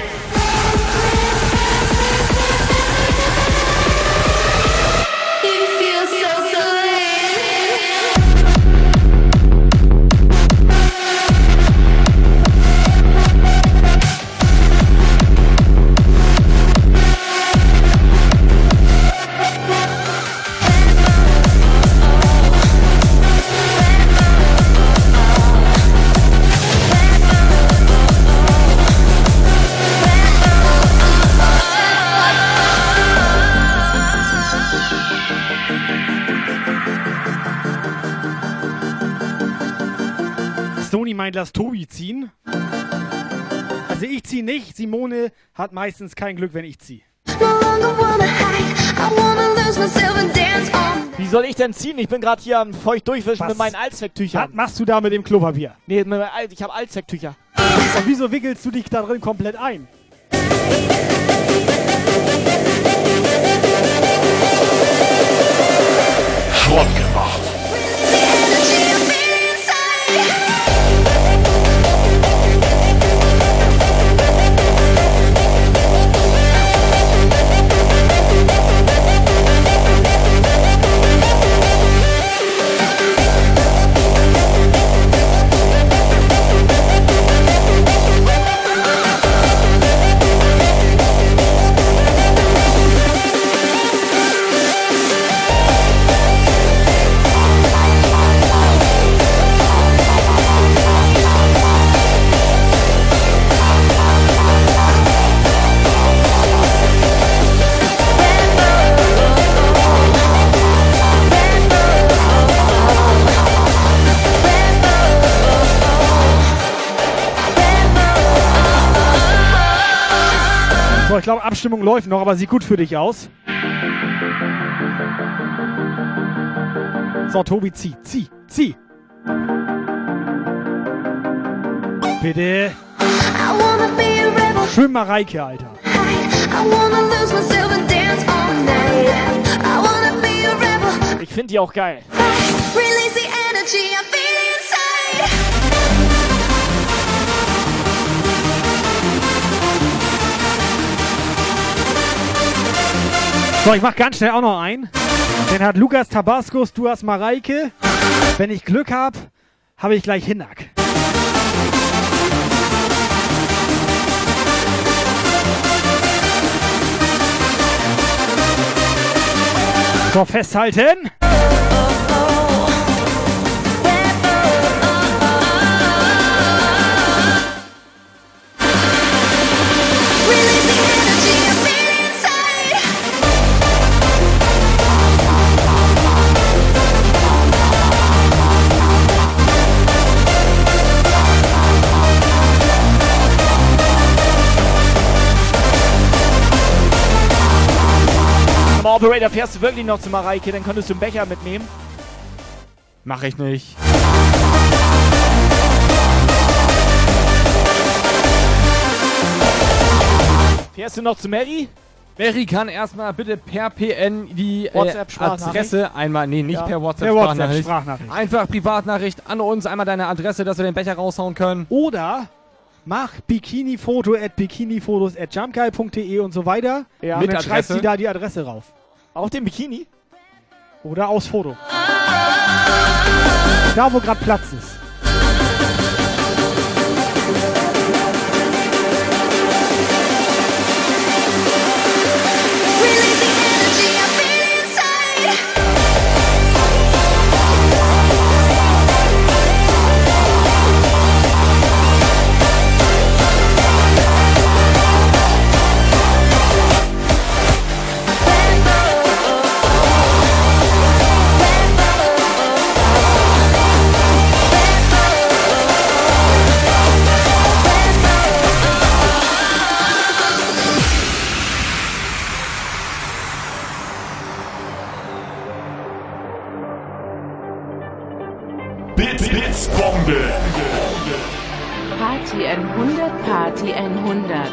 gemeint, lass Tobi ziehen. Also ich ziehe nicht. Simone hat meistens kein Glück, wenn ich ziehe. Wie soll ich denn ziehen? Ich bin gerade hier am feucht durchwischen mit meinen Allzwecktüchern. Was machst du da mit dem Klopapier? Nee, ich habe Allzwecktücher. Und wieso wickelst du dich da drin komplett ein? Schrott gemacht. So, ich glaube, Abstimmung läuft noch, aber sieht gut für dich aus. So, Tobi, zieh. Bitte. Schön Mareike, Alter. Ich finde die auch geil. So, ich mach ganz schnell auch noch einen. Den hat Lukas Tabascos, du hast Mareike. Wenn ich Glück habe ich gleich Hinnack. So, festhalten. Operator, fährst du wirklich noch zu Mareike? Dann könntest du einen Becher mitnehmen. Mach ich nicht. Fährst du noch zu Mary? Mary kann erstmal bitte per PN die WhatsApp-Sprachnachricht? Adresse einmal, nee, nicht Ja. per Per WhatsApp-Sprachnachricht. WhatsApp-Sprachnachricht. Einfach Privatnachricht an uns, einmal deine Adresse, dass wir den Becher raushauen können. Oder mach bikinifoto@bikinifotos@jumpguy.de und so weiter. Ja. Und Mit dann schreibst Adresse. du da die Adresse rauf. Auf dem Bikini? Oder aufs Foto. Da, wo gerade Platz ist. Blitzbombe. Party N100, Party N100.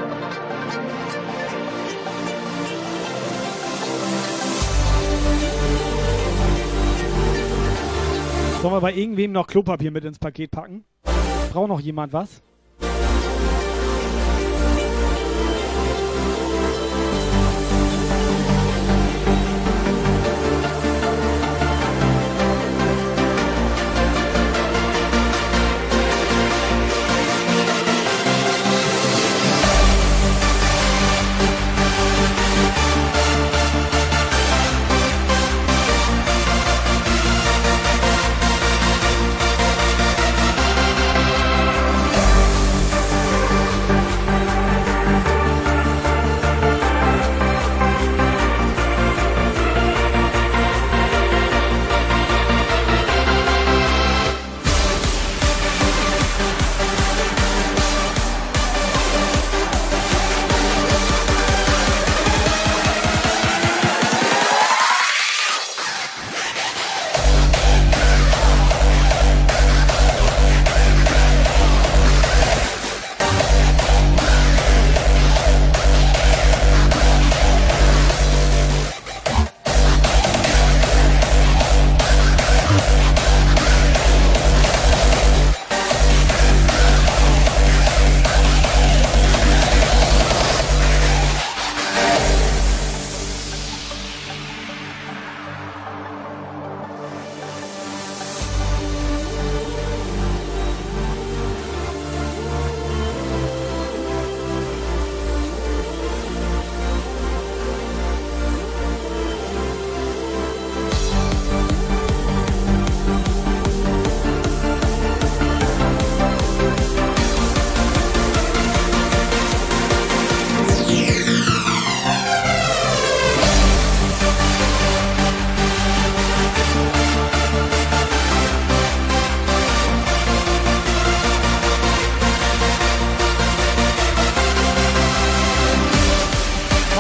Sollen wir bei irgendwem noch Klopapier mit ins Paket packen? Braucht noch jemand was?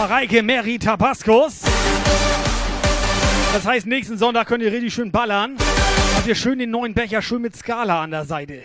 Mareike Mary Tabascos. Das heißt, nächsten Sonntag könnt ihr richtig schön ballern. Habt ihr schön den neuen Becher, schön mit Skala an der Seite.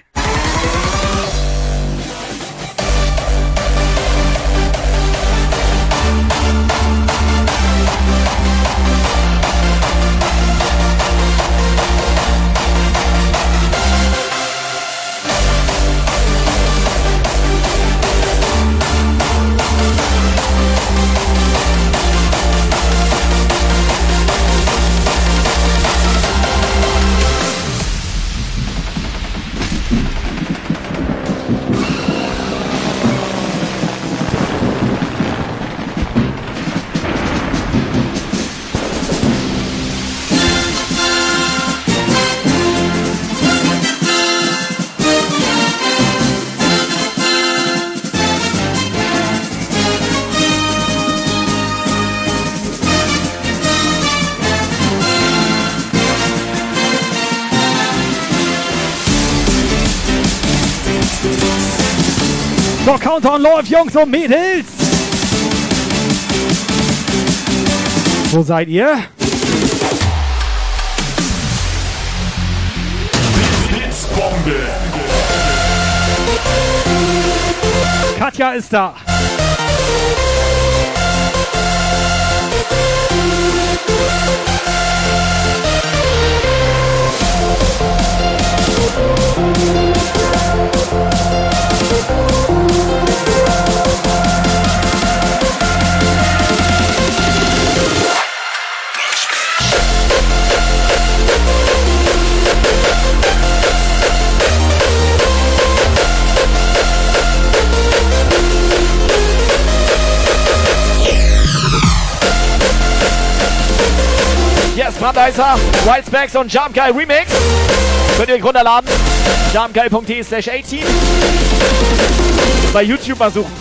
So, Countdown läuft, Jungs und Mädels. Wo seid ihr? Blitzbombe. Katja ist da. Yes, Brandheiser, Whitespecs und Jump Guy Remix. Könnt ihr euch runterladen. jumpguy.de/18. Bei YouTube mal suchen.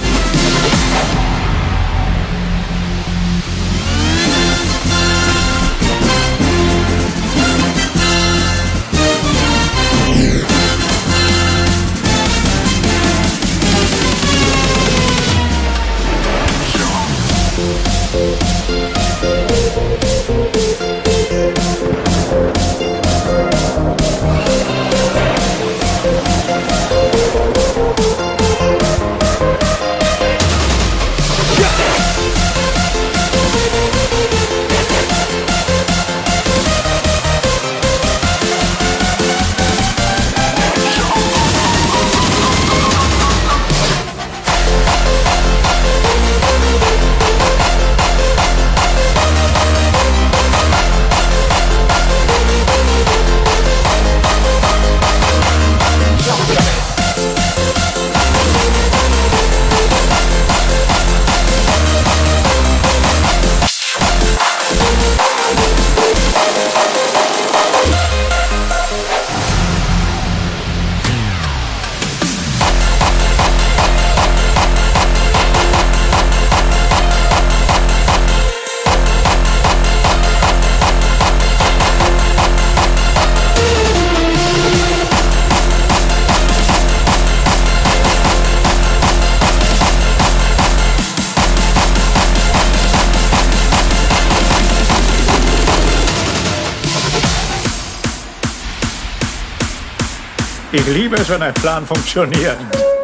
Ich liebe es, wenn ein Plan funktioniert.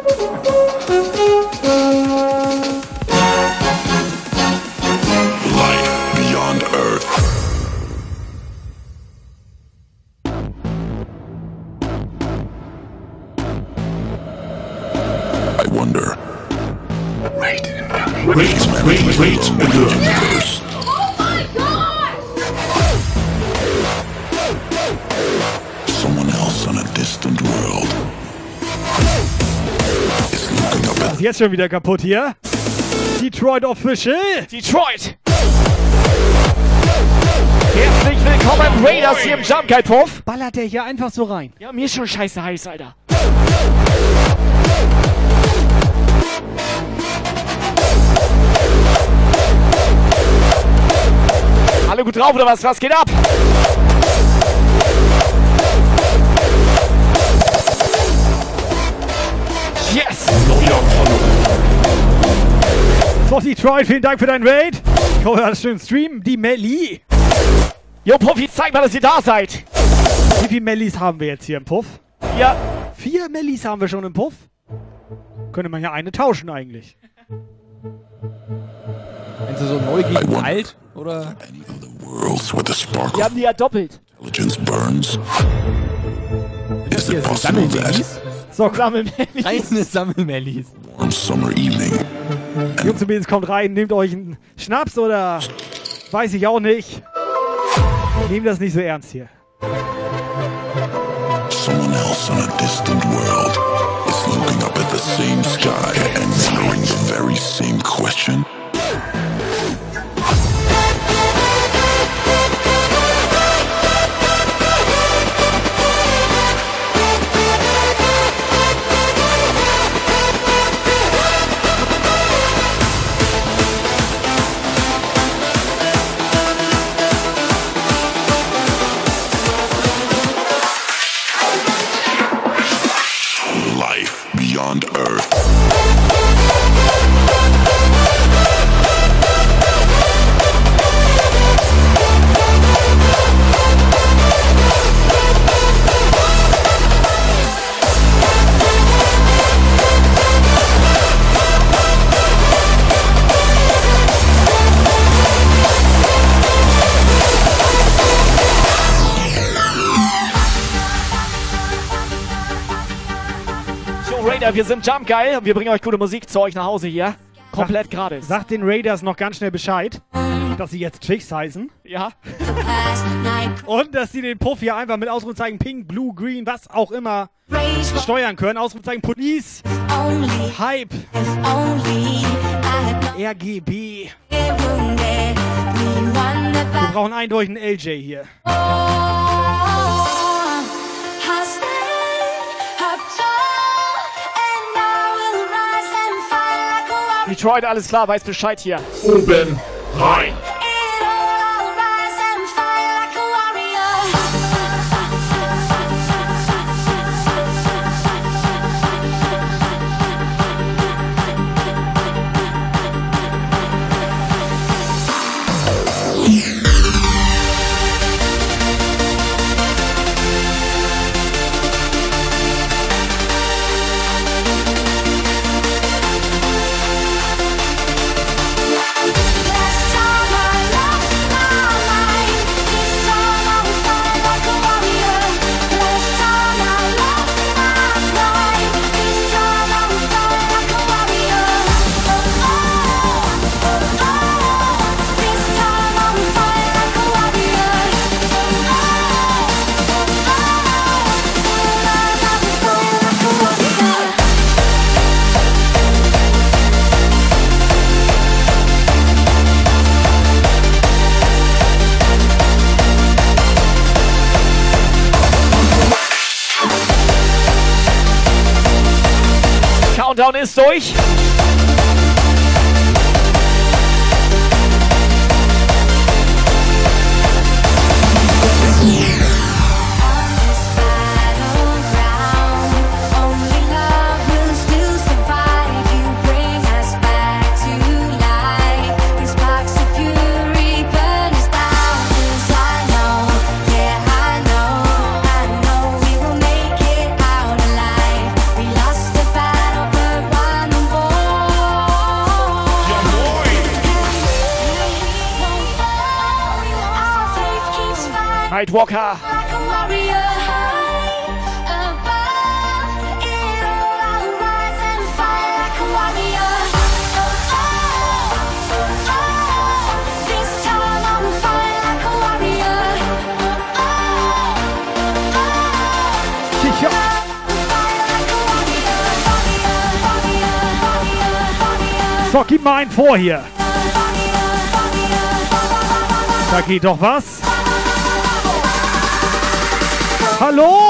Life beyond Earth. I wonder. Wait in the universe. Someone else on a distant world is looking up at Ist jetzt schon wieder kaputt hier. Detroit Official. Detroit. Herzlich willkommen, Raiders hier im Jump Guide Puff. Ballert der hier einfach so rein. Ja, mir ist schon scheiße heiß, Alter. Alle gut drauf oder was? Was geht ab? Yes! So, So, Detroit, vielen Dank für deinen Raid. Ich hoffe, das schön Stream. Die Melli. Jo, Puffi, zeig mal, dass ihr da seid. Wie viele Mellis haben wir jetzt hier im Puff? Ja. 4 Mellis haben wir schon im Puff. Könnte man ja eine tauschen eigentlich. Wenn sie so neu gegen alt, oder? Wir haben die ja doppelt. Intelligence burns. Is it possible Sammelmellis? So, Sammelmellis. Reine Sammelmellis. warm summer evening Jungs und Mädels, kommt rein, nehmt euch einen Schnaps oder weiß ich auch nicht. Nehmt das nicht so ernst hier. someone else on a distant world is looking up at the same sky and wondering the very same question? Life beyond Earth. Raider, wir sind Jump Geil und wir bringen euch gute Musik zu euch nach Hause hier. Komplett gratis. Sagt den Raiders noch ganz schnell Bescheid, dass sie jetzt Tricks heißen. Ja. Und dass sie den Puff hier einfach mit Ausrufezeichen Pink, Blue, Green, was auch immer steuern können. Ausrufezeichen Police, Hype, RGB. Wir brauchen eindeutig einen LJ hier. Detroit, alles klar, weiß Bescheid hier. Oben rein. Countdown ist durch. Nightwalker. So, gib mal einen vor hier. Da geht doch was. Hallo?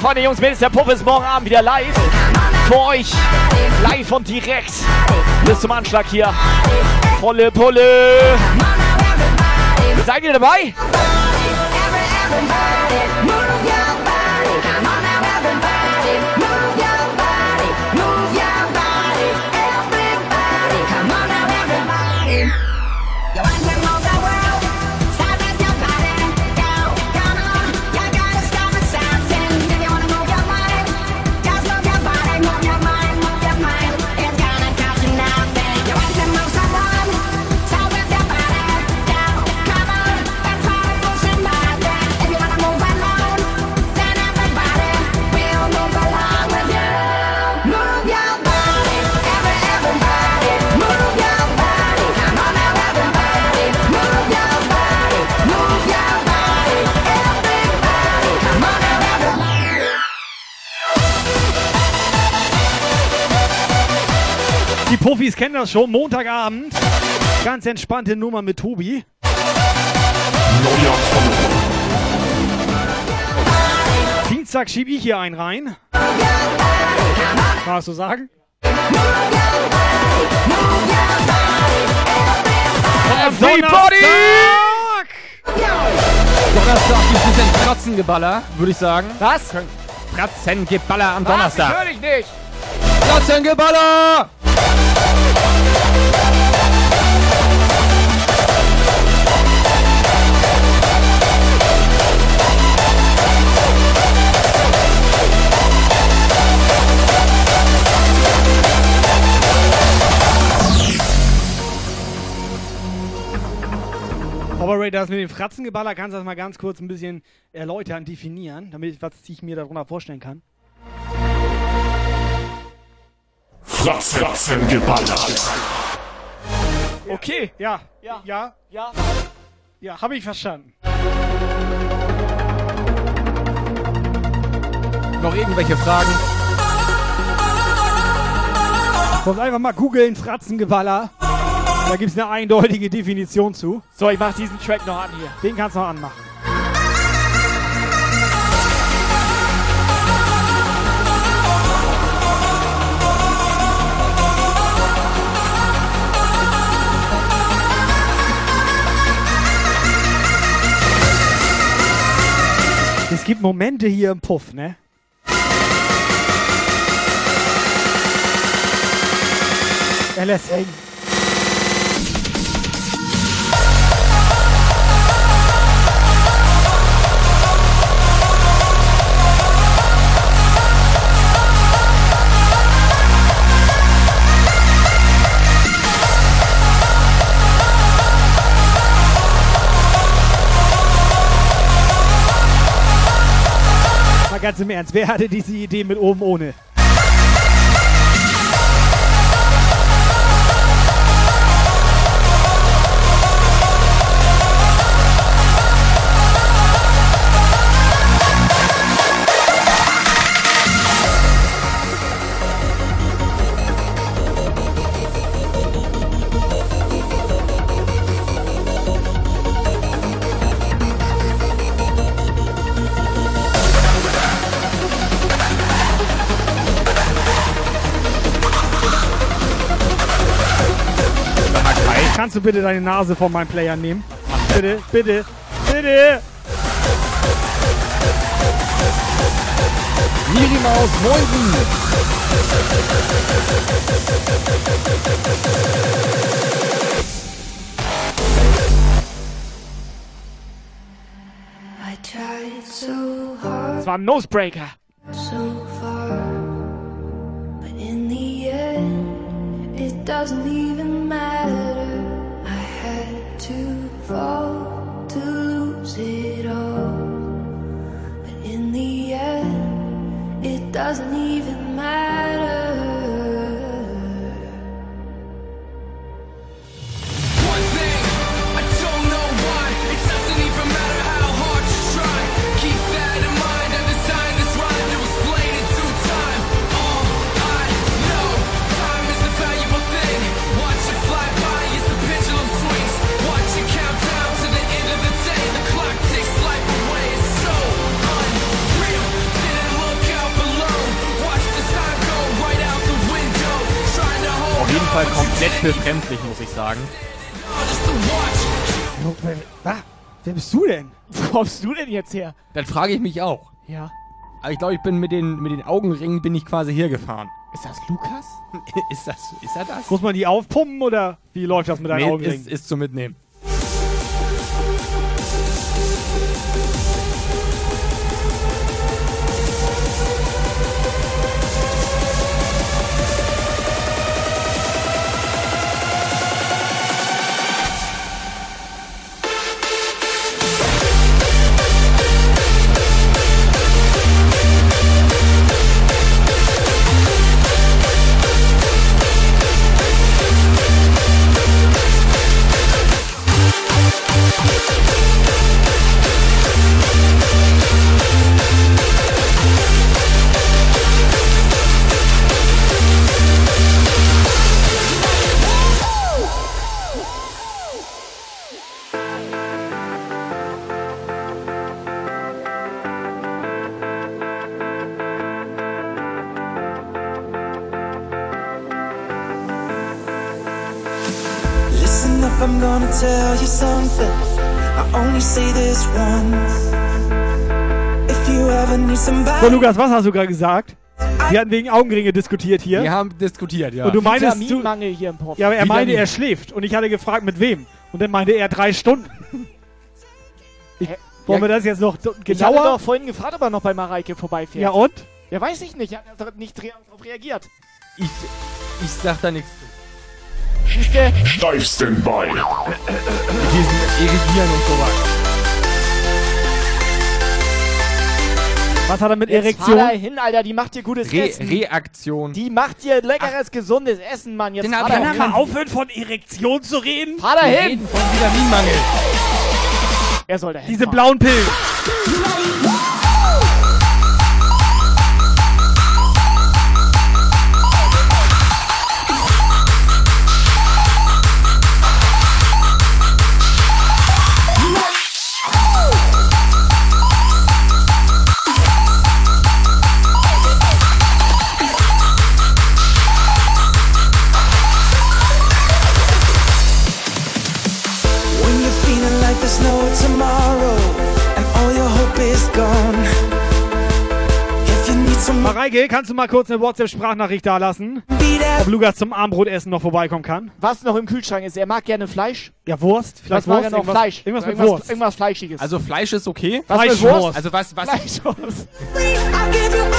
Freunde, Jungs, Mädels, der Puff ist morgen Abend wieder live. Für euch. Live und direkt. Bis zum Anschlag hier. Volle Pulle. Seid ihr dabei? Die Profis kennen das schon. Montagabend. Ganz entspannte Nummer mit Tobi. Dienstag schieb ich hier einen rein. Was du sagen? Everybody! Donnerstag gibt es ein Fratzengeballer, würde ich sagen. Was? Fratzengeballer am Donnerstag. Was? Natürlich nicht. Fratzengeballer! Operator, das mit dem Fratzengeballer, kannst du das mal ganz kurz ein bisschen erläutern, definieren, damit was ich mir darunter vorstellen kann? Fratzengeballer. Okay, ja, habe ich verstanden. Noch irgendwelche Fragen? Kommt einfach mal googeln, Fratzengeballer. Da gibt es eine eindeutige Definition zu. So, ich mach diesen Track noch an hier. Den kannst du noch anmachen. Es gibt Momente hier im Puff, ne? Er lässt hängen. Mal ganz im Ernst, wer hatte diese Idee mit oben ohne? Kannst du bitte deine Nase von meinem Player nehmen? Bitte, bitte, bitte! Miri Maus, moin! Das war ein Nosebreaker. So far, but in the end, it doesn't even matter. I had to fall to lose it all, but in the end, it doesn't even matter. One thing, I don't know why. It doesn't even matter how hard you try. Keep that in mind. I designed this rhyme to explain in due time. All I know, time is a valuable thing. Watch it fly by as the pendulum swings. Watch it count down to the end of the day. The clock takes life away. It's so unreal. Didn't look komplett befremdlich, muss ich sagen. Wer bist du denn? Wo kommst du denn jetzt her? Dann frage ich mich auch. Ja. Aber ich glaube, ich bin mit den Augenringen bin ich quasi hergefahren. Ist das Lukas? Ist er das? Muss man die aufpumpen oder wie läuft das mit deinen Augenringen? Ist zum Mitnehmen. Listen up, I'm gonna tell you something. I only say this once. If you ever need somebody. So, Lukas, was hast du gerade gesagt? Wir hatten wegen Augenringe diskutiert hier. Wir haben diskutiert, ja. Und du meintest, Vitaminmangel hier im Puff. Ja, aber er meinte, er schläft. Und ich hatte gefragt, mit wem. Und dann meinte er 3 Stunden. Wollen wir das jetzt noch Ich hatte genauer? doch vorhin gefragt, ob er noch bei Mareike vorbeifährt. Ja, und? Ja, weiß ich nicht. Er hat nicht darauf reagiert. Ich sag da nichts zu. Siehste? Steif Standby. Diesen Irrigieren und sowas. Was hat er mit Jetzt Erektion? fahr da hin, Alter. Die macht dir gutes Essen. Reaktion. Die macht dir leckeres, gesundes Essen, Mann. Jetzt fahr da Kann er hin. mal aufhören, von Erektion zu reden? Fahr da Wir hin. reden von Vitaminmangel. Er soll da hin. Diese blauen Pillen. When you're feeling like there's no tomorrow and all your hope is gone. If you need some Mareike, kannst du mal kurz eine WhatsApp-Sprachnachricht da lassen? Ob Lukas zum Abendbrotessen noch vorbeikommen kann? Was noch im Kühlschrank ist, er mag gerne Fleisch. Ja, Wurst. Vielleicht Was mag er Wurst, noch? irgendwas- Fleisch. Irgendwas mit Wurst. Irgendwas Fleischiges. Also Fleisch ist okay. Was mit Fleischwurst. Wurst? Also was Fleischwurst. I'll give you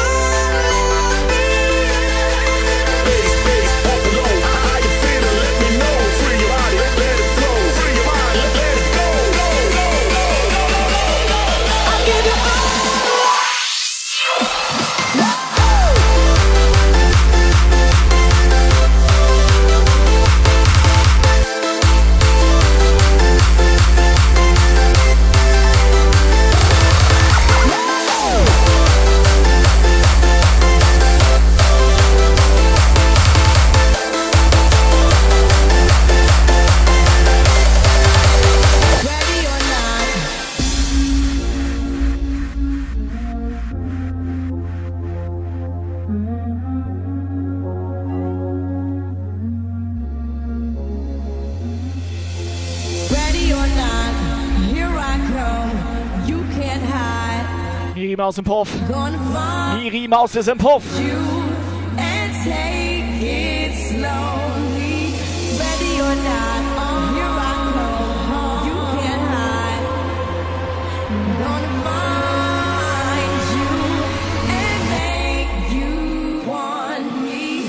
ready or not, here I come. You can't hide. Miri Maus im Puff. Gonna find Miri Maus ist im Puff. you and take it slowly. Ready or not, here I come. You can't hide. Gonna find you and make you want me.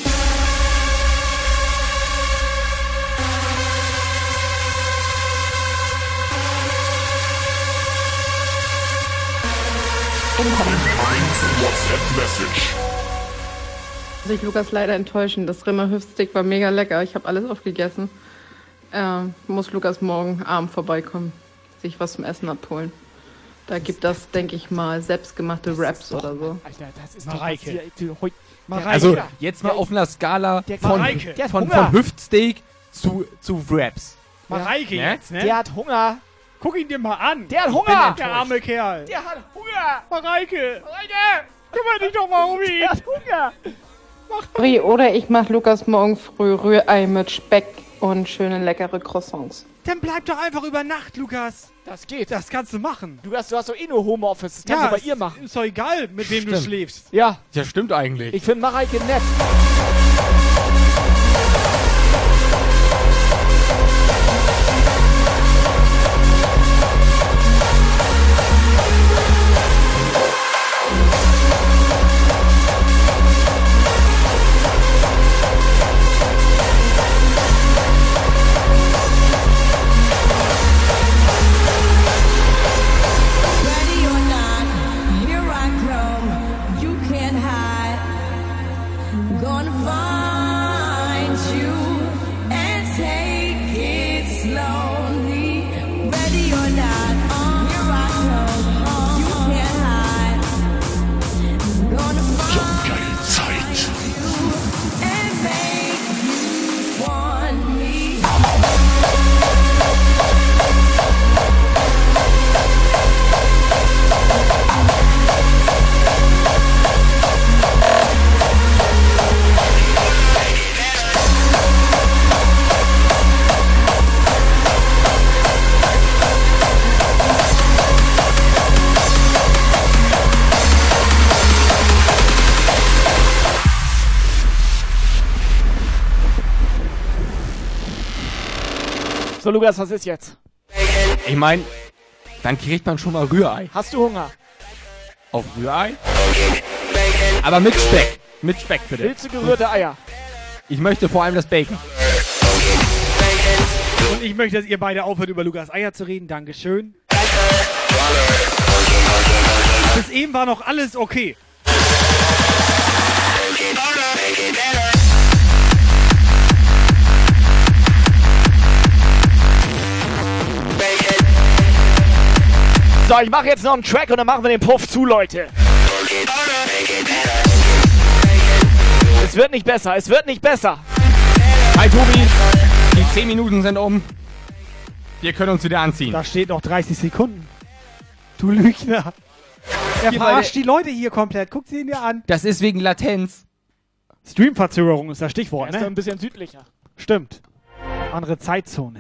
WhatsApp-Message. Muss ich Lukas leider enttäuschen. Das Rimmer Hüftsteak war mega lecker. Ich habe alles aufgegessen. Muss Lukas morgen Abend vorbeikommen, sich was zum Essen abholen. Da gibt das, denke ich mal, selbstgemachte Wraps oder so. Alter, das ist Mareike. doch Mareike. Also jetzt mal auf einer Skala von Mareike. Der hat von Hunger. Hüftsteak zu Wraps. Mareike Ja? jetzt, ne? Der hat Hunger. Guck ihn dir mal an. Der hat Hunger. Der arme Kerl. Der hat Hunger. Mareike. Mareike. Kümmere dich doch mal um ihn. Der hat Hunger. Oder ich mache Lukas morgen früh Rührei mit Speck und schöne leckere Croissants. Dann bleib doch einfach über Nacht, Lukas. Das geht. Das kannst du machen. Du hast doch eh nur Homeoffice. Das kannst du bei ihr machen. Ist doch egal, mit wem du schläfst. Ja. Ja, stimmt eigentlich. Ich finde Mareike nett. Ready or not, here I come. You can't hide. Gonna find you and take it slowly. Ready or not, here I come. You can't hide. Gonna find you and make you want me. So, Lukas, was ist jetzt? Ich meine, dann kriegt man schon mal Rührei. Hast du Hunger? Auf Rührei? Aber mit Speck. Mit Speck, bitte. Willst du gerührte Eier? Ich möchte vor allem das Bacon. Und ich möchte, dass ihr beide aufhört, über Lukas Eier zu reden. Dankeschön. Bis eben war noch alles okay. So, ich mache jetzt noch einen Track und dann machen wir den Puff zu, Leute. Es wird nicht besser, es wird nicht besser. Hi Tobi, die 10 Minuten sind um. Wir können uns wieder anziehen. Da steht noch 30 Sekunden. Du Lügner. Er verarscht die Leute hier komplett. Guck sie ihn dir an. Das ist wegen Latenz. Streamverzögerung ist das Stichwort, Er ist doch ne? ein bisschen südlicher. Stimmt. Andere Zeitzone.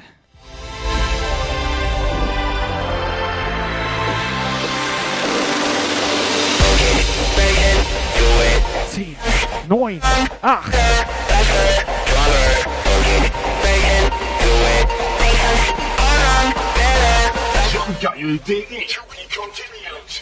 Zehn, 9, 8. Geil.de to be continued.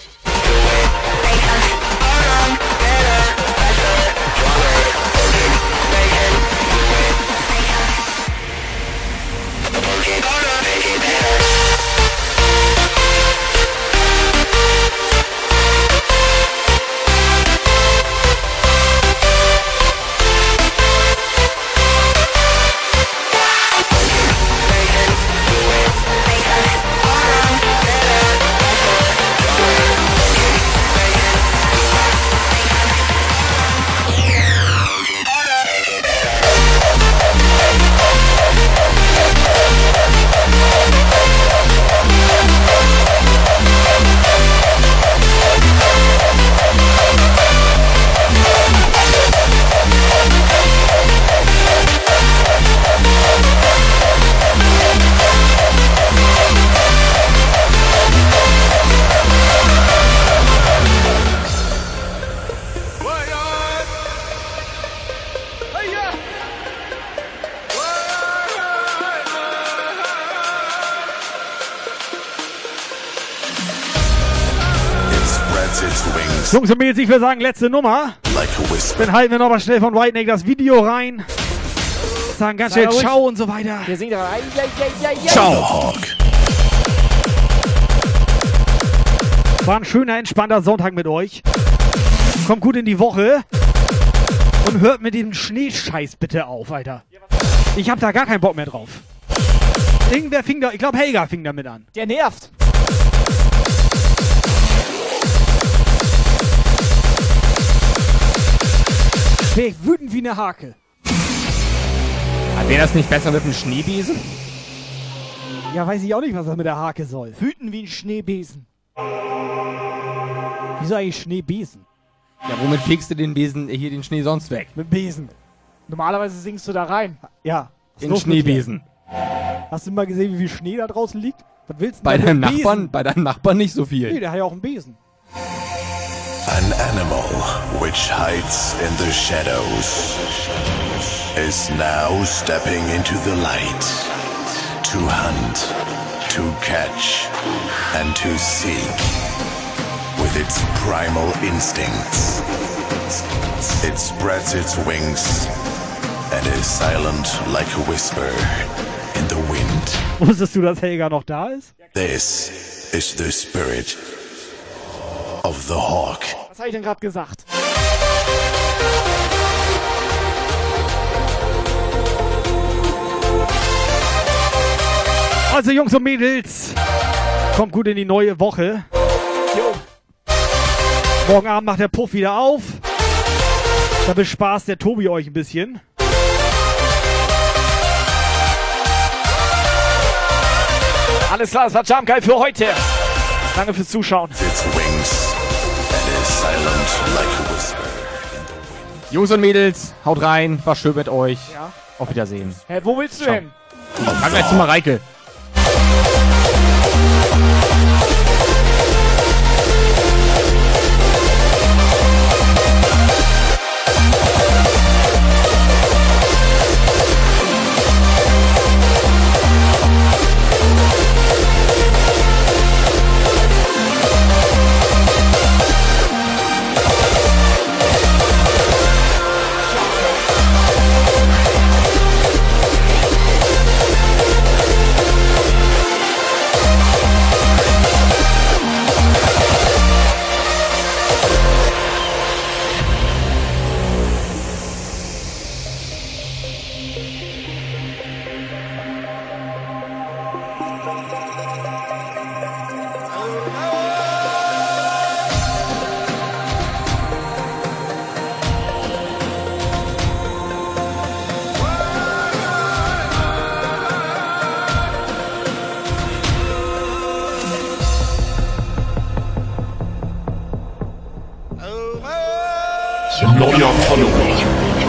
Jungs und Mädels, ich würde sagen, letzte Nummer. Dann halten wir noch mal schnell von White Neck das Video rein. Sagen ganz schnell Ciao und so weiter. Wir singen da. Ciao. War ein schöner, entspannter Sonntag mit euch. Kommt gut in die Woche. Und hört mit dem Schneescheiß bitte auf, Alter. Ich hab da gar keinen Bock mehr drauf. Irgendwer fing da, ich glaube Helga fing damit an. Der nervt. Wäre ich wütend wie eine Hake. Wäre das nicht besser mit einem Schneebesen? Ja, weiß ich auch nicht, was das mit der Hake soll. Wütend wie ein Schneebesen. Wieso eigentlich Schneebesen? Ja, womit fegst du den Besen hier den Schnee sonst weg? Mit Besen. Normalerweise singst du da rein. Ja. Was ist In los mit dir? Schneebesen. Hast du mal gesehen, wie viel Schnee da draußen liegt? Was willst du Bei denn deinem mit Besen? Nachbarn, bei deinem Nachbarn nicht so Nee, viel. der hat ja auch einen Besen. An animal which hides in the shadows is now stepping into the light to hunt, to catch, and to seek with its primal instincts. It spreads its wings and is silent like a whisper in the wind. Wusstest du, dass Helga noch da ist? This is the spirit of the hawk. Was habe ich denn gerade gesagt? Also Jungs und Mädels, kommt gut in die neue Woche. Jo. Morgen Abend macht der Puff wieder auf. Da bespaßt der Tobi euch ein bisschen. Alles klar, das war Jump Geil für heute. Danke fürs Zuschauen. Its wings and is silent like a whisper. Jungs und Mädels, haut rein, war schön mit euch. Ja. Auf Wiedersehen. Hä, wo willst du Ciao. hin? Dann gleich zu Mareike. Neuer Follower.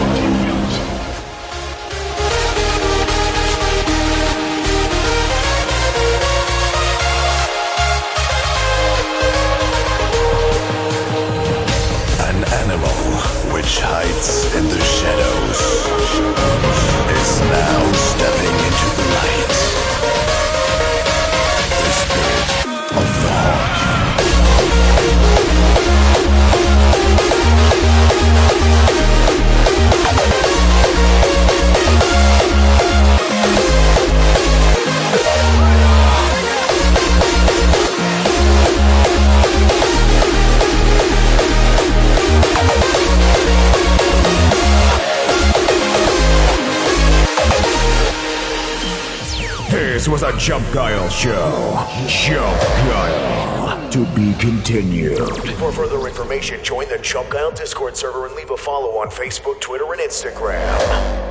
An animal which hides in the shadows is now stepping into the light. The spirit of the hawk. This was a Jump Guile show. Jump Guile. To be continued. For further information, join the Jump Guile Discord server and leave a follow on Facebook, Twitter, and Instagram.